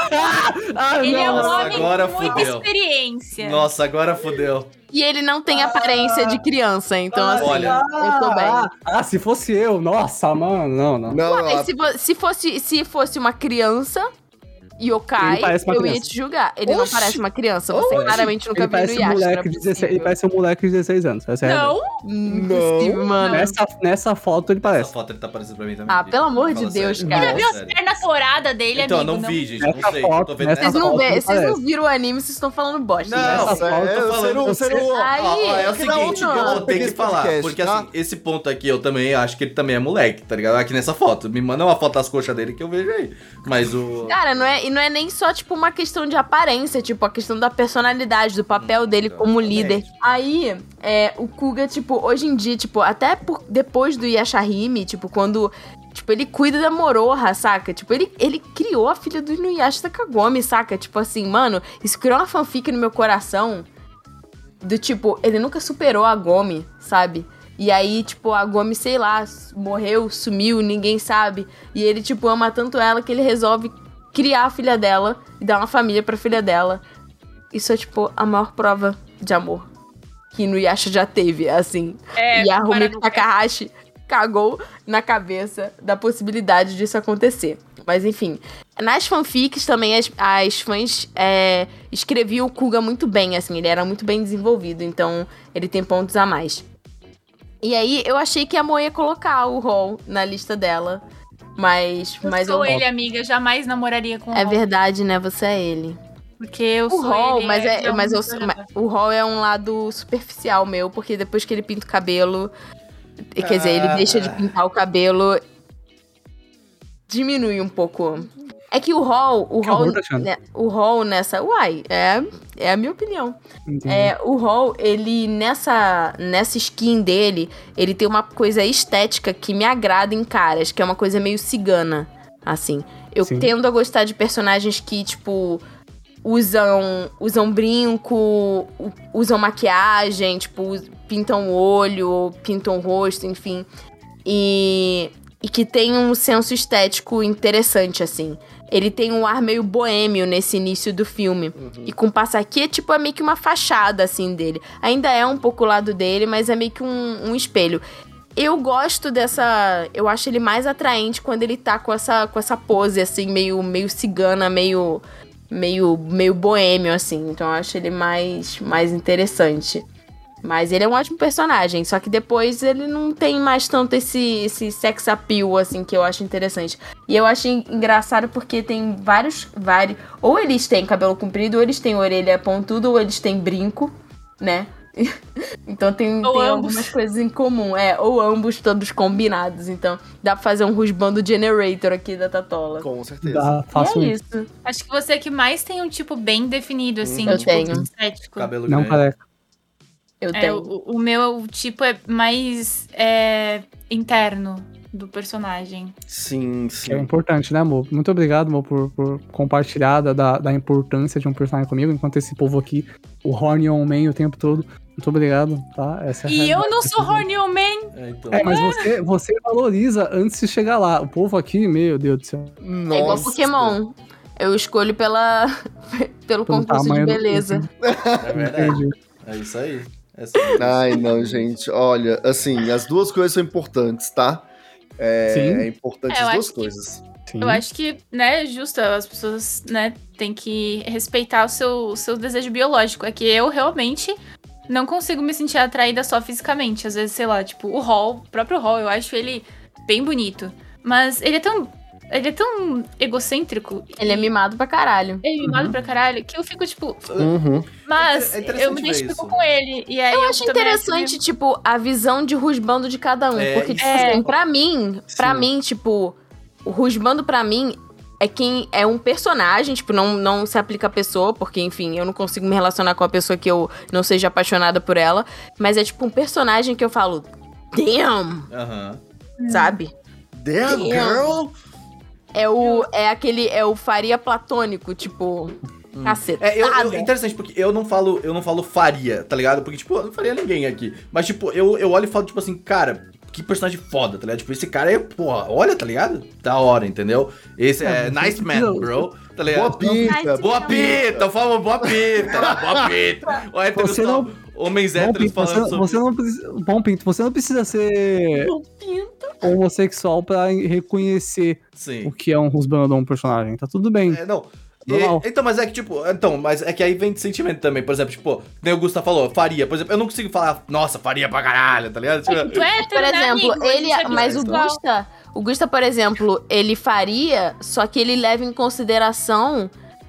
ah Ele é um Nossa, homem agora com muita fudeu. experiência. Nossa, agora fudeu. E ele não tem aparência de criança, então assim, Olha. eu tô bem. Ah, ah, se fosse eu, nossa, mano, não, não. Não, Mas não, se, vo- se fosse, se fosse uma criança, yokai, Ele parece uma eu ia criança. te julgar. Ele não Oxi. parece uma criança, você Oxi. claramente nunca Ele viu no parece, um Yasha. moleque de dezesseis, ele parece um moleque de dezesseis anos. Essa é a Não, Impossível, mano. Nessa, nessa foto ele Essa parece. foto ele tá aparecendo pra mim também. Ah, gente. pelo amor de Fala Deus, sério. cara. já viu as Sério. pernas floradas dele, Então, eu amigo? não vi, gente, não Nessa sei. foto, Tô vendo nessa Vocês não, foto vê, não vocês não parece. viram o anime, vocês estão falando bosta. né? Não, Nessa eu foto, tô eu falando... não- você não- Aí- Ó, ó, é o Aqui na seguinte, última eu vou ter que desse falar, podcast, porque tá? assim, esse ponto aqui eu também acho que ele também é moleque, tá ligado? Aqui nessa foto, me manda uma foto das coxas dele que eu vejo aí. Mas o... Cara, não é. é, e não é nem só, tipo, uma questão de aparência, tipo, a questão da personalidade, do papel dele como líder. Aí, é, o Kuga, tipo, hoje em dia, tipo, até por, depois do Yashahime, tipo, quando... Tipo, ele cuida da Moroha, saca? Tipo, ele, ele criou a filha do Inuyasha Kagome, saca? Tipo assim, mano, isso criou uma fanfic no meu coração. Do tipo, ele nunca superou a Gomi, sabe? E aí, tipo, a Gomi, sei lá, morreu, sumiu, ninguém sabe. E ele, tipo, ama tanto ela que ele resolve criar a filha dela e dar uma família pra filha dela. Isso é, tipo, a maior prova de amor que Inuyasha já teve, assim. É, e a para Rumiko no- Takahashi cagou na cabeça da possibilidade disso acontecer. Mas enfim, nas fanfics também as, as fãs é, escreviam o Kuga muito bem, assim, ele era muito bem desenvolvido, então ele tem pontos a mais. E aí eu achei que a Moe ia colocar o Hall na lista dela, mas, Eu mas sou eu... ele, amiga. Jamais namoraria com o É Hall. verdade, né? Você é ele. Porque eu O sou Hall, ele. mas, é, um mas eu, jogador. mas o Hall é um lado superficial meu, porque depois que ele pinta o cabelo, quer dizer, ele Ah. deixa de pintar o cabelo, diminui um pouco. É que o Hall, o Que Hall, horror, Tatiana. né, o Hall nessa, uai, é, é a minha opinião. Entendi. É, o Hall, ele nessa, nessa skin dele, ele tem uma coisa estética que me agrada em caras, que é uma coisa meio cigana, assim. Eu Sim. tendo a gostar de personagens que, tipo, usam, usam brinco, u- usam maquiagem, tipo, us- pintam o olho, pintam o rosto, enfim. E, e que tem um senso estético interessante, assim. Ele tem um ar meio boêmio nesse início do filme. E com o passar aqui, é tipo é meio que uma fachada, assim, dele. Ainda é um pouco o lado dele, mas é meio que um, um espelho. Eu gosto dessa... Eu acho ele mais atraente quando ele tá com essa, com essa pose, assim, meio, meio cigana, meio, meio, meio boêmio, assim. Então eu acho ele mais, mais interessante. Mas ele é um ótimo personagem, só que depois ele não tem mais tanto esse, esse sex appeal, assim, que eu acho interessante. E eu acho en- engraçado porque tem vários, vários... Ou eles têm cabelo comprido, ou eles têm orelha pontuda, ou eles têm brinco, né? Então tem, Ou tem ambos. algumas coisas em comum, é. Ou ambos todos combinados, então dá pra fazer um rusbando generator aqui da Tatola. Com certeza. Dá, E faço é um- isso. Acho que você é que mais tem um tipo bem definido, assim. Eu tipo, tenho. estético. Cabelo Não grande. careca. Eu É, tenho. o, o meu tipo é mais é, interno do personagem. Sim, Que é sim. importante, né, amor? Muito obrigado, amor, por, por compartilhar da, da, da importância de um personagem comigo, enquanto esse povo aqui, o Horny on Man o tempo todo. Muito obrigado, tá? Essa é a E eu realidade. não sou horny man. É, então. É, mas você, você valoriza antes de chegar lá. O povo aqui, meu Deus do céu. Nossa. É igual Pokémon. Eu escolho pela, pelo Pelo concurso de tamanho do- beleza. É verdade. Entendi. É isso aí. É sobre isso. Ai, não, gente. Olha, assim, as duas coisas são importantes, tá? É, Sim. é importante É, eu as duas acho que- coisas. Sim. Eu acho que, né, é justo, as pessoas, né, têm que respeitar o seu, o seu desejo biológico. É que eu realmente não consigo me sentir atraída só fisicamente. Às vezes, sei lá, tipo, o Hall, o próprio Hall, eu acho ele bem bonito. Mas ele é tão. Ele é tão egocêntrico. Ele é e- mimado pra caralho. Ele é mimado pra caralho, que eu fico, tipo. Uhum. Mas É interessante eu me ver identifico isso. com ele. E aí eu, Eu acho também interessante, tipo, a visão de rusbando de cada um. É, porque, isso tipo é. assim, pra mim, pra Sim. mim, tipo, o rusbando pra mim é quem é um personagem, tipo, não, não se aplica a pessoa, porque, enfim, eu não consigo me relacionar com a pessoa que eu não seja apaixonada por ela. Mas é tipo um personagem que eu falo, damn, Aham. sabe? Damn, girl! É o. É aquele. É o faria platônico, tipo. Cacetada. É, eu, eu- interessante, porque eu não falo, eu não falo faria, tá ligado? Porque, tipo, eu não faria ninguém aqui. Mas, tipo, eu, eu olho e falo, tipo assim, cara, que personagem foda, tá ligado? Tipo, esse cara é, porra, olha, tá ligado? Da hora, entendeu? Esse é, É, nice man, não, bro, tá Boa ligado? pinta! Boa pita, fala boa pita, boa pita. Ó, héteros Você falam- não- homens Bom, héteros Pinto, falando você, sobre... você não precisa. Bom, Pinto, você não precisa ser homossexual pra reconhecer Sim. o que é um husband ou um personagem. Tá tudo bem. É, não. E- Normal. então, mas é que, tipo, então, mas é que aí vem de sentimento também. Por exemplo, tipo, nem o Gustavo falou, faria. Por exemplo, eu não consigo falar, nossa, faria pra caralho, tá ligado? Tipo, Tu é hétero, Por né, exemplo, amigo? A ele. gente é Mas o bissexual. Gusta. O Gusta, por exemplo, ele faria, só que ele leva em consideração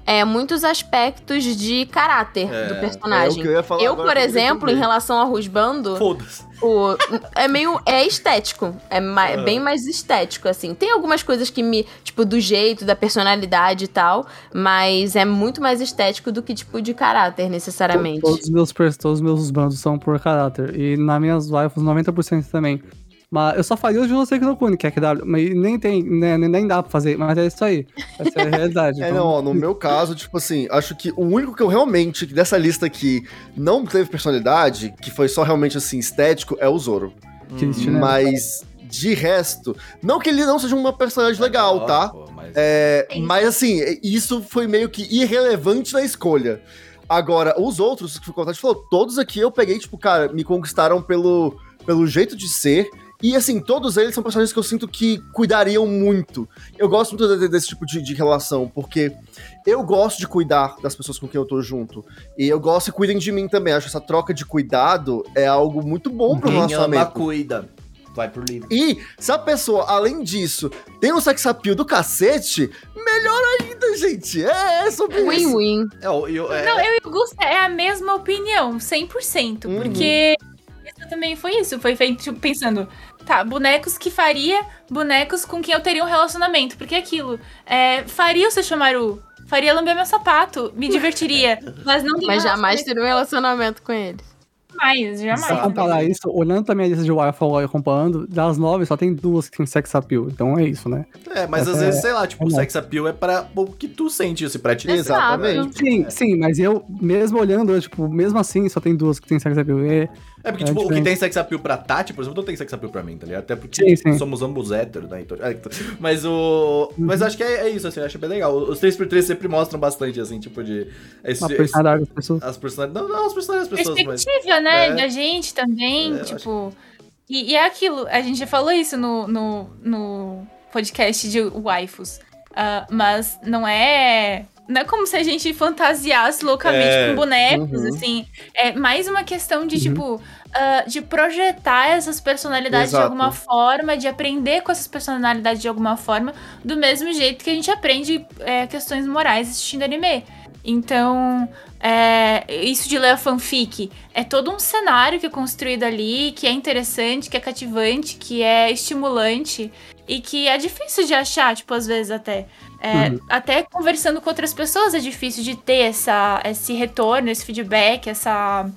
é, muitos aspectos de caráter É, do É o personagem. que eu ia falar eu, agora por que eu queria exemplo, em entender. relação a Rusbando, Foda-se. o, é meio. É estético. É ma- Aham. bem mais estético, assim. Tem algumas coisas que me. Tipo, do jeito, da personalidade e tal. Mas é muito mais estético do que, tipo, de caráter, necessariamente. Todos os meus, pers- todos os meus bandos são por caráter. E nas minhas waifus, noventa por cento também. Mas eu só faria o de você que não Kuni, que é que dá. Mas nem tem, né, nem, nem dá pra fazer. Mas é isso aí. Essa é a realidade. É, Então, não, ó, no meu caso, tipo assim, acho que o único que eu realmente, dessa lista aqui, não teve personalidade, que foi só realmente, assim, estético, é o Zoro. triste, né? Mas, de resto, não que ele não seja uma personagem legal, Ó, tá? pô, mas- É, mas, assim, isso foi meio que irrelevante na escolha. Agora, os outros, que o Tati falou, todos aqui eu peguei, tipo, cara, me conquistaram pelo, pelo jeito de ser. E, assim, todos eles são personagens que eu sinto que cuidariam muito. Eu gosto muito de- desse tipo de, de relação, porque eu gosto de cuidar das pessoas com quem eu tô junto. E eu gosto que cuidem de mim também. Acho que essa troca de cuidado é algo muito bom pro Quem ama, relacionamento. cuida. Vai por livre. E se a pessoa, além disso, tem um sex appeal do cacete, melhor ainda, gente. É, é sobre isso. Win-win. É, eu, eu, é, Não, eu e o Gusta é a mesma opinião, cem por cento. Uhum. Porque isso também foi isso. Foi feito tipo, pensando, tá, bonecos que faria, bonecos com quem eu teria um relacionamento. Porque aquilo, é, faria o Sesshomaru, faria lamber meu sapato, me divertiria. Mas não tem Mas jamais relacionamento teria um relacionamento com eles. mais, Se jamais. comparar isso, olhando pra minha lista de waifu agora e comparando, das nove só tem duas que tem sex appeal. Então é isso, né? é, mas às Essa vezes, é- sei lá, tipo, é o bom. sex appeal é pra o que tu sente, assim, pra ti. Exatamente. Sim, sim, mas eu, mesmo olhando, eu, tipo, mesmo assim, só tem duas que tem sex appeal. É, É porque, É tipo, o que diferente. tem sex appeal pra Tati, por exemplo, não tem sex appeal pra mim, tá ligado? Até porque Sim, sim. somos ambos héteros, né? Então, é, mas o. Mas acho que é, é isso, assim, eu acho bem legal. Os três por três sempre mostram bastante, assim, tipo, de. Esse, uma personalidade das pessoas. as personalidades. Não, não, as personalidades das pessoas, mas. Perspectiva, né, É. da gente também, É, eu tipo... E, e é aquilo, a gente já falou isso no, no, no podcast de waifus, ah, mas não é... Não é como se a gente fantasiasse loucamente É. com bonecos, Uhum. assim. É mais uma questão de, Uhum. tipo, ah, de projetar essas personalidades Exato. de alguma forma, de aprender com essas personalidades de alguma forma, do mesmo jeito que a gente aprende é, questões morais assistindo anime. Então, é, isso de ler a fanfic é todo um cenário que é construído ali, que é interessante, que é cativante, que é estimulante e que é difícil de achar, tipo, às vezes até. É, Uhum. Até conversando com outras pessoas é difícil de ter essa, esse retorno, esse feedback, essa.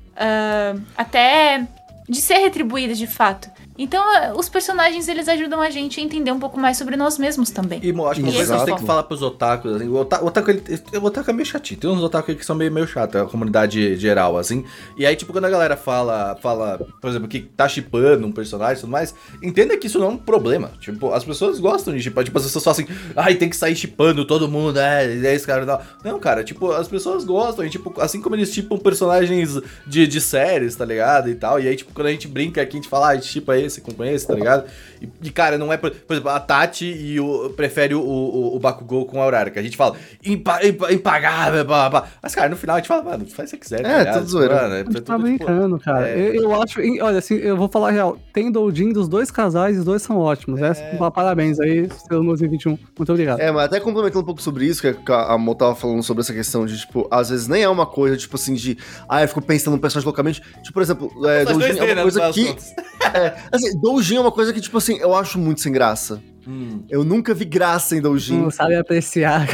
ah, até de ser retribuída de fato. Então, ah, os personagens eles ajudam a gente a entender um pouco mais sobre nós mesmos também. E mo, acho que uma coisa que Exato. você tem que falar pros otakus, assim, o otaku, o otaku, ele, o otaku é meio chatinho, tem uns otaku aí que são meio, meio chato, é a comunidade geral, assim, e aí, tipo, quando a galera fala, fala, por exemplo, que tá shippando um personagem e tudo mais, entenda que isso não é um problema, tipo, as pessoas gostam de shippar, tipo, as pessoas falam assim, ai, tem que sair shippando todo mundo, é, é esse cara e tal. Não, cara, tipo, as pessoas gostam, e, tipo, assim como eles shippam personagens de, de séries, tá ligado, e tal, e aí, tipo, quando a gente brinca aqui, a gente fala, ah, a gente shippa esse com esse, tá ligado? E, e, cara, não é. Por, por exemplo, a Tati e o, prefere o, o, o Bakugou com a Aurora, que a gente fala impa, impa, impagável, blá, blá, blá. Mas, cara, no final a gente fala, mano, faz o que você quiser, tá É, ligado? tudo zoeira. Mano, é, A gente tá tudo, tipo, brincando, cara. é. Eu, eu acho. em- Olha, assim, eu vou falar a real. Tem doujin dos dois casais e os dois são ótimos. É. Essa, parabéns aí, seu dois mil e vinte e um. Muito obrigado. É, mas até complementando um pouco sobre isso, que a Mo tava falando sobre essa questão de, tipo, às vezes nem é uma coisa, tipo assim, de, ah, eu fico pensando no personagem loucamente. Tipo, por exemplo, é, Faz Doujin dois é D, uma né, coisa no final que. das contas. É, assim, Doujin é uma coisa que, tipo assim, eu acho muito sem graça. Hum. Eu nunca vi graça em Doujin. Não sabe apreciar.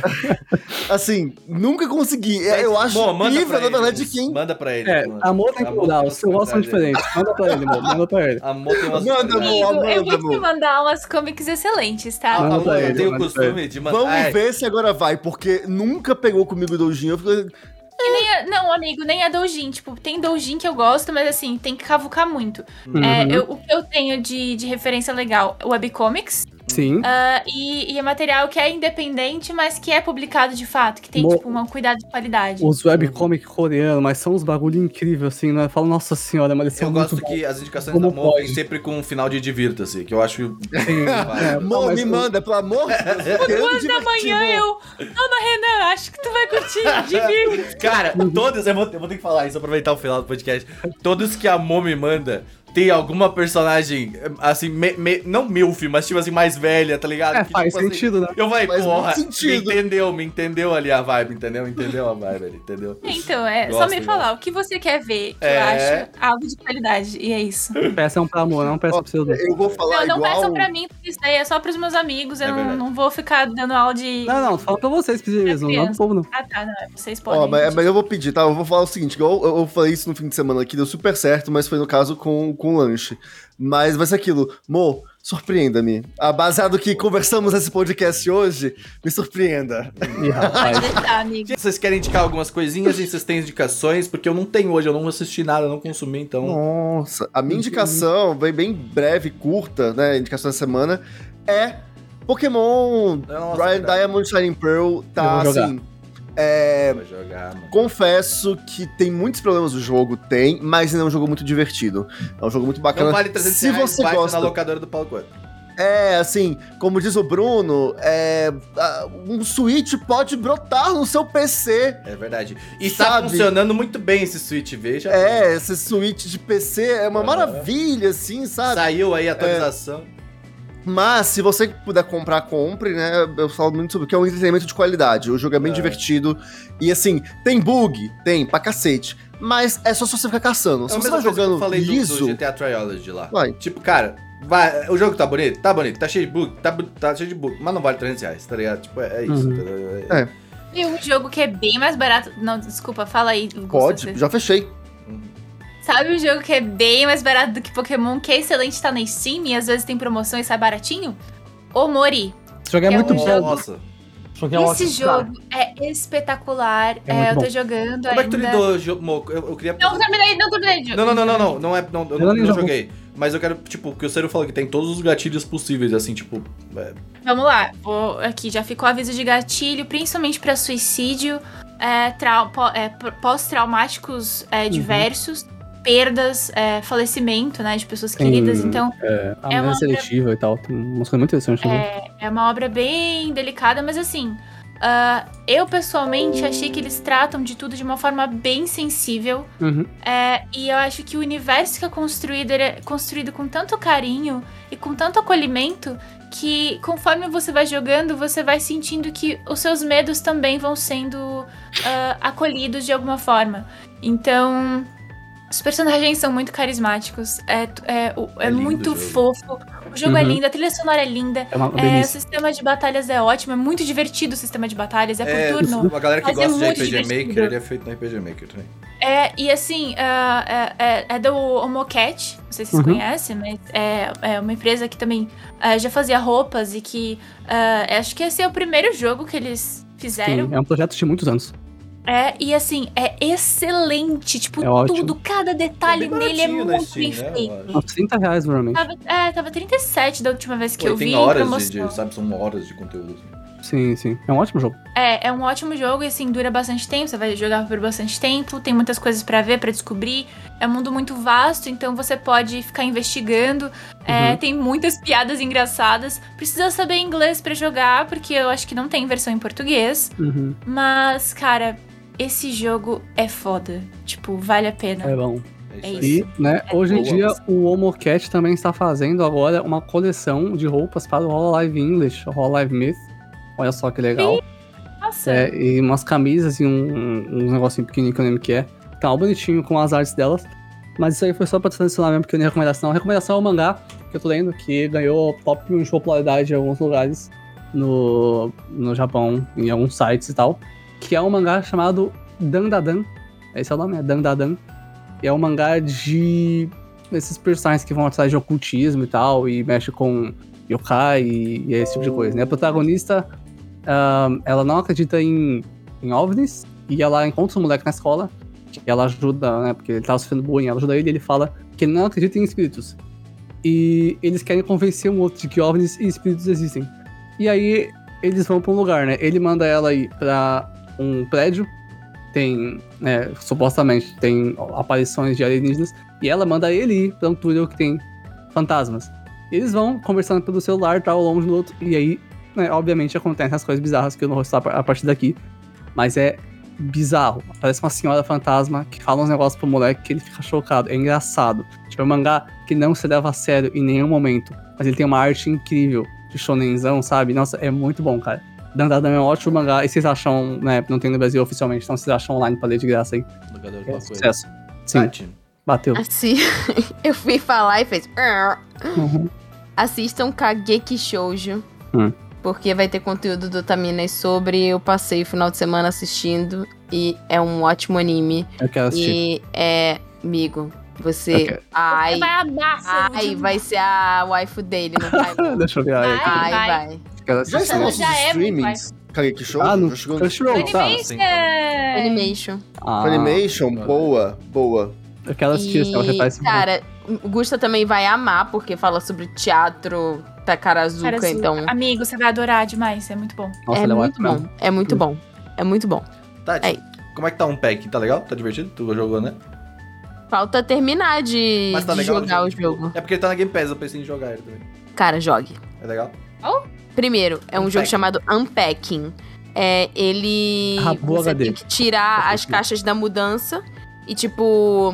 Assim, nunca consegui. É, eu acho Bom, manda incrível, pra na verdade, eles, quem. Manda pra ele. É, mano. amor tem que Amor mudar. tem Os seus gostos são umas qualidades. diferentes. Manda pra ele, amor. Manda pra ele. Amor tem umas Manda, qualidades. amor. Amigo, eu vou amor. te mandar umas comics excelentes, tá? Ah, Manda amor, pra eu ele, tenho o manda pra costume de mandar. Vamos Ai, ver se agora vai, porque nunca pegou comigo o Doujin. Eu fico. E nem é- não, amigo, nem é doujin. Tipo, tem doujin que eu gosto, mas assim, tem que cavucar muito. Uhum. É, eu- o que eu tenho de, de referência legal, webcomics. Sim. ah, e, e é material que é independente, mas que é publicado de fato, que tem, Mo- tipo, um cuidado de qualidade. Os webcomic coreanos, mas são uns bagulho incrível, assim, né? Eu falo, nossa senhora, mas eles eu são gosto muito bons. que as indicações Como da Amor pode? vêm sempre com um final de divirta-se, que eu acho. Sim, é, Mo, não, mas me o- manda, pelo amor de Deus. eu tô querendo Quando divertir, amanhã Mo. eu. Ana Renan, acho que tu vai curtir, divirta. Cara, todos, eu vou, eu vou ter que falar isso, aproveitar o final do podcast. Todos que a Mo me manda, ter alguma personagem, assim, me, me, não milf, mas tipo assim, mais velha, tá ligado? É, que, faz tipo, sentido, assim, né? Eu falei, Faz porra, muito me sentido. entendeu, me entendeu ali a vibe, entendeu? Entendeu a vibe ali, entendeu? Então, é só Gosto, me falar o que você quer ver, que É. eu acho algo de qualidade. E é isso. Peçam pra amor, não peçam Ó, pro seu Deus. eu vou falar Não, não igual... peçam pra mim, porque isso daí é só pros meus amigos. Eu É não, verdade. não vou ficar dando aula de. Não, não, fala pra vocês pedirem mesmo, não pro povo, não. Ah, tá, não. Vocês podem. Ó, mas, mas eu vou pedir, tá? Eu vou falar o seguinte, igual eu, eu falei isso no fim de semana aqui, deu super certo, mas foi no caso com, com o lanche. Mas vai ser aquilo, Mo, surpreenda-me. Ah, baseado no que conversamos nesse podcast hoje, me surpreenda. Ih, rapaz. Pode deixar, amigo. Vocês querem indicar algumas coisinhas e vocês têm indicações? Porque eu não tenho hoje, eu não assisti nada, eu não consumi, então... Nossa, a minha indicação, bem, bem breve, curta, né, indicação da semana, é Pokémon Nossa, Brian verdade. Diamond Shining Pearl, tá Eu vou jogar. assim... É, Vou jogar, mano. confesso que tem muitos problemas do jogo, tem, mas ele é um jogo muito divertido. É um jogo muito bacana. Não vale trezentos Se reais, você vai gosta, na locadora do Paulo Coelho. é assim, como diz o Bruno, é, ah, um Switch pode brotar no seu P C. É verdade. E tá Sabe? funcionando muito bem esse Switch, veja. É, esse Switch de P C é uma Aham. maravilha, assim, sabe? Saiu aí a atualização. Mas, se você puder comprar, compre, né? Eu falo muito sobre o que é um entretenimento de qualidade. O jogo é bem É. divertido. E, assim, tem bug? Tem, pra cacete. Mas é só se você ficar caçando. É Se a você mesma tá coisa que eu jogando falei do, liso... do G T A Trilogy lá. Vai. Tipo, cara, vai, o jogo tá bonito? Tá bonito. Tá cheio de bug? Tá, bu- tá cheio de bug. Mas não vale trezentos reais, tá ligado? Tipo, é, é isso. Uhum. entendeu? É. E um jogo que é bem mais barato. Não, desculpa, fala aí. Gusta, Pode, você- já fechei. Sabe um jogo que é bem mais barato do que Pokémon, que é excelente, tá na Steam e às vezes tem promoção e sai baratinho? Omori. Esse jogo é É muito um bom. jogo- Nossa. Esse jogo é Esse ótimo, jogo é espetacular. É É, muito eu tô bom. jogando Como é que tu ainda. lidou, jo- Mo? Eu, eu queria... Não terminei, não terminei de Não, não, não, não, não, não é, não, eu Eu não, nem não jogo. joguei. Mas eu quero, tipo, que o Cero falou que tem todos os gatilhos possíveis, assim, tipo... é, Vamos lá, vou aqui, já ficou aviso de gatilho, principalmente pra suicídio, é, trau- pó- é, pr- pós-traumáticos é, Uhum. diversos, perdas, é, falecimento, né, de pessoas Tem, queridas. Então, É, a É uma é seletiva e tal. Tem umas coisas muito interessantes. né? é, é uma obra bem delicada, mas assim, ah, eu pessoalmente achei que eles tratam de tudo de uma forma bem sensível. Uhum. É, e eu acho que o universo que é construído, ele é construído com tanto carinho e com tanto acolhimento que conforme você vai jogando, você vai sentindo que os seus medos também vão sendo ah, acolhidos de alguma forma. Então, os personagens são muito carismáticos, é, é, o- é É lindo muito o jogo. fofo, o jogo é Uhum. lindo, a trilha sonora é linda. É uma É, o delícia. sistema de batalhas é ótimo, é muito divertido o sistema de batalhas, é por É, turno. a galera que Mas é gosta de muito R P G divertido. Maker, ele é feito no R P G Maker também. É, e assim, ah, é, é, é do Omocat, não sei se vocês Uhum. conhecem, mas é, é uma empresa que também ah, já fazia roupas e que ah, acho que esse é o primeiro jogo que eles fizeram. Sim, é um projeto de muitos anos. É, e assim, é excelente, tipo, É ótimo. tudo, cada detalhe bem nele é baratinho na muito Steam, bem né, feito. eu acho. Uns trinta reais, provavelmente. Tava, é, tava trinta e sete da última vez que Pô, eu e tem vi. horas de, promoção. de, sabe, são horas de conteúdo. assim. Sim, sim. É um ótimo jogo. É, é um ótimo jogo e assim, dura bastante tempo, você vai jogar por bastante tempo, tem muitas coisas pra ver, pra descobrir. É um mundo muito vasto, então você pode ficar investigando. É, Uhum. tem muitas piadas engraçadas. Precisa saber inglês pra jogar, porque eu acho que não tem versão em português. Uhum. Mas, cara, esse jogo é foda. Tipo, vale a pena. É bom. É É isso aí. isso. E, né, É hoje em boa. dia o Omocat também está fazendo agora uma coleção de roupas para o Hololive English, o Hololive Myth. Olha só que legal. Nossa, É, e umas camisas e um, um, um negocinho pequenininho que eu lembro que é. Tá all bonitinho com as artes delas. Mas isso aí foi só pra tradicional mesmo, porque eu nem recomendação. A recomendação é o mangá que eu tô lendo, que ganhou top de popularidade em alguns lugares no, no Japão, em alguns sites e tal. Que é um mangá chamado Dandadan. Esse é o nome, é Dandadan. E é um mangá de esses personagens que vão atrás de ocultismo e tal, e mexe com yokai e, e esse tipo de coisa, né? A protagonista, ah, ela não acredita em, em OVNIs, e ela encontra um moleque na escola, que ela ajuda, né? Porque ele tava sofrendo bullying, ela ajuda ele e ele fala que ele não acredita em espíritos. E eles querem convencer um outro de que OVNIs e espíritos existem. E aí eles vão pra um lugar, né? Ele manda ela ir pra um prédio, tem, né, supostamente, tem aparições de alienígenas, e ela manda ele ir pra um túnel que tem fantasmas. E eles vão conversando pelo celular, tal, longe do outro, e aí, né, obviamente acontecem as coisas bizarras que eu não vou citar a partir daqui, mas é bizarro. Parece uma senhora fantasma que fala uns negócios pro moleque que ele fica chocado. É engraçado. É um mangá que não se leva a sério em nenhum momento, mas ele tem uma arte incrível de shonenzão, sabe? Nossa, é muito bom, cara. Dandadan é um ótimo mangá, e vocês acham, né, não tem no Brasil oficialmente, então vocês acham online pra ler de graça aí. Jogador de É uma sucesso. Sim, Tati, bateu. Assim, eu fui falar e fez... Uhum. Assistam Kageki Shoujo, Hum. porque vai ter conteúdo do Taminas sobre. Eu passei o final de semana assistindo e é um ótimo anime. Eu quero assistir. E é, amigo, você... Ok. Ai, Você vai amar, ai, Saúde. vai ser a waifu dele, não vai? não. Deixa eu ver aí. Vai. Ai, vai. vai. Quero Já assistir. estão Ela nossos já é muito streamings? Kageki Show? Ah, no Já chegou no Crunchyroll, tá? Animation. Animation. Ah, Funimation, boa, boa. eu quero assistir, se você E, faz cara, o Gusta também vai amar, porque fala sobre teatro Takarazuka, Cara, então... Amigo, você vai adorar demais, é muito bom. Nossa, é ele é muito ótimo bom, mesmo. é muito bom, é muito bom. Tati, Aí. como é que tá um pack? Tá legal? Tá divertido? Tu jogou, né? Falta terminar de, Mas tá de legal jogar o tipo, jogo. É porque ele tá na Game Pass, eu pensei em jogar ele também. Cara, jogue. É legal? Primeiro, é um Unpacking. jogo chamado Unpacking. É, ele... Ah, boa você H D. tem que tirar as caixas da mudança e, tipo...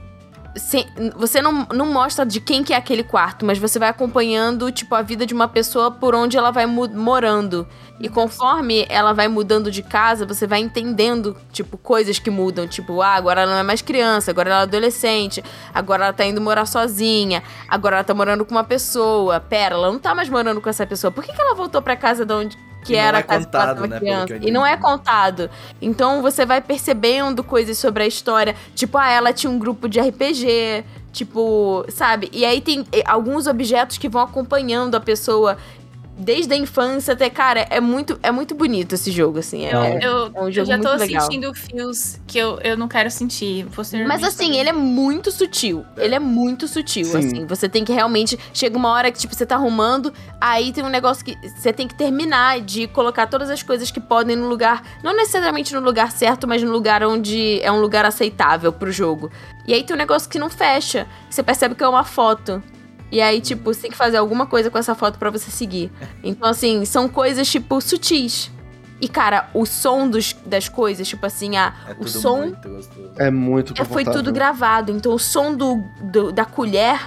se- você não, não mostra de quem que é aquele quarto, mas você vai acompanhando, tipo, a vida de uma pessoa por onde ela vai mu- morando. E conforme ela vai mudando de casa, você vai entendendo, tipo, coisas que mudam. Tipo, ah, agora ela não é mais criança, agora ela é adolescente, agora ela tá indo morar sozinha, agora ela tá morando com uma pessoa. Pera, ela não tá mais morando com essa pessoa. Por que, que ela voltou pra casa de onde que E não era é a casa que ela contado, tava né, pelo criança? que eu E não é entendi. contado. Então você vai percebendo coisas sobre a história. Tipo, ah, ela tinha um grupo de R P G. Tipo, sabe? E aí tem eh, alguns objetos que vão acompanhando a pessoa desde a infância até. Cara, é muito, é muito bonito esse jogo, assim. É, Eu- é- Eu, é um eu jogo já tô muito legal. sentindo fios que eu, eu não quero sentir. posteriormente Mas assim, também. ele é muito sutil. Ele é muito sutil, Sim. assim. Você tem que realmente... Chega uma hora que, tipo, você tá arrumando, aí tem um negócio que você tem que terminar de colocar todas as coisas que podem no lugar... Não necessariamente no lugar certo, mas no lugar onde é um lugar aceitável pro jogo. E aí tem um negócio que não fecha. Que você percebe que é uma foto. E aí, tipo, você tem que fazer alguma coisa com essa foto pra você seguir. Então, assim, são coisas, tipo, sutis. E, cara, o som dos, das coisas, tipo assim, a, É o tudo som... muito gostoso. É muito É, foi confortável. tudo gravado. Então o som do, do- da colher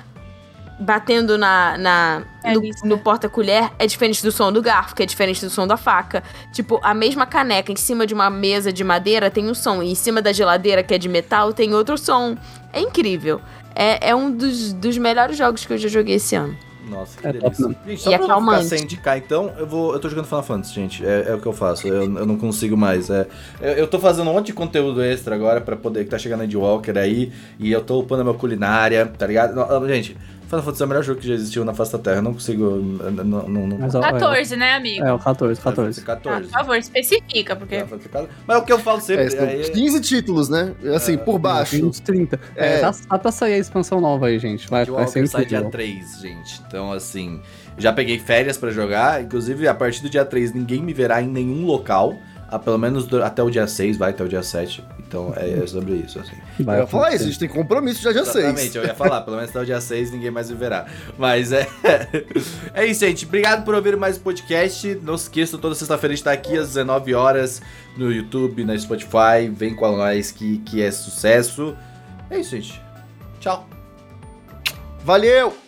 batendo na, na É no, isso, no né? porta-colher é diferente do som do garfo, que é diferente do som da faca. Tipo, a mesma caneca em cima de uma mesa de madeira tem um som. E em cima da geladeira, que é de metal, tem outro som. É incrível. É, é um dos, dos melhores jogos que eu já joguei esse ano. Nossa, que É delícia. top, Gente, só E pra não ficar acalmante. sem indicar, então, eu vou. Eu tô jogando Final Fantasy, gente. É, é o que eu faço. Eu, eu não consigo mais. É, eu, eu tô fazendo um monte de conteúdo extra agora pra poder. Que tá chegando a Endwalker aí. E eu tô upando a minha culinária, tá ligado? Não, gente, Final Fantasy é o melhor jogo que já existiu na face da Terra. Eu não consigo. eu Não, não, não, Mas, ó, quatorze, né, amigo? É, o catorze, Final catorze. Fantasy Ah, quatorze. por favor, especifica, porque... Final Fantasy quatorze. Mas é o que eu falo sempre. É, são aí- quinze títulos, né? Assim, por baixo. vinte, trinta. É, É. tá, tá pra sair a expansão nova aí, gente. Vai, vai ser Endwalker sai dia incrível. três, gente. Então, assim, já peguei férias pra jogar. Inclusive, a partir do dia três, ninguém me verá em nenhum local. Ah, pelo menos do- até o dia seis, vai até o dia sete. Então, é, é sobre isso, assim. Vai Eu ia falar acontecer. isso, a gente tem compromisso já dia Exatamente, seis. eu ia falar, pelo menos até o dia seis ninguém mais me verá. Mas é. É isso, gente. Obrigado por ouvir mais o podcast. Não se esqueçam, toda sexta-feira a gente tá aqui às dezenove horas no YouTube, na Spotify. Vem com nós que, que é sucesso. É isso, gente. Tchau. Valeu!